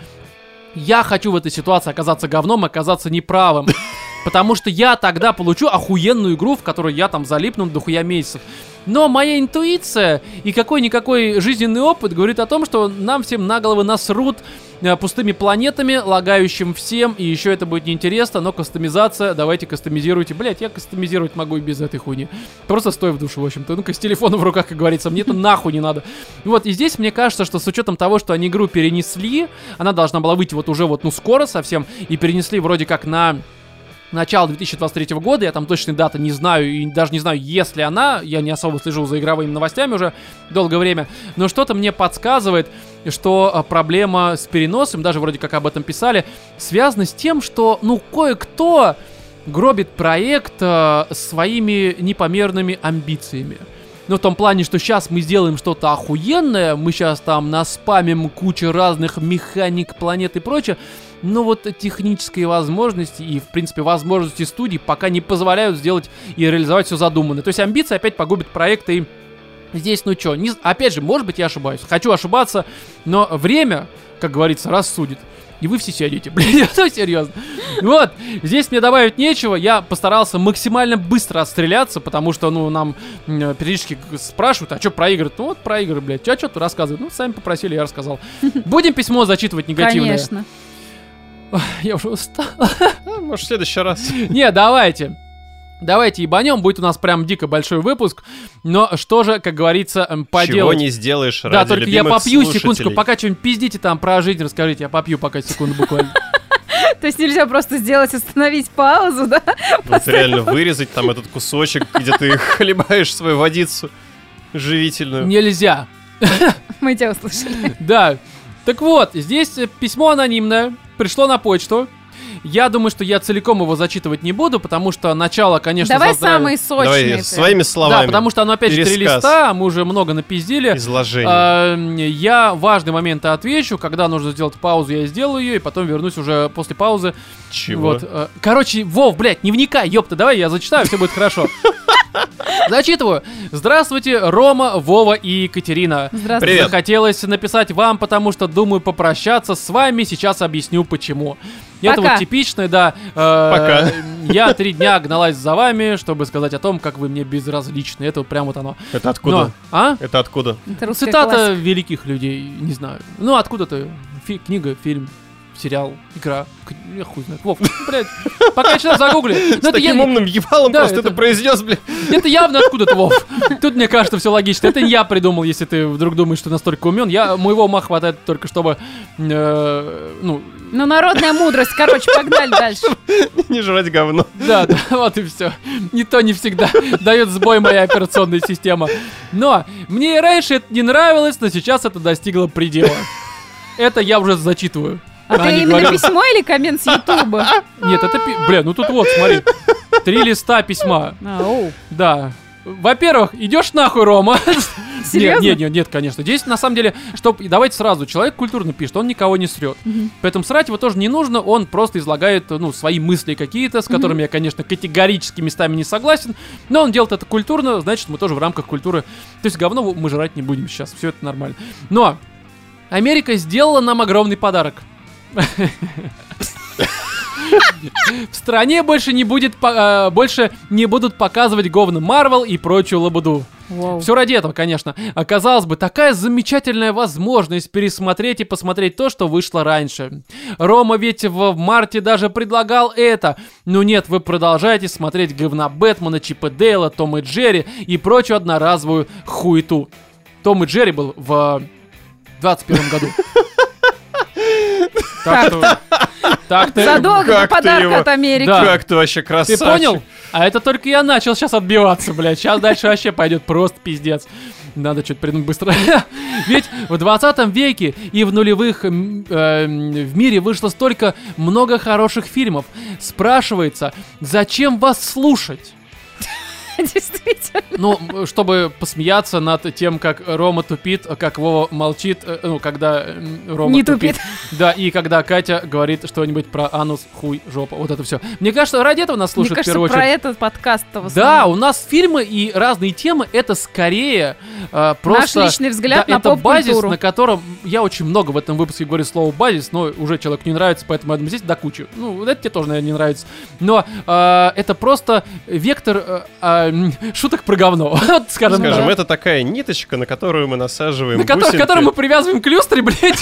Speaker 1: Я хочу в этой ситуации оказаться говном и оказаться неправым. Потому что я тогда получу охуенную игру, в которую я там залипну до хуя месяцев. Но моя интуиция и какой-никакой жизненный опыт говорит о том, что нам всем на головы насрут э, пустыми планетами, лагающим всем, и еще это будет неинтересно, но кастомизация, давайте кастомизируйте. Блять, я кастомизировать могу и без этой хуйни. Просто стой в душе, в общем-то. Ну-ка, с телефона в руках, как говорится, мне это нахуй не надо. Вот, и здесь мне кажется, что с учетом того, что они игру перенесли, она должна была выйти вот уже вот, ну, скоро совсем, и перенесли вроде как на... начало две тысячи двадцать третьего года, я там точной даты не знаю, и даже не знаю, есть ли она, я не особо слежу за игровыми новостями уже долгое время, но что-то мне подсказывает, что проблема с переносом, даже вроде как об этом писали, связана с тем, что, ну, кое-кто гробит проект э, своими непомерными амбициями. Ну, в том плане, что сейчас мы сделаем что-то охуенное, мы сейчас там наспамим кучу разных механик, планет и прочее, но вот технические возможности и, в принципе, возможности студий пока не позволяют сделать и реализовать все задуманное. То есть амбиции опять погубят проекты, и здесь, ну чё, не... опять же, может быть, я ошибаюсь, хочу ошибаться, но время, как говорится, рассудит. И вы все сидите, блин, это серьезно. Вот, здесь мне добавить нечего, я постарался максимально быстро отстреляться, потому что, ну, нам периодически спрашивают, а что про игры? Ну, вот про игры, блядь, а что тут рассказывают? Ну, сами попросили, я рассказал. Будем письмо зачитывать негативное?
Speaker 2: Конечно.
Speaker 1: Я уже устал.
Speaker 3: Может, в следующий раз.
Speaker 1: Не, давайте. Давайте ебанем, будет у нас прям дико большой выпуск. Но что же, как говорится, поделать?
Speaker 3: Чего не сделаешь ради
Speaker 1: Да, только я попью
Speaker 3: слушателей.
Speaker 1: секундочку, пока что-нибудь пиздите там про жизнь, расскажите, я попью пока секунду буквально.
Speaker 2: То есть нельзя просто сделать, остановить паузу, да?
Speaker 3: Вот реально вырезать там этот кусочек, где ты хлебаешь свою водицу живительную.
Speaker 1: Нельзя.
Speaker 2: Мы тебя услышали.
Speaker 1: Да. Так вот, здесь письмо анонимное, пришло на почту. я думаю, что я целиком его зачитывать не буду, потому что начало, конечно,
Speaker 2: Давай
Speaker 1: заздравит.
Speaker 2: самые сочные.
Speaker 3: Давай
Speaker 2: ты.
Speaker 3: своими словами.
Speaker 1: Да, потому что оно опять же три
Speaker 3: Пересказ.
Speaker 1: листа, мы уже много напиздили.
Speaker 3: Изложение.
Speaker 1: А, я важные моменты отвечу, когда нужно сделать паузу, я сделаю ее, и потом вернусь уже после паузы.
Speaker 3: Чего?
Speaker 1: Вот. а, Короче, Вов, блядь, не вникай, ёпта, давай я зачитаю, все будет хорошо. Зачитываю. Здравствуйте, Рома, Вова и Екатерина.
Speaker 2: Здравствуйте.
Speaker 3: Привет.
Speaker 1: Захотелось написать вам, потому что думаю попрощаться с вами. Сейчас объясню почему. Это
Speaker 2: Пока.
Speaker 1: вот типичное, да. э,
Speaker 3: Пока.
Speaker 1: Я три дня гналась за вами, чтобы сказать о том, как вы мне безразличны. Это вот прям вот оно.
Speaker 3: Это откуда?
Speaker 1: Но, а?
Speaker 3: Это откуда?
Speaker 2: Это русская
Speaker 1: Цитата
Speaker 2: классика.
Speaker 1: великих людей, не знаю. Ну, откуда-то. Фи- книга, фильм, сериал, игра. К- Я хуй знает. Вов, блядь, пока я сейчас загуглю.
Speaker 3: С
Speaker 1: Ну, это
Speaker 3: таким
Speaker 1: я-
Speaker 3: умным ебалом
Speaker 1: Да,
Speaker 3: просто
Speaker 1: это-
Speaker 3: это произнес, блин.
Speaker 1: Это явно откуда-то, Вов. Тут, мне кажется, все логично. Это не я придумал, если ты вдруг думаешь, что настолько умен. Я, моего ума хватает только, чтобы, э, ну,
Speaker 2: Ну, народная мудрость. Короче, погнали дальше.
Speaker 3: Не жрать говно.
Speaker 1: да, да, вот и все. Не то не всегда дает сбой моя операционная система. Но мне и раньше это не нравилось, но сейчас это достигло предела. Это я уже зачитываю.
Speaker 2: А ты
Speaker 1: они
Speaker 2: именно
Speaker 1: говорят-
Speaker 2: письмо или коммент с Ютуба?
Speaker 1: Нет, это... пи- Бля, ну тут вот, смотри. Три листа письма.
Speaker 2: Ау.
Speaker 1: Да. Во-первых, идешь нахуй, Рома.
Speaker 2: Серьезно?
Speaker 1: Нет, нет, нет, конечно. Здесь, на самом деле, чтоб... Давайте сразу. Человек культурно пишет, он никого не срет. Поэтому срать его тоже не нужно. Он просто излагает, ну, свои мысли какие-то, с которыми я, конечно, категорически местами не согласен. Но он делает это культурно, значит, мы тоже в рамках культуры. То есть говно мы жрать не будем сейчас. Все это нормально. Но Америка сделала нам огромный подарок. В стране больше не будет, по- э, больше не будут показывать говно Марвел и прочую лабуду.
Speaker 2: Вау.
Speaker 1: Все ради этого, конечно. Оказалось бы, такая замечательная возможность пересмотреть и посмотреть то, что вышло раньше. Рома ведь в марте даже предлагал это. Но нет, вы продолжаете смотреть говна Бэтмена, Чипа Дейла, Том и Джерри и прочую одноразовую хуету. Том и Джерри был в двадцать первом году. Так что... Так ты...
Speaker 2: Задолго до
Speaker 3: Как ты
Speaker 2: подарка
Speaker 3: его-
Speaker 2: от Америки.
Speaker 1: Да.
Speaker 3: Как ты вообще
Speaker 1: Ты
Speaker 3: красавчик.
Speaker 1: понял? А это только я начал сейчас отбиваться, блядь. Сейчас дальше вообще пойдет просто пиздец. Надо что-то придумать быстро. Ведь в двадцатом веке и в нулевых м, э, в мире вышло столько много хороших фильмов. Спрашивается, зачем вас слушать?
Speaker 2: Действительно.
Speaker 1: Ну, чтобы посмеяться над тем, как Рома тупит, как Вова молчит, э, ну, когда э, Рома
Speaker 2: Не
Speaker 1: тупит.
Speaker 2: тупит.
Speaker 1: Да, и когда Катя говорит что-нибудь про анус, хуй, жопа, вот это все. Мне кажется, ради этого нас
Speaker 2: Мне
Speaker 1: слушают в
Speaker 2: кажется,
Speaker 1: первую
Speaker 2: про
Speaker 1: очередь.
Speaker 2: этот подкаст-то в
Speaker 1: Да,
Speaker 2: основном.
Speaker 1: у нас фильмы и разные темы, это скорее э, просто...
Speaker 2: личный взгляд
Speaker 1: да,
Speaker 2: на
Speaker 1: это базис,
Speaker 2: поп-культуру.
Speaker 1: на котором я очень много в этом выпуске говорю слово базис, но уже человеку не нравится, поэтому я думаю, здесь до кучи. Ну, это тебе тоже, наверное, не нравится. Но э, это просто вектор э, э, м, шуток про говно. Вот, скажем,
Speaker 3: Скажем,
Speaker 1: так.
Speaker 3: это такая ниточка, на которую мы насаживаем
Speaker 1: На ко-
Speaker 3: бусинки.
Speaker 1: которую мы привязываем к люстре, блядь.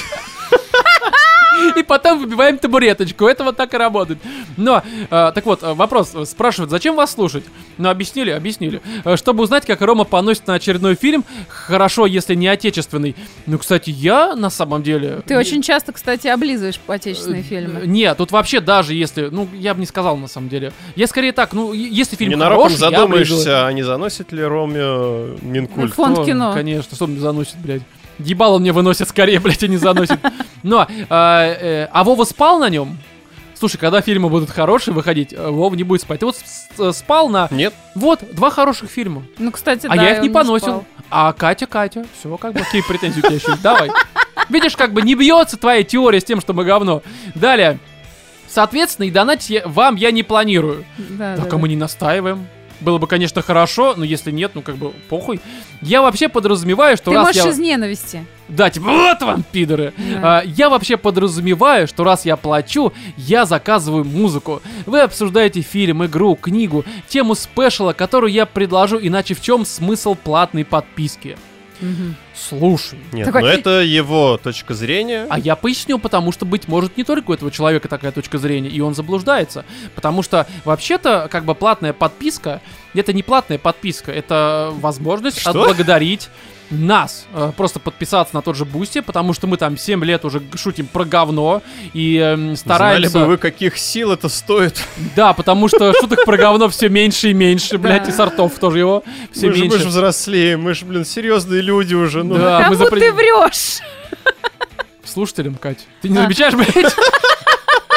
Speaker 1: И потом выбиваем табуреточку. Это вот так и работает. Но, э, так вот, э, вопрос. э, Спрашивают, зачем вас слушать? Ну, объяснили, объяснили. Э, чтобы узнать, как Рома поносит на очередной фильм. Хорошо, если не отечественный. Ну, кстати, я на самом деле...
Speaker 2: Ты очень часто, кстати, облизываешь отечественные
Speaker 1: Э,
Speaker 2: фильмы.
Speaker 1: Нет, тут вообще даже если... Ну, я бы не сказал на самом деле. Я скорее так, ну, е- если фильм
Speaker 3: Ненароком
Speaker 1: хороший, я облизываю.
Speaker 3: задумаешься, а не заносит ли Роме Минкульт?
Speaker 2: Фонд
Speaker 1: Кто?
Speaker 2: кино.
Speaker 1: Конечно, что он мне заносит, блядь. Ебал он мне выносит скорее, блядь, и не заносит. Но, а, э, а Вова спал на нем? Слушай, когда фильмы будут хорошие выходить, э, Вова не будет спать. Ты вот с- с- спал на...
Speaker 3: Нет?
Speaker 1: Вот, два хороших фильма.
Speaker 2: Ну, кстати,
Speaker 1: А
Speaker 2: да,
Speaker 1: я их
Speaker 2: он
Speaker 1: не поносил.
Speaker 2: спал.
Speaker 1: А Катя, Катя, все, как бы, какие претензии у тебя еще есть? Давай. Видишь, как бы не бьется твоя теория с тем, что мы говно. Далее. Соответственно, и донатить я- вам я не планирую.
Speaker 2: Да,
Speaker 1: Так,
Speaker 2: да,
Speaker 1: а мы
Speaker 2: да.
Speaker 1: не настаиваем. Было бы, конечно, хорошо, но если нет, ну как бы похуй. Я вообще подразумеваю, что
Speaker 2: Ты
Speaker 1: раз
Speaker 2: можешь
Speaker 1: я...
Speaker 2: из ненависти.
Speaker 1: Да, типа, вот вам, пидоры.
Speaker 2: Да.
Speaker 1: А, я вообще подразумеваю, что раз я плачу, я заказываю музыку. Вы обсуждаете фильм, игру, книгу, тему спешала, которую я предложу, иначе в чем смысл платной подписки?
Speaker 2: Мгм.
Speaker 1: Слушай.
Speaker 3: Нет,
Speaker 2: Такой-
Speaker 3: но это его точка зрения.
Speaker 1: А я поясню, потому что, быть может, не только у этого человека такая точка зрения, и он заблуждается. Потому что, вообще-то, как бы платная подписка, это не платная подписка, это возможность
Speaker 3: Что?
Speaker 1: отблагодарить нас, э, просто подписаться на тот же Бусти, потому что мы там семь лет уже шутим про говно и эм, стараемся...
Speaker 3: Знали бы вы, каких сил это стоит.
Speaker 1: Да, потому что шуток про говно все меньше и меньше, блядь,
Speaker 2: Да.
Speaker 1: и сортов тоже его все
Speaker 3: Мы же, мы
Speaker 1: меньше.
Speaker 3: же взрослеем, мы же, блин, серьезные люди уже. Ну,
Speaker 1: Да, мы
Speaker 2: Кому
Speaker 1: запре-
Speaker 2: ты врешь?
Speaker 1: Слушателям, Кать, ты не замечаешь, блядь?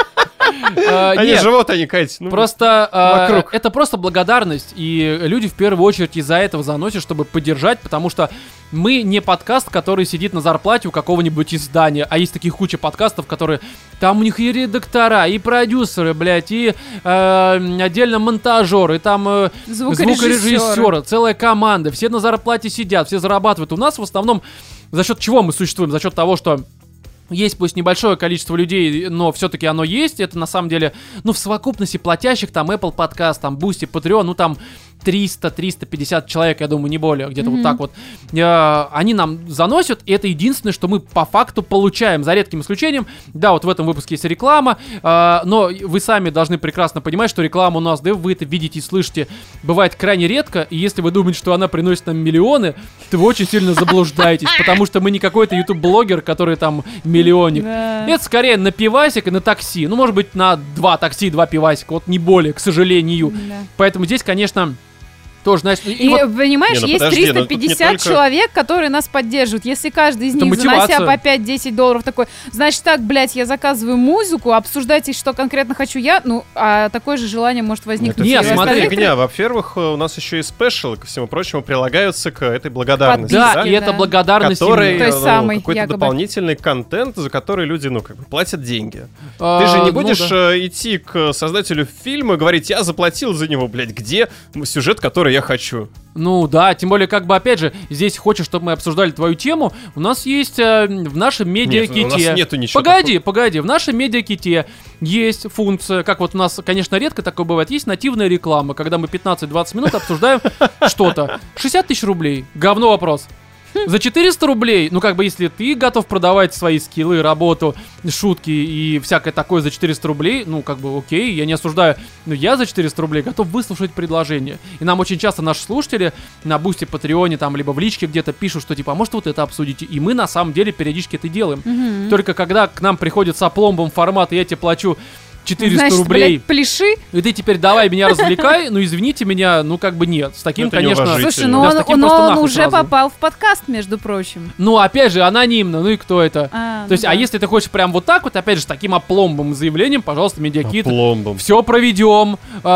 Speaker 1: А,
Speaker 3: Они
Speaker 1: нет,
Speaker 3: живут, они, Кать. ну,
Speaker 1: Просто а,
Speaker 3: вокруг.
Speaker 1: это просто благодарность, и люди в первую очередь из-за этого заносят, чтобы поддержать, потому что мы не подкаст, который сидит на зарплате у какого-нибудь издания, а есть таких куча подкастов, которые там у них и редактора, и продюсеры, блядь, и э, отдельно монтажеры, и там э,
Speaker 2: Звукорежиссеры.
Speaker 1: звукорежиссеры, целая команда, все на зарплате сидят, все зарабатывают. У нас в основном за счет чего мы существуем? За счет того, что есть пусть небольшое количество людей, но все-таки оно есть. Это на самом деле, ну, в совокупности платящих, там, Apple Podcast, там, Boosty, Patreon, ну, там, триста триста пятьдесят человек, я думаю, не более, где-то mm-hmm. вот так вот. Э, они нам заносят, и это единственное, что мы по факту получаем, за редким исключением. Да, вот в этом выпуске есть реклама, э, но вы сами должны прекрасно понимать, что реклама у нас, да, вы это видите и слышите, бывает крайне редко, и если вы думаете, что она приносит нам миллионы, то вы очень сильно заблуждаетесь, потому что мы не какой-то YouTube-блогер, который там миллионник.
Speaker 2: Да.
Speaker 1: Это скорее на пивасик и на такси. Ну, может быть, на два такси, два пивасика, вот не более, к сожалению.
Speaker 2: Да.
Speaker 1: Поэтому здесь, конечно... Тоже, знаешь, и,
Speaker 2: И,
Speaker 1: вот
Speaker 2: понимаешь,
Speaker 3: Не, ну
Speaker 2: есть
Speaker 3: подожди, ну
Speaker 2: триста
Speaker 3: тут не
Speaker 2: пятьдесят
Speaker 3: только-
Speaker 2: человек, которые нас поддерживают. Если каждый из
Speaker 1: Это
Speaker 2: них, занося
Speaker 1: мотивация.
Speaker 2: по пять-десять долларов, такой, значит так, блядь, я заказываю музыку, обсуждайте, что конкретно хочу я, ну, а такое же желание может возникнуть.
Speaker 3: Это
Speaker 1: Нет,
Speaker 2: и у
Speaker 3: фигня,
Speaker 1: смотри.
Speaker 2: остальных.
Speaker 3: фигня. Во-первых, у нас еще и спешл, ко всему прочему, прилагаются к этой благодарности.
Speaker 1: да,
Speaker 2: да?
Speaker 1: и это
Speaker 2: Да.
Speaker 1: благодарность
Speaker 3: Который,
Speaker 1: именно.
Speaker 2: То есть
Speaker 3: ну,
Speaker 2: самый,
Speaker 3: какой-то
Speaker 2: якобы.
Speaker 3: дополнительный контент, за который люди, ну, как бы платят деньги.
Speaker 1: А,
Speaker 3: Ты же не
Speaker 1: ну
Speaker 3: будешь
Speaker 1: да.
Speaker 3: э, идти к создателю фильма и говорить, я заплатил за него, блядь, где сюжет, который я хочу?
Speaker 1: Ну да, тем более, как бы, опять же, здесь хочешь, чтобы мы обсуждали твою тему, у нас есть э, в нашем медиаките...
Speaker 3: Нет, у нас нету ничего
Speaker 1: Погоди, погоди, в нашем медиаките есть функция, как вот у нас, конечно, редко такое бывает, есть нативная реклама, когда мы пятнадцать-двадцать минут обсуждаем что-то. шестьдесят тысяч рублей, говно вопрос. За четыреста рублей, ну как бы если ты готов продавать свои скиллы, работу, шутки и всякое такое за четыреста рублей, ну как бы окей, я не осуждаю, но я за четыреста рублей готов выслушать предложение. И нам очень часто наши слушатели на Бусти, Патреоне, там, либо в личке где-то пишут, что типа, а может вот это обсудите? И мы на самом деле периодически это делаем.
Speaker 2: Мгм.
Speaker 1: Только когда к нам приходит с опломбом формат, и я тебе плачу четыреста
Speaker 2: Значит,
Speaker 1: рублей,
Speaker 2: блядь, пляши.
Speaker 1: и ты теперь давай меня развлекай, ну извините меня, ну как бы нет. С таким,
Speaker 3: Это
Speaker 1: конечно...
Speaker 3: неуважительно.
Speaker 2: Слушай, ну
Speaker 1: Да,
Speaker 2: он,
Speaker 1: с таким
Speaker 2: но
Speaker 1: просто
Speaker 2: он
Speaker 1: нахуй
Speaker 2: уже
Speaker 1: сразу.
Speaker 2: попал в подкаст, между прочим.
Speaker 1: Ну опять же, анонимно, ну и кто это?
Speaker 2: А,
Speaker 1: То есть,
Speaker 2: ну
Speaker 1: а
Speaker 2: да.
Speaker 1: если ты хочешь прям вот так вот, опять же, с таким опломбом и заявлением, пожалуйста, медиакит,
Speaker 3: Пломбом.
Speaker 1: все проведем,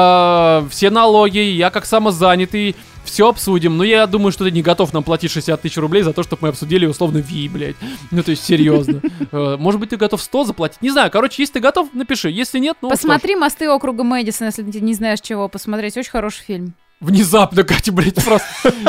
Speaker 1: э, все налоги, я как самозанятый, все обсудим. Но я думаю, что ты не готов нам платить шестьдесят тысяч рублей за то, чтобы мы обсудили условно Ви, блядь. Ну, то есть, серьезно. Э, Может быть, ты готов сто заплатить? Не знаю, короче, если ты готов, напиши. Если нет, ну что ж.
Speaker 2: Посмотри «Мосты округа Мэдисона», если ты не знаешь, чего посмотреть. Очень хороший фильм.
Speaker 1: Внезапно, Катя, блядь, просто...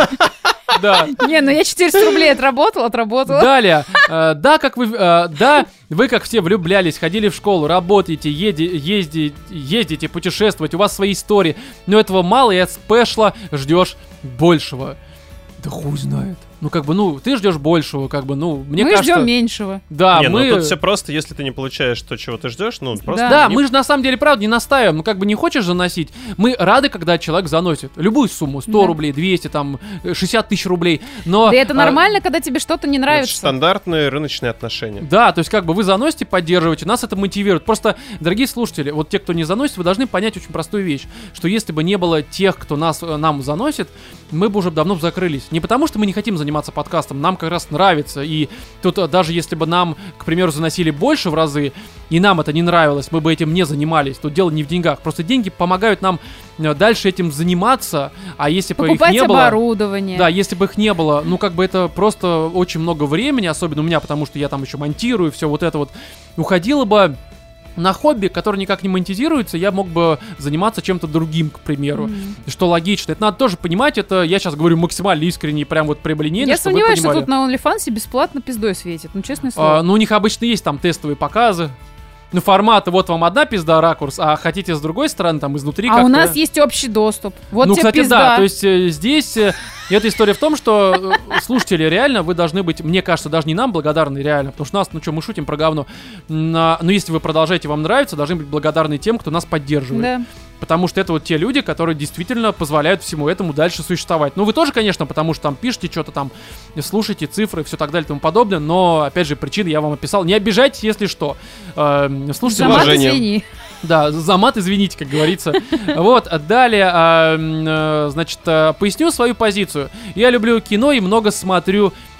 Speaker 1: Да.
Speaker 2: Не, ну я четыреста рублей отработала, отработала.
Speaker 1: Далее, э, да, как вы, э, да, вы как все влюблялись, ходили в школу, работаете, еди, езди, ездите, путешествовать, у вас свои истории, но этого мало, и от спешла ждешь большего. Да хуй знает. Ну, как бы, ну, ты ждешь большего, как бы, ну, мне
Speaker 2: Мы
Speaker 1: кажется...
Speaker 2: ждем меньшего.
Speaker 1: Да,
Speaker 3: Не,
Speaker 1: мы...
Speaker 3: ну тут все просто, если ты не получаешь то, чего ты ждешь, ну просто...
Speaker 1: Да,
Speaker 3: не-
Speaker 1: мы же на самом деле, правда, не настаиваем. Ну, как бы не хочешь заносить. Мы рады, когда человек заносит любую сумму. сто
Speaker 2: Да.
Speaker 1: рублей, двести, там, шестьдесят тысяч рублей. Но...
Speaker 2: Да это
Speaker 1: а,
Speaker 2: нормально, когда тебе что-то не
Speaker 3: Это ж
Speaker 2: нравится.
Speaker 3: стандартные рыночные отношения.
Speaker 1: Да, то есть как бы вы заносите, поддерживаете, нас это мотивирует. Просто, дорогие слушатели, вот те, кто не заносит, вы должны понять очень простую вещь, что если бы не было тех, кто нас, э, нам заносит, мы бы уже давно закрылись. Не потому, что мы не хотим заниматься подкастом, нам как раз нравится. И тут э, даже если бы нам, к примеру, заносили больше в разы, и нам это не нравилось, мы бы этим не занимались. Тут дело не в деньгах. Просто деньги помогают нам э, дальше этим заниматься, а если бы их
Speaker 2: Покупать
Speaker 1: не было...
Speaker 2: оборудование.
Speaker 1: Да, если бы их не было, ну как бы это просто очень много времени, особенно у меня, потому что я там еще монтирую, все вот это вот, уходило бы на хобби, которое никак не монетизируется, я мог бы заниматься чем-то другим, к примеру.
Speaker 2: Мгм.
Speaker 1: Что логично. Это надо тоже понимать, это я сейчас говорю максимально искренне, и прям вот прямолинейно,
Speaker 2: Я
Speaker 1: чтобы вы
Speaker 2: сомневаюсь, что
Speaker 1: понимали.
Speaker 2: тут на OnlyFans бесплатно пиздой светит. Ну, честное
Speaker 1: А,
Speaker 2: слово.
Speaker 1: ну, у них обычно есть там тестовые показы. Ну, форматы, вот вам одна пизда, ракурс, а хотите с другой стороны, там, изнутри
Speaker 2: А
Speaker 1: как-то...
Speaker 2: у нас есть общий доступ. Вот
Speaker 1: ну,
Speaker 2: тебе
Speaker 1: кстати,
Speaker 2: пизда.
Speaker 1: да, то есть э, здесь э, эта история в том, что э, слушатели, реально, вы должны быть, мне кажется, даже не нам благодарны, реально, потому что нас, ну что, мы шутим про говно, но, но если вы продолжаете, вам нравится, должны быть благодарны тем, кто нас поддерживает.
Speaker 2: Да.
Speaker 1: Потому что это вот те люди, которые действительно позволяют всему этому дальше существовать. Ну, вы тоже, конечно, потому что там пишете что-то там, слушаете цифры, все так далее и тому подобное, но, опять же, причины я вам описал. Не обижайтесь, если что. Э, слушайте,
Speaker 2: За мат
Speaker 3: уважение.
Speaker 2: извини.
Speaker 1: да, за мат извините, как говорится. Вот, далее, а, м, э, значит, э, поясню свою позицию. Я люблю кино и много смотрю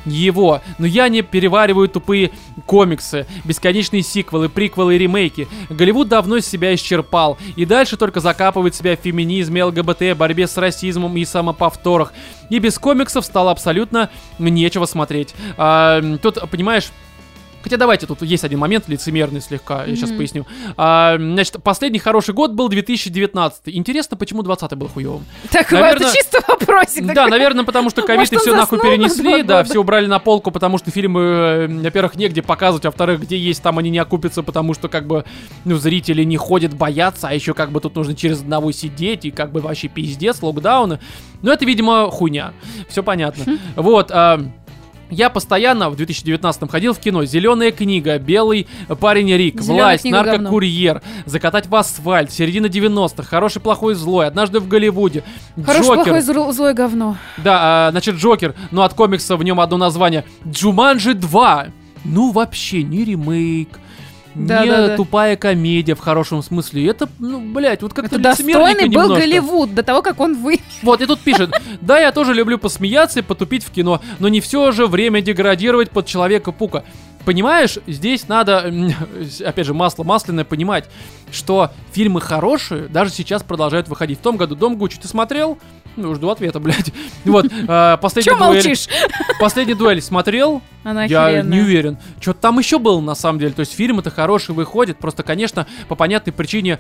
Speaker 1: его. Но я не перевариваю тупые комиксы, бесконечные сиквелы, приквелы и ремейки. Голливуд давно себя исчерпал. И дальше только закапывает себя в феминизме, ЛГБТ, борьбе с расизмом и самоповторах. И без комиксов стало абсолютно нечего смотреть. А, тут, понимаешь... Хотя давайте, тут есть один момент лицемерный слегка, я mm-hmm. сейчас поясню. А, значит, последний хороший год был две тысячи девятнадцатый. Интересно, почему двадцатый был хуёвым?
Speaker 2: Так, наверное, это чисто вопросик.
Speaker 1: Да, наверное, потому что ковид и все нахуй перенесли, да, все убрали на полку, потому что фильмы, во-первых, негде показывать, а во-вторых, где есть, там они не окупятся, потому что, как бы, ну, зрители не ходят, боятся, а еще, как бы, тут нужно через одного сидеть, и, как бы, вообще пиздец, локдауны. Но это, видимо, хуйня. Все понятно. Mm-hmm. Вот, а... Я постоянно в две тысячи девятнадцатом ходил в кино. «Зеленая книга», «Белый парень Рик»,
Speaker 2: «Зеленая
Speaker 1: «Власть»,
Speaker 2: книга»
Speaker 1: «Наркокурьер», «Закатать в асфальт», «Середина девяностых», «Хороший, плохой, злой», «Однажды в Голливуде»,
Speaker 2: «Хороший,
Speaker 1: «Джокер».
Speaker 2: плохой, зло, злой говно.
Speaker 1: Да, а, значит, «Джокер», ну от комикса в нем одно название. «Джуманджи два». Ну вообще не ремейк.
Speaker 2: Да,
Speaker 1: не
Speaker 2: да, да.
Speaker 1: тупая комедия в хорошем смысле. Это, ну, блядь, вот как-то
Speaker 2: это достойный был
Speaker 1: немножко.
Speaker 2: Голливуд до того, как он вы...
Speaker 1: Вот, и тут пишет: да, я тоже люблю посмеяться и потупить в кино, но не все же время деградировать под Человека-паука. Понимаешь, здесь надо, опять же, масло масляное, понимать, что фильмы хорошие даже сейчас продолжают выходить. В том году «Дом Гуччи» ты смотрел? Ну, жду ответа, блядь. Вот, последняя дуэль... Чё молчишь? Последняя дуэль смотрел?
Speaker 2: Она
Speaker 1: Я
Speaker 2: охеренная.
Speaker 1: Не уверен. Что-то там еще было, на самом деле. То есть фильмы-то хорошие выходят. Просто, конечно, по понятной причине...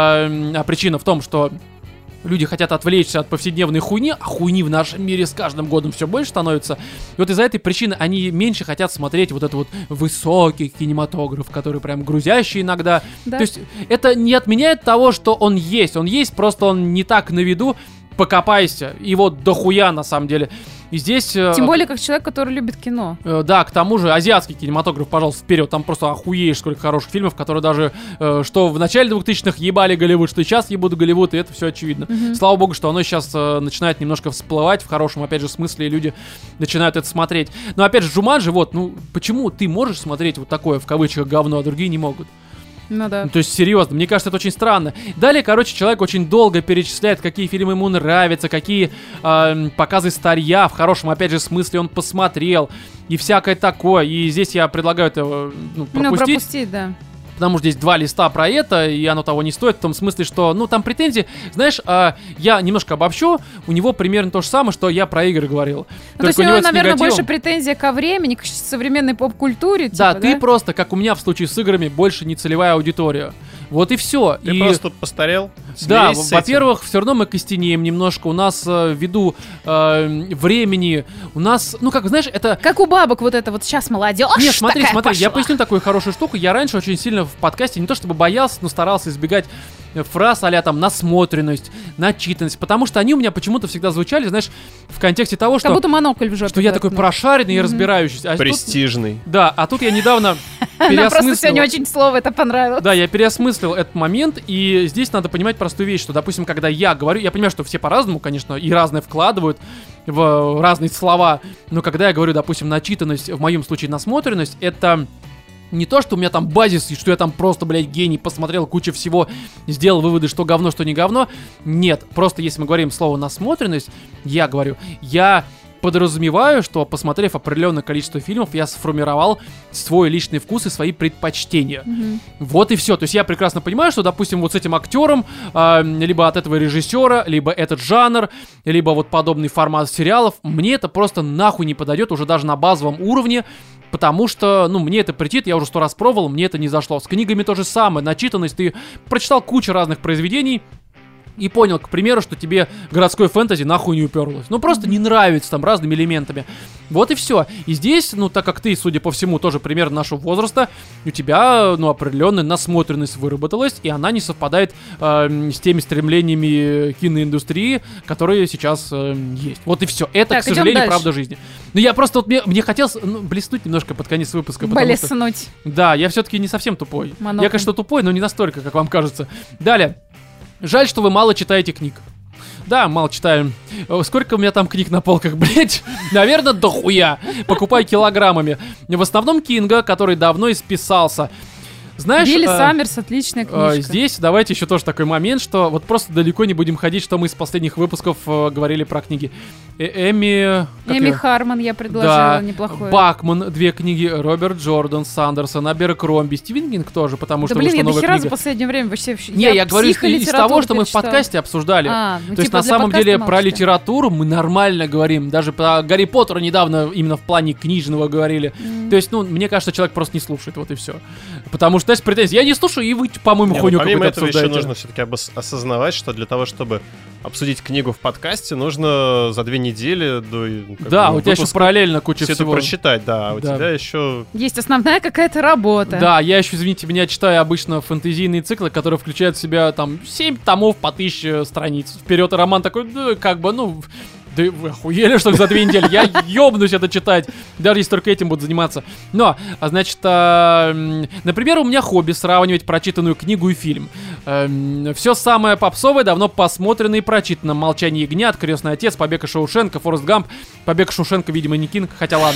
Speaker 1: А причина в том, что... Люди хотят отвлечься от повседневной хуйни, а хуйни в нашем мире с каждым годом все больше становится. И вот из-за этой причины они меньше хотят смотреть вот этот вот высокий кинематограф, который прям грузящий иногда.
Speaker 2: Да.
Speaker 1: То есть это не отменяет того, что он есть. Он есть, просто он не так на виду. Покопайся. Его дохуя на самом деле. И здесь...
Speaker 2: Тем более, как человек, который любит кино.
Speaker 1: Э, да, к тому же, азиатский кинематограф, пожалуйста, вперед. Там просто охуеешь, сколько хороших фильмов, которые даже, э, что в начале двухтысячных ебали Голливуд, что и сейчас ебут Голливуд, и это все очевидно. Mm-hmm. Слава богу, что оно сейчас э, начинает немножко всплывать в хорошем, опять же, смысле, и люди начинают это смотреть. Но, опять же, Джуманджи, вот, ну, почему ты можешь смотреть вот такое, в кавычках, говно, а другие не могут?
Speaker 2: Ну да.
Speaker 1: Ну, то есть, серьезно, мне кажется, это очень странно. Далее, короче, человек очень долго перечисляет, какие фильмы ему нравятся, какие э, показы старья, в хорошем, опять же, смысле он посмотрел, и всякое такое. И здесь я предлагаю это ну, пропустить.
Speaker 2: Ну, пропустить, да.
Speaker 1: Потому что здесь два листа про это, и оно того не стоит, в том смысле, что, ну, там претензии, знаешь, э, я немножко обобщу, у него примерно то же самое, что я про игры говорил.
Speaker 2: Ну, то есть у него, наверное, больше претензий ко времени, к современной поп-культуре, типа,
Speaker 1: да,
Speaker 2: да?
Speaker 1: ты просто, как у меня в случае с играми, больше не целевая аудитория. Вот и все.
Speaker 3: Ты
Speaker 1: и...
Speaker 3: просто постарел.
Speaker 1: Да, во-первых, все равно мы костенеем немножко. У нас э, ввиду э, времени, у нас, ну как, знаешь, это...
Speaker 2: Как у бабок вот это вот сейчас молодежь.
Speaker 1: Нет, смотри, смотри,
Speaker 2: пошла.
Speaker 1: Я поясню такую хорошую штуку. Я раньше очень сильно в подкасте не то чтобы боялся, но старался избегать фраз а-ля там насмотренность, начитанность, потому что они у меня почему-то всегда звучали, знаешь, в контексте того, что...
Speaker 2: Как будто монокль в жопе.
Speaker 1: Что я такой прошаренный mm-hmm. и разбирающийся. А
Speaker 3: Престижный.
Speaker 1: Тут, да, а тут я недавно переосмыслил...
Speaker 2: Нам просто сегодня очень слово это понравилось.
Speaker 1: Да, я переосмыслил этот момент, и здесь надо понимать простую вещь, что, допустим, когда я говорю, я понимаю, что все по-разному, конечно, и разное вкладывают в разные слова, но когда я говорю, допустим, начитанность, в моем случае насмотренность, это... Не то, что у меня там базис, и что я там просто, блядь, гений, посмотрел кучу всего, сделал выводы, что говно, что не говно. Нет, просто если мы говорим слово «насмотренность», я говорю, я подразумеваю, что, посмотрев определенное количество фильмов, я сформировал свой личный вкус и свои предпочтения. Mm-hmm. Вот и все. То есть я прекрасно понимаю, что, допустим, вот с этим актером, э, либо от этого режиссера, либо этот жанр, либо вот подобный формат сериалов, мне это просто нахуй не подойдет уже даже на базовом уровне. Потому что, ну, мне это претит, я уже сто раз пробовал, мне это не зашло. С книгами то же самое, начитанность, ты прочитал кучу разных произведений и понял, к примеру, что тебе городской фэнтези нахуй не уперлось. Ну, просто не нравится там разными элементами. Вот и все. И здесь, ну, так как ты, судя по всему, тоже примерно нашего возраста, у тебя, ну, определенная насмотренность выработалась, и она не совпадает э, с теми стремлениями киноиндустрии, которые сейчас э, есть. Вот и все. Это, так, к сожалению, правда жизни. Но я просто вот, мне, мне хотелось ну, блеснуть немножко под конец выпуска.
Speaker 2: Блеснуть.
Speaker 1: Что, да, я все-таки не совсем тупой. Монокль. Я, конечно, тупой, но не настолько, как вам кажется. Далее. Жаль, что вы мало читаете книг. Да, мало читаем. Сколько у меня там книг на полках, блять? Наверное, дохуя. Покупаю килограммами. В основном Кинга, который давно исписался. Знаешь,
Speaker 2: Билли
Speaker 1: а,
Speaker 2: Саммерс, отличная книжка.
Speaker 1: а, здесь давайте еще тоже такой момент, что вот просто далеко не будем ходить, что мы из последних выпусков а, говорили про книги. Э, Эми... как
Speaker 2: Эми
Speaker 1: её?
Speaker 2: Харман я предложила,
Speaker 1: Да,
Speaker 2: неплохое.
Speaker 1: Бакман, две книги, Роберт Джордан, Сандерсон, Аберкромби, Стивен Кинг тоже, потому
Speaker 2: Да
Speaker 1: что
Speaker 2: блин,
Speaker 1: вышла
Speaker 2: я
Speaker 1: новая
Speaker 2: дохера
Speaker 1: книга.
Speaker 2: за последнее время вообще...
Speaker 1: Не, я, говорю из, из
Speaker 2: психолитературу
Speaker 1: того, что мы в
Speaker 2: перечитала.
Speaker 1: подкасте обсуждали.
Speaker 2: А, ну,
Speaker 1: То есть
Speaker 2: типа
Speaker 1: на
Speaker 2: для
Speaker 1: самом
Speaker 2: подкаста
Speaker 1: деле
Speaker 2: мало,
Speaker 1: про
Speaker 2: что ли?
Speaker 1: литературу мы нормально говорим. Даже про Гарри Поттера недавно именно в плане книжного говорили.
Speaker 2: М.
Speaker 1: То есть, ну, мне кажется, человек просто не слушает, вот и все. Потому что есть претензии. Я не слушаю, и вы, по-моему,
Speaker 3: Не, ну,
Speaker 1: хуйню
Speaker 3: помимо
Speaker 1: какую-то
Speaker 3: этого еще
Speaker 1: обсуждаете.
Speaker 3: нужно все-таки осознавать, что для того, чтобы обсудить книгу в подкасте, нужно за две недели до ну, как
Speaker 1: Да,
Speaker 3: бы,
Speaker 1: у тебя еще
Speaker 3: выпуска
Speaker 1: параллельно куча
Speaker 3: все это
Speaker 1: всего.
Speaker 3: прочитать, да, а у
Speaker 1: Да.
Speaker 3: тебя еще...
Speaker 2: Есть основная какая-то работа.
Speaker 1: Да, я еще, извините меня, читаю обычно фэнтезийные циклы, которые включают в себя там семь томов по тысяче страниц. Вперед, и роман такой, да, как бы, ну... Да вы охуели, что ли, за две недели? Я ёбнусь это читать, даже если только этим буду заниматься. Но, а, значит, а, м, например, у меня хобби сравнивать прочитанную книгу и фильм. Все самое попсовое давно посмотрено и прочитано. «Молчание ягнят», «Крестный отец», «Побег из Шоушенка», «Форест Гамп». «Побег из Шоушенка», видимо, не Кинг, хотя ладно.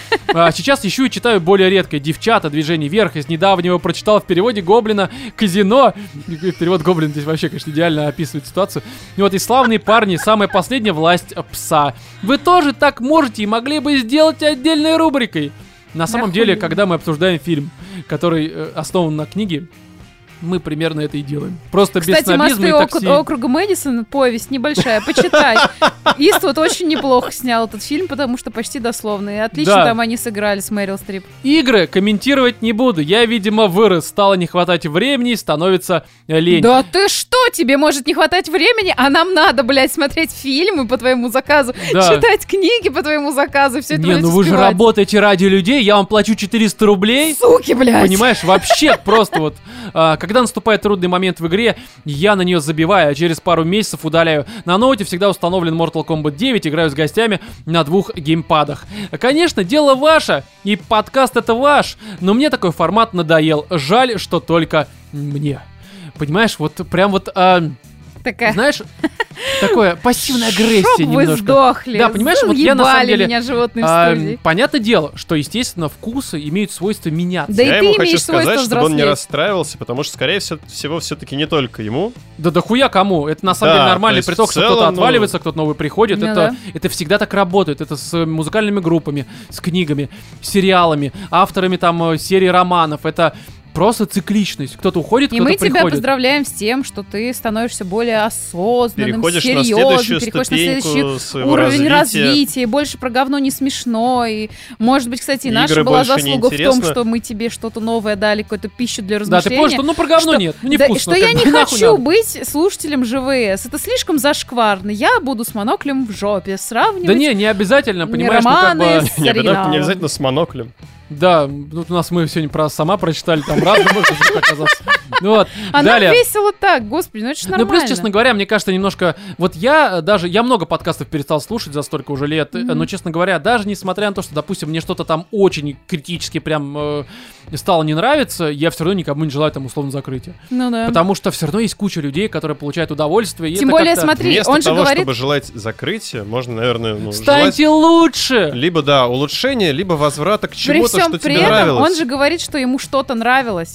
Speaker 1: А, сейчас ищу и читаю более редкое. «Девчата», «Движение вверх». Из недавнего прочитал в переводе Гоблина «Казино». Перевод Гоблин здесь вообще, конечно, идеально описывает ситуацию. И вот и «Славные парни», самая последняя «Власть пса». Вы тоже так можете и могли бы сделать отдельной рубрикой. На самом
Speaker 2: Да
Speaker 1: деле,
Speaker 2: хуй.
Speaker 1: когда мы обсуждаем фильм, который э, основан на книге, мы примерно это и делаем. Просто без
Speaker 2: Кстати,
Speaker 1: снобизма
Speaker 2: «Мосты
Speaker 1: и
Speaker 2: ок-
Speaker 1: такси.
Speaker 2: округа Мэдисон», повесть небольшая, почитай. Иствуд очень неплохо снял этот фильм, потому что почти дословно. И отлично
Speaker 1: Да.
Speaker 2: там они сыграли с Мэрил Стрип.
Speaker 1: Игры комментировать не буду. Я, видимо, вырос, стало не хватать времени, становится э, лень.
Speaker 2: Да ты что? Тебе может не хватать времени, а нам надо, блядь, смотреть фильмы по твоему заказу,
Speaker 1: Да.
Speaker 2: читать книги по твоему заказу, все это
Speaker 1: Не,
Speaker 2: блядь,
Speaker 1: ну вы же
Speaker 2: успевать.
Speaker 1: работаете ради людей, я вам плачу четыреста рублей.
Speaker 2: Суки, блядь.
Speaker 1: Понимаешь, вообще просто вот, а, когда наступает трудный момент в игре, я на нее забиваю, а через пару месяцев удаляю. На ноуте всегда установлен Mortal Kombat девять, играю с гостями на двух геймпадах. Конечно, дело ваше, и подкаст это ваш, но мне такой формат надоел. Жаль, что только мне. Понимаешь, вот прям вот, а,
Speaker 2: Такая.
Speaker 1: знаешь, такое пассивная агрессия
Speaker 2: Чтоб вы
Speaker 1: немножко.
Speaker 2: сдохли.
Speaker 1: Да, понимаешь, вот я на самом
Speaker 2: Заебали
Speaker 1: деле...
Speaker 2: меня животные
Speaker 1: А,
Speaker 2: в студии.
Speaker 1: понятное дело, что, естественно, вкусы имеют свойство меняться.
Speaker 2: Да и
Speaker 3: Я
Speaker 2: ты
Speaker 3: ему хочу
Speaker 2: имеешь
Speaker 3: сказать,
Speaker 2: свойство
Speaker 3: чтобы он не
Speaker 2: взрослеть.
Speaker 3: расстраивался, потому что, скорее всего, всего все-таки не только ему.
Speaker 1: Да дохуя кому? Это на самом
Speaker 3: Да,
Speaker 1: деле нормальный
Speaker 3: то есть
Speaker 1: приток,
Speaker 3: в
Speaker 1: что кто-то
Speaker 3: целом, ну-
Speaker 1: отваливается, кто-то новый приходит.
Speaker 2: Ну
Speaker 1: это,
Speaker 2: да.
Speaker 1: это всегда так работает. Это с э, музыкальными группами, с книгами, сериалами, авторами там э, серий романов. Это просто цикличность. Кто-то уходит,
Speaker 2: И
Speaker 1: кто-то
Speaker 2: мы тебя
Speaker 1: приходит.
Speaker 2: поздравляем с тем, что ты становишься более осознанным,
Speaker 3: Переходишь на
Speaker 2: серьезным,
Speaker 3: следующую
Speaker 2: переходишь на
Speaker 3: ступеньку
Speaker 2: следующий
Speaker 3: своего
Speaker 2: уровень
Speaker 3: развития.
Speaker 2: развития, больше про говно не смешно. И, может быть, кстати, и наша
Speaker 3: Игры
Speaker 2: была
Speaker 3: больше не
Speaker 2: заслуга в том,
Speaker 3: интересно.
Speaker 2: что мы тебе что-то новое дали, какую-то пищу для
Speaker 1: Да,
Speaker 2: размышления.
Speaker 1: ты понял, что ну про говно
Speaker 2: Что-
Speaker 1: нет, ну,
Speaker 2: Да,
Speaker 1: невкусно.
Speaker 2: что я
Speaker 1: как
Speaker 2: не
Speaker 1: бы, нахуй
Speaker 2: хочу
Speaker 1: надо.
Speaker 2: быть слушателем ЖВС. Это слишком зашкварно. Я буду с моноклем в жопе сравнивать.
Speaker 1: Да не, не обязательно, понимаешь, ну как
Speaker 2: романы
Speaker 1: бы...
Speaker 2: с
Speaker 3: Не,
Speaker 2: оригиналом.
Speaker 3: не обязательно с моноклем.
Speaker 1: Да, тут у нас мы сегодня про сама прочитали, там разные может оказаться. Ну вот,
Speaker 2: А
Speaker 1: далее.
Speaker 2: нам весело так, господи, ну это ж
Speaker 1: Ну,
Speaker 2: нормально.
Speaker 1: плюс, честно говоря, мне кажется, немножко... Вот я даже... Я много подкастов перестал слушать за столько уже лет,
Speaker 2: Мгм.
Speaker 1: но, честно говоря, даже несмотря на то, что, допустим, мне что-то там очень критически прям э, стало не нравиться, я все равно никому не желаю там условно закрытия.
Speaker 2: Ну да.
Speaker 1: Потому что все равно есть куча людей, которые получают удовольствие. и
Speaker 2: Тем
Speaker 1: это
Speaker 2: более,
Speaker 1: как-то-
Speaker 2: смотри,
Speaker 3: Вместо
Speaker 2: он же
Speaker 3: того,
Speaker 2: говорит...
Speaker 3: чтобы желать закрытия, можно, наверное, ну, желать
Speaker 1: Станьте лучше!
Speaker 3: либо, да, улучшения, либо возврата к
Speaker 2: При
Speaker 3: чему-то,
Speaker 2: всем
Speaker 3: что
Speaker 2: при
Speaker 3: тебе
Speaker 2: этом
Speaker 3: нравилось.
Speaker 2: он же говорит, что ему что-то нравилось.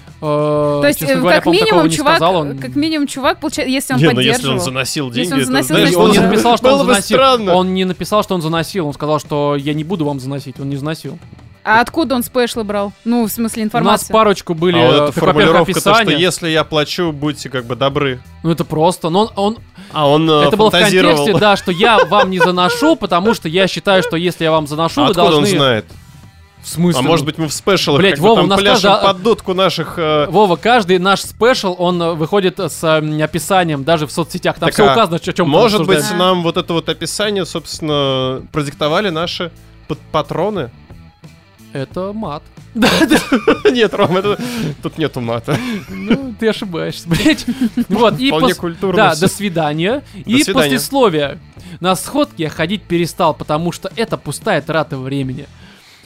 Speaker 1: Э,
Speaker 2: То есть,
Speaker 1: честно
Speaker 2: э,
Speaker 1: говоря,
Speaker 2: как
Speaker 1: по-моему, такого
Speaker 2: минимум,
Speaker 1: не
Speaker 2: чувак,
Speaker 1: сказал, он...
Speaker 2: как минимум, чувак, получает, если он
Speaker 3: Не, ну если
Speaker 2: поддерживал.
Speaker 3: он заносил
Speaker 2: Если
Speaker 3: деньги,
Speaker 2: он
Speaker 3: это,
Speaker 2: заносил,
Speaker 3: знаешь,
Speaker 2: значит,
Speaker 1: Он не
Speaker 2: он-
Speaker 1: написал, что
Speaker 3: было
Speaker 1: он
Speaker 3: бы
Speaker 1: заносил.
Speaker 3: странно.
Speaker 1: Он не написал, что он заносил. Он сказал, что я не буду вам заносить. Он не заносил.
Speaker 2: А откуда он спешлы брал? Ну, в смысле,
Speaker 1: У нас
Speaker 2: информацию.
Speaker 1: парочку были,
Speaker 3: А вот
Speaker 1: э,
Speaker 3: эта
Speaker 1: так, во-первых,
Speaker 3: формулировка, то, что
Speaker 1: описания.
Speaker 3: если я плачу, будьте как бы добры.
Speaker 1: Ну это просто. Но он, он
Speaker 3: А он э,
Speaker 1: это было в
Speaker 3: фантазировал.
Speaker 1: контексте, да, что я вам не заношу, потому что я считаю, что если я вам заношу,
Speaker 3: А
Speaker 1: вы
Speaker 3: откуда
Speaker 1: должны...
Speaker 3: он знает?
Speaker 1: В смысле?
Speaker 3: А
Speaker 1: ну,
Speaker 3: может быть мы в спешалах
Speaker 1: Блядь,
Speaker 3: как бы
Speaker 1: Вова, у
Speaker 3: там
Speaker 1: нас
Speaker 3: пляшем
Speaker 1: каждый-
Speaker 3: под дудку наших... э,
Speaker 1: Вова, каждый наш спешл, он э, выходит с э, описанием, даже в соцсетях. Там
Speaker 3: Так,
Speaker 1: все
Speaker 3: а
Speaker 1: указано, о чем
Speaker 3: Может быть,
Speaker 2: обсуждаем.
Speaker 3: нам вот это вот описание, собственно, продиктовали наши п- патроны?
Speaker 1: Это мат.
Speaker 3: Нет, Ром, это... тут нету мата.
Speaker 1: Ну, ты ошибаешься, блядь. Вот, и
Speaker 3: Вполне
Speaker 1: пос-
Speaker 3: культурно
Speaker 1: Да,
Speaker 3: всё.
Speaker 1: до свидания. И
Speaker 3: свидания.
Speaker 1: послесловие. На сходки я ходить перестал, потому что это пустая трата времени.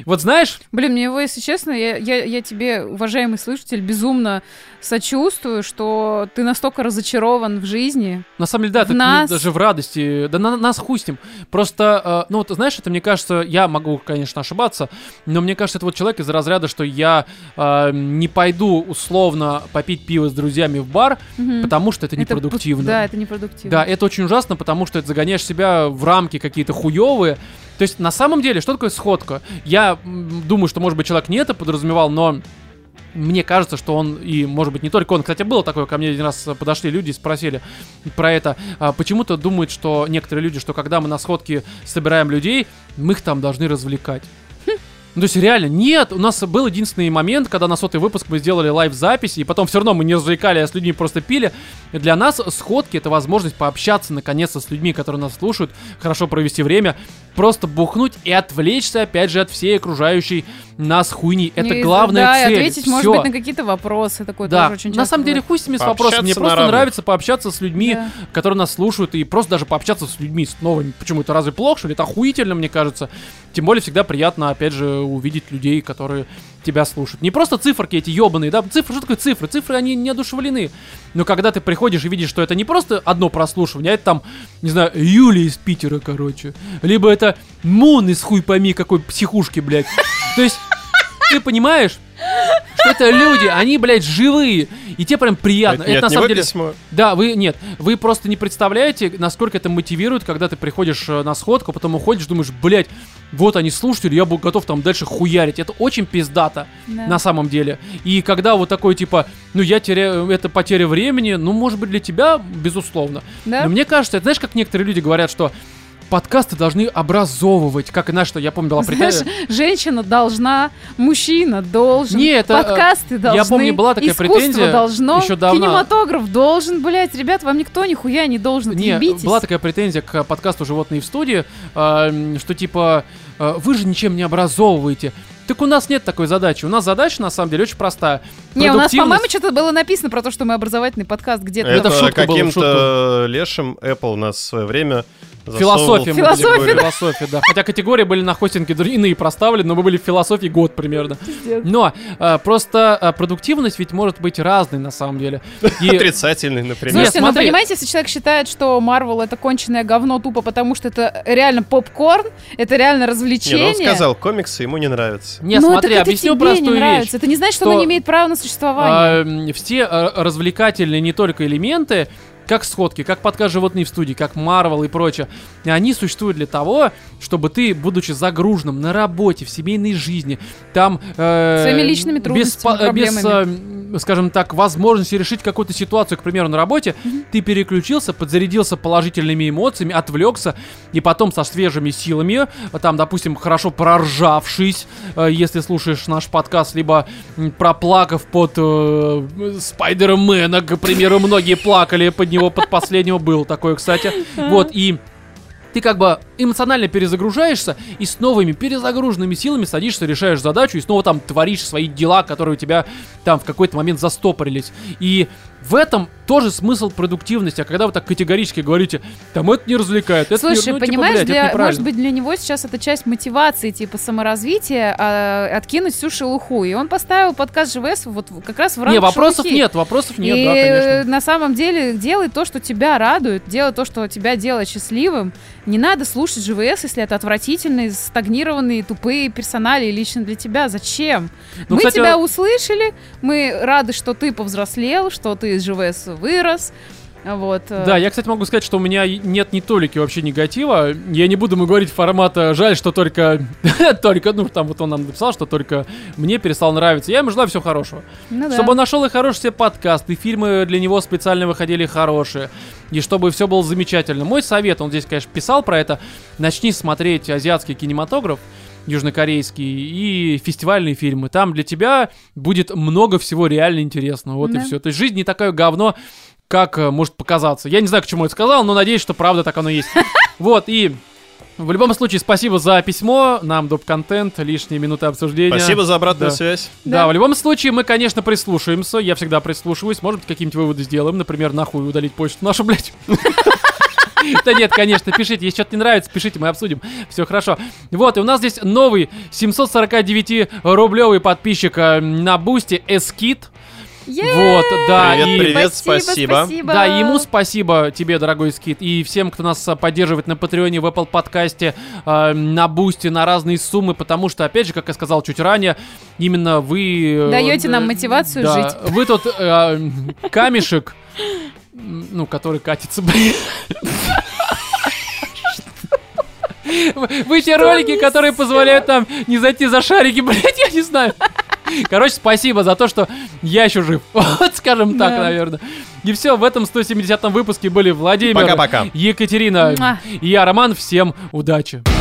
Speaker 1: Вот знаешь...
Speaker 2: Блин, мне его, если честно, я, я, я тебе, уважаемый слушатель, безумно сочувствую, что ты настолько разочарован в жизни.
Speaker 1: На самом деле, да,
Speaker 2: в
Speaker 1: ты
Speaker 2: нас...
Speaker 1: ну, даже в радости. Да на нас хуй с ним. Просто, э, ну, вот, знаешь, это, мне кажется, я могу, конечно, ошибаться, но мне кажется, это вот человек из разряда, что я э, не пойду условно попить пиво с друзьями в бар, угу. потому что это непродуктивно.
Speaker 2: Это, да, это непродуктивно.
Speaker 1: Да, это очень ужасно, потому что это загоняешь себя в рамки какие-то хуёвые. То есть, на самом деле, что такое сходка? Я м, думаю, что, может быть, человек не это подразумевал, но мне кажется, что он, и, может быть, не только он. Кстати, было такое, ко мне один раз подошли люди и спросили про это. А, почему-то думают, что некоторые люди, что когда мы на сходке собираем людей, мы их там должны развлекать. Ну, то есть, реально, нет, у нас был единственный момент, когда на сотый выпуск мы сделали лайв-запись, и потом все равно мы не развлекали, а с людьми просто пили. И для нас сходки — это возможность пообщаться, наконец-то, с людьми, которые нас слушают, хорошо провести время, просто бухнуть и отвлечься, опять же, от всей окружающей нас хуйни. Это
Speaker 2: не,
Speaker 1: главная
Speaker 2: да,
Speaker 1: цель.
Speaker 2: Да, и ответить,
Speaker 1: Всё.
Speaker 2: может быть, на какие-то вопросы. Такое
Speaker 1: да,
Speaker 2: тоже очень
Speaker 1: на самом деле, хуй с ними с вопросами. Мне просто
Speaker 3: равных.
Speaker 1: нравится пообщаться с людьми,
Speaker 2: да.
Speaker 1: которые нас слушают, и просто даже пообщаться с людьми, с новыми. Почему это разве плохо, что ли? Это охуительно, мне кажется. Тем более, всегда приятно, опять же, увидеть людей, которые тебя слушают. Не просто циферки эти ебаные, да? Цифры, что такое цифры? Цифры, они неодушевлены. Но когда ты приходишь и видишь, что это не просто одно прослушивание, а это там, не знаю, Юлия из Питера, короче. Либо это Мун из хуй пойми какой психушки, блядь. То есть, ты понимаешь, что это люди, они, блядь, живые. И тебе прям приятно.
Speaker 3: Это,
Speaker 1: это
Speaker 3: нет,
Speaker 1: на самом деле.
Speaker 3: Письмо.
Speaker 1: Да, вы нет, вы просто не представляете, насколько это мотивирует, когда ты приходишь на сходку, потом уходишь, думаешь, блядь, вот они слушатели, я был готов там дальше хуярить. Это очень пиздато, да. На самом деле. И когда вот такой, типа, ну я теряю, это потеря времени, ну, может быть, для тебя, безусловно. Да? Но мне кажется, это, знаешь, как некоторые люди говорят, что подкасты должны образовывать, как и на что, я помню, была претензия.
Speaker 2: Знаешь, женщина должна, мужчина должен,
Speaker 1: не, это,
Speaker 2: подкасты должны,
Speaker 1: я помню, была такая
Speaker 2: искусство
Speaker 1: претензия
Speaker 2: должно,
Speaker 1: еще давно.
Speaker 2: Кинематограф должен, блядь, ребят, вам никто нихуя не должен,
Speaker 1: не,
Speaker 2: отъебитесь.
Speaker 1: Была такая претензия к подкасту «Животные в студии», э, что типа, э, вы же ничем не образовываете. Так у нас нет такой задачи. У нас задача, на самом деле, очень простая.
Speaker 2: Не, у нас, по-моему, что-то было написано про то, что мы образовательный подкаст где-то.
Speaker 3: Это,
Speaker 1: это шутка
Speaker 3: каким-то лешим Apple у нас в свое время
Speaker 1: Философия.
Speaker 2: Философия.
Speaker 1: Философия, да. Хотя категории были на хостинге иные проставлены, но мы были в философии год примерно.
Speaker 2: Пиздец.
Speaker 1: Но а, просто а, продуктивность ведь может быть разной на самом деле.
Speaker 3: И... Отрицательной, например.
Speaker 2: Слушайте,
Speaker 1: Нет,
Speaker 2: ну понимаете, если человек считает, что Marvel это конченое говно тупо, потому что это реально попкорн, это реально развлечение.
Speaker 3: Не, ну он сказал, комиксы ему не нравятся.
Speaker 1: Не,
Speaker 2: ну,
Speaker 1: смотри,
Speaker 2: так
Speaker 1: объясню
Speaker 2: это тебе
Speaker 1: простую
Speaker 2: не нравится.
Speaker 1: вещь.
Speaker 2: Это не значит, что,
Speaker 1: что
Speaker 2: оно не имеет права на существование.
Speaker 1: А, все а, развлекательные не только элементы, как сходки, как подкаст «Животные в студии», как Marvel и прочее, они существуют для того, чтобы ты, будучи загруженным на работе, в семейной жизни, там... Э,
Speaker 2: своими личными трудностями,
Speaker 1: без,
Speaker 2: проблемами.
Speaker 1: без, э, скажем так, возможности решить какую-то ситуацию, к примеру, на работе, mm-hmm. ты переключился, подзарядился положительными эмоциями, отвлекся, и потом со свежими силами, там, допустим, хорошо проржавшись, э, если слушаешь наш подкаст, либо проплакав под э, Спайдермена, к примеру, многие плакали под него, под последнего был такое, кстати. Вот, и ты как бы эмоционально перезагружаешься и с новыми перезагруженными силами садишься, решаешь задачу и снова там творишь свои дела, которые у тебя там в какой-то момент застопорились. И в этом тоже смысл продуктивности. А когда вы так категорически говорите, там это не развлекает, это
Speaker 2: Слушай,
Speaker 1: не, ну,
Speaker 2: понимаешь,
Speaker 1: типа, блядь,
Speaker 2: для,
Speaker 1: это
Speaker 2: может быть, для него сейчас это часть мотивации, типа саморазвития, а, откинуть всю шелуху. И он поставил подкаст ЖВС вот как раз в рамках
Speaker 1: Не, вопросов
Speaker 2: шелухи.
Speaker 1: нет, вопросов нет,
Speaker 2: и
Speaker 1: да, конечно.
Speaker 2: на самом деле делай то, что тебя радует, делай то, что тебя делает счастливым. Не надо слушать ЖВС, если это отвратительные, стагнированные, тупые персонали лично для тебя. Зачем?
Speaker 1: Ну,
Speaker 2: мы
Speaker 1: кстати,
Speaker 2: тебя услышали, мы рады, что ты повзрослел, что ты из ЖВС вырос. Вот.
Speaker 1: Да, я, кстати, могу сказать, что у меня нет ни толики вообще негатива. Я не буду ему говорить формата «жаль, что только...» Только, ну, там вот он нам написал, что только мне перестал нравиться. Я ему желаю всего хорошего.
Speaker 2: Ну, да.
Speaker 1: Чтобы он нашел и хороший себе подкаст, и фильмы для него специально выходили хорошие. И чтобы все было замечательно. Мой совет, он здесь, конечно, писал про это. Начни смотреть азиатский кинематограф, южнокорейский, и фестивальные фильмы. Там для тебя будет много всего реально интересного. Вот
Speaker 2: да.
Speaker 1: и все. То есть жизнь не такое говно, как э, может показаться. Я не знаю, к чему я это сказал, но надеюсь, что правда так оно и есть. Вот, и в любом случае, спасибо за письмо, нам доп-контент, лишние минуты обсуждения.
Speaker 3: Спасибо за обратную
Speaker 1: да.
Speaker 3: связь.
Speaker 1: Да. да, в любом случае, мы, конечно, прислушаемся, я всегда прислушиваюсь, может быть, какие-нибудь выводы сделаем, например, нахуй удалить почту нашу, блядь. Да нет, конечно, пишите, если что-то не нравится, пишите, мы обсудим. Все хорошо. Вот, и у нас здесь новый семьсот сорок девять рублевый подписчик э, на Бусти, Эскит. Вот, да.
Speaker 3: Привет,
Speaker 1: и...
Speaker 3: привет,
Speaker 2: Спасибо,
Speaker 3: спасибо.
Speaker 2: спасибо.
Speaker 1: Да, ему спасибо тебе, дорогой Скит, и всем, кто нас а, поддерживает на Патреоне, в Apple подкасте, э, на Бусти, на разные суммы, потому что, опять же, как я сказал чуть ранее, именно вы... э,
Speaker 2: Даете нам
Speaker 1: э,
Speaker 2: мотивацию
Speaker 1: да,
Speaker 2: жить.
Speaker 1: Вы тот э, камешек, ну, который катится, блин. Вы те ролики, которые позволяют нам не зайти за шарики, блять, я не знаю. Короче, спасибо за то, что я еще жив. Вот, скажем так,
Speaker 2: Да.
Speaker 1: наверное. И все, в этом сто семидесятом выпуске были Владимир,
Speaker 3: Пока-пока.
Speaker 1: Екатерина
Speaker 2: Муа.
Speaker 1: и я, Роман. Всем удачи.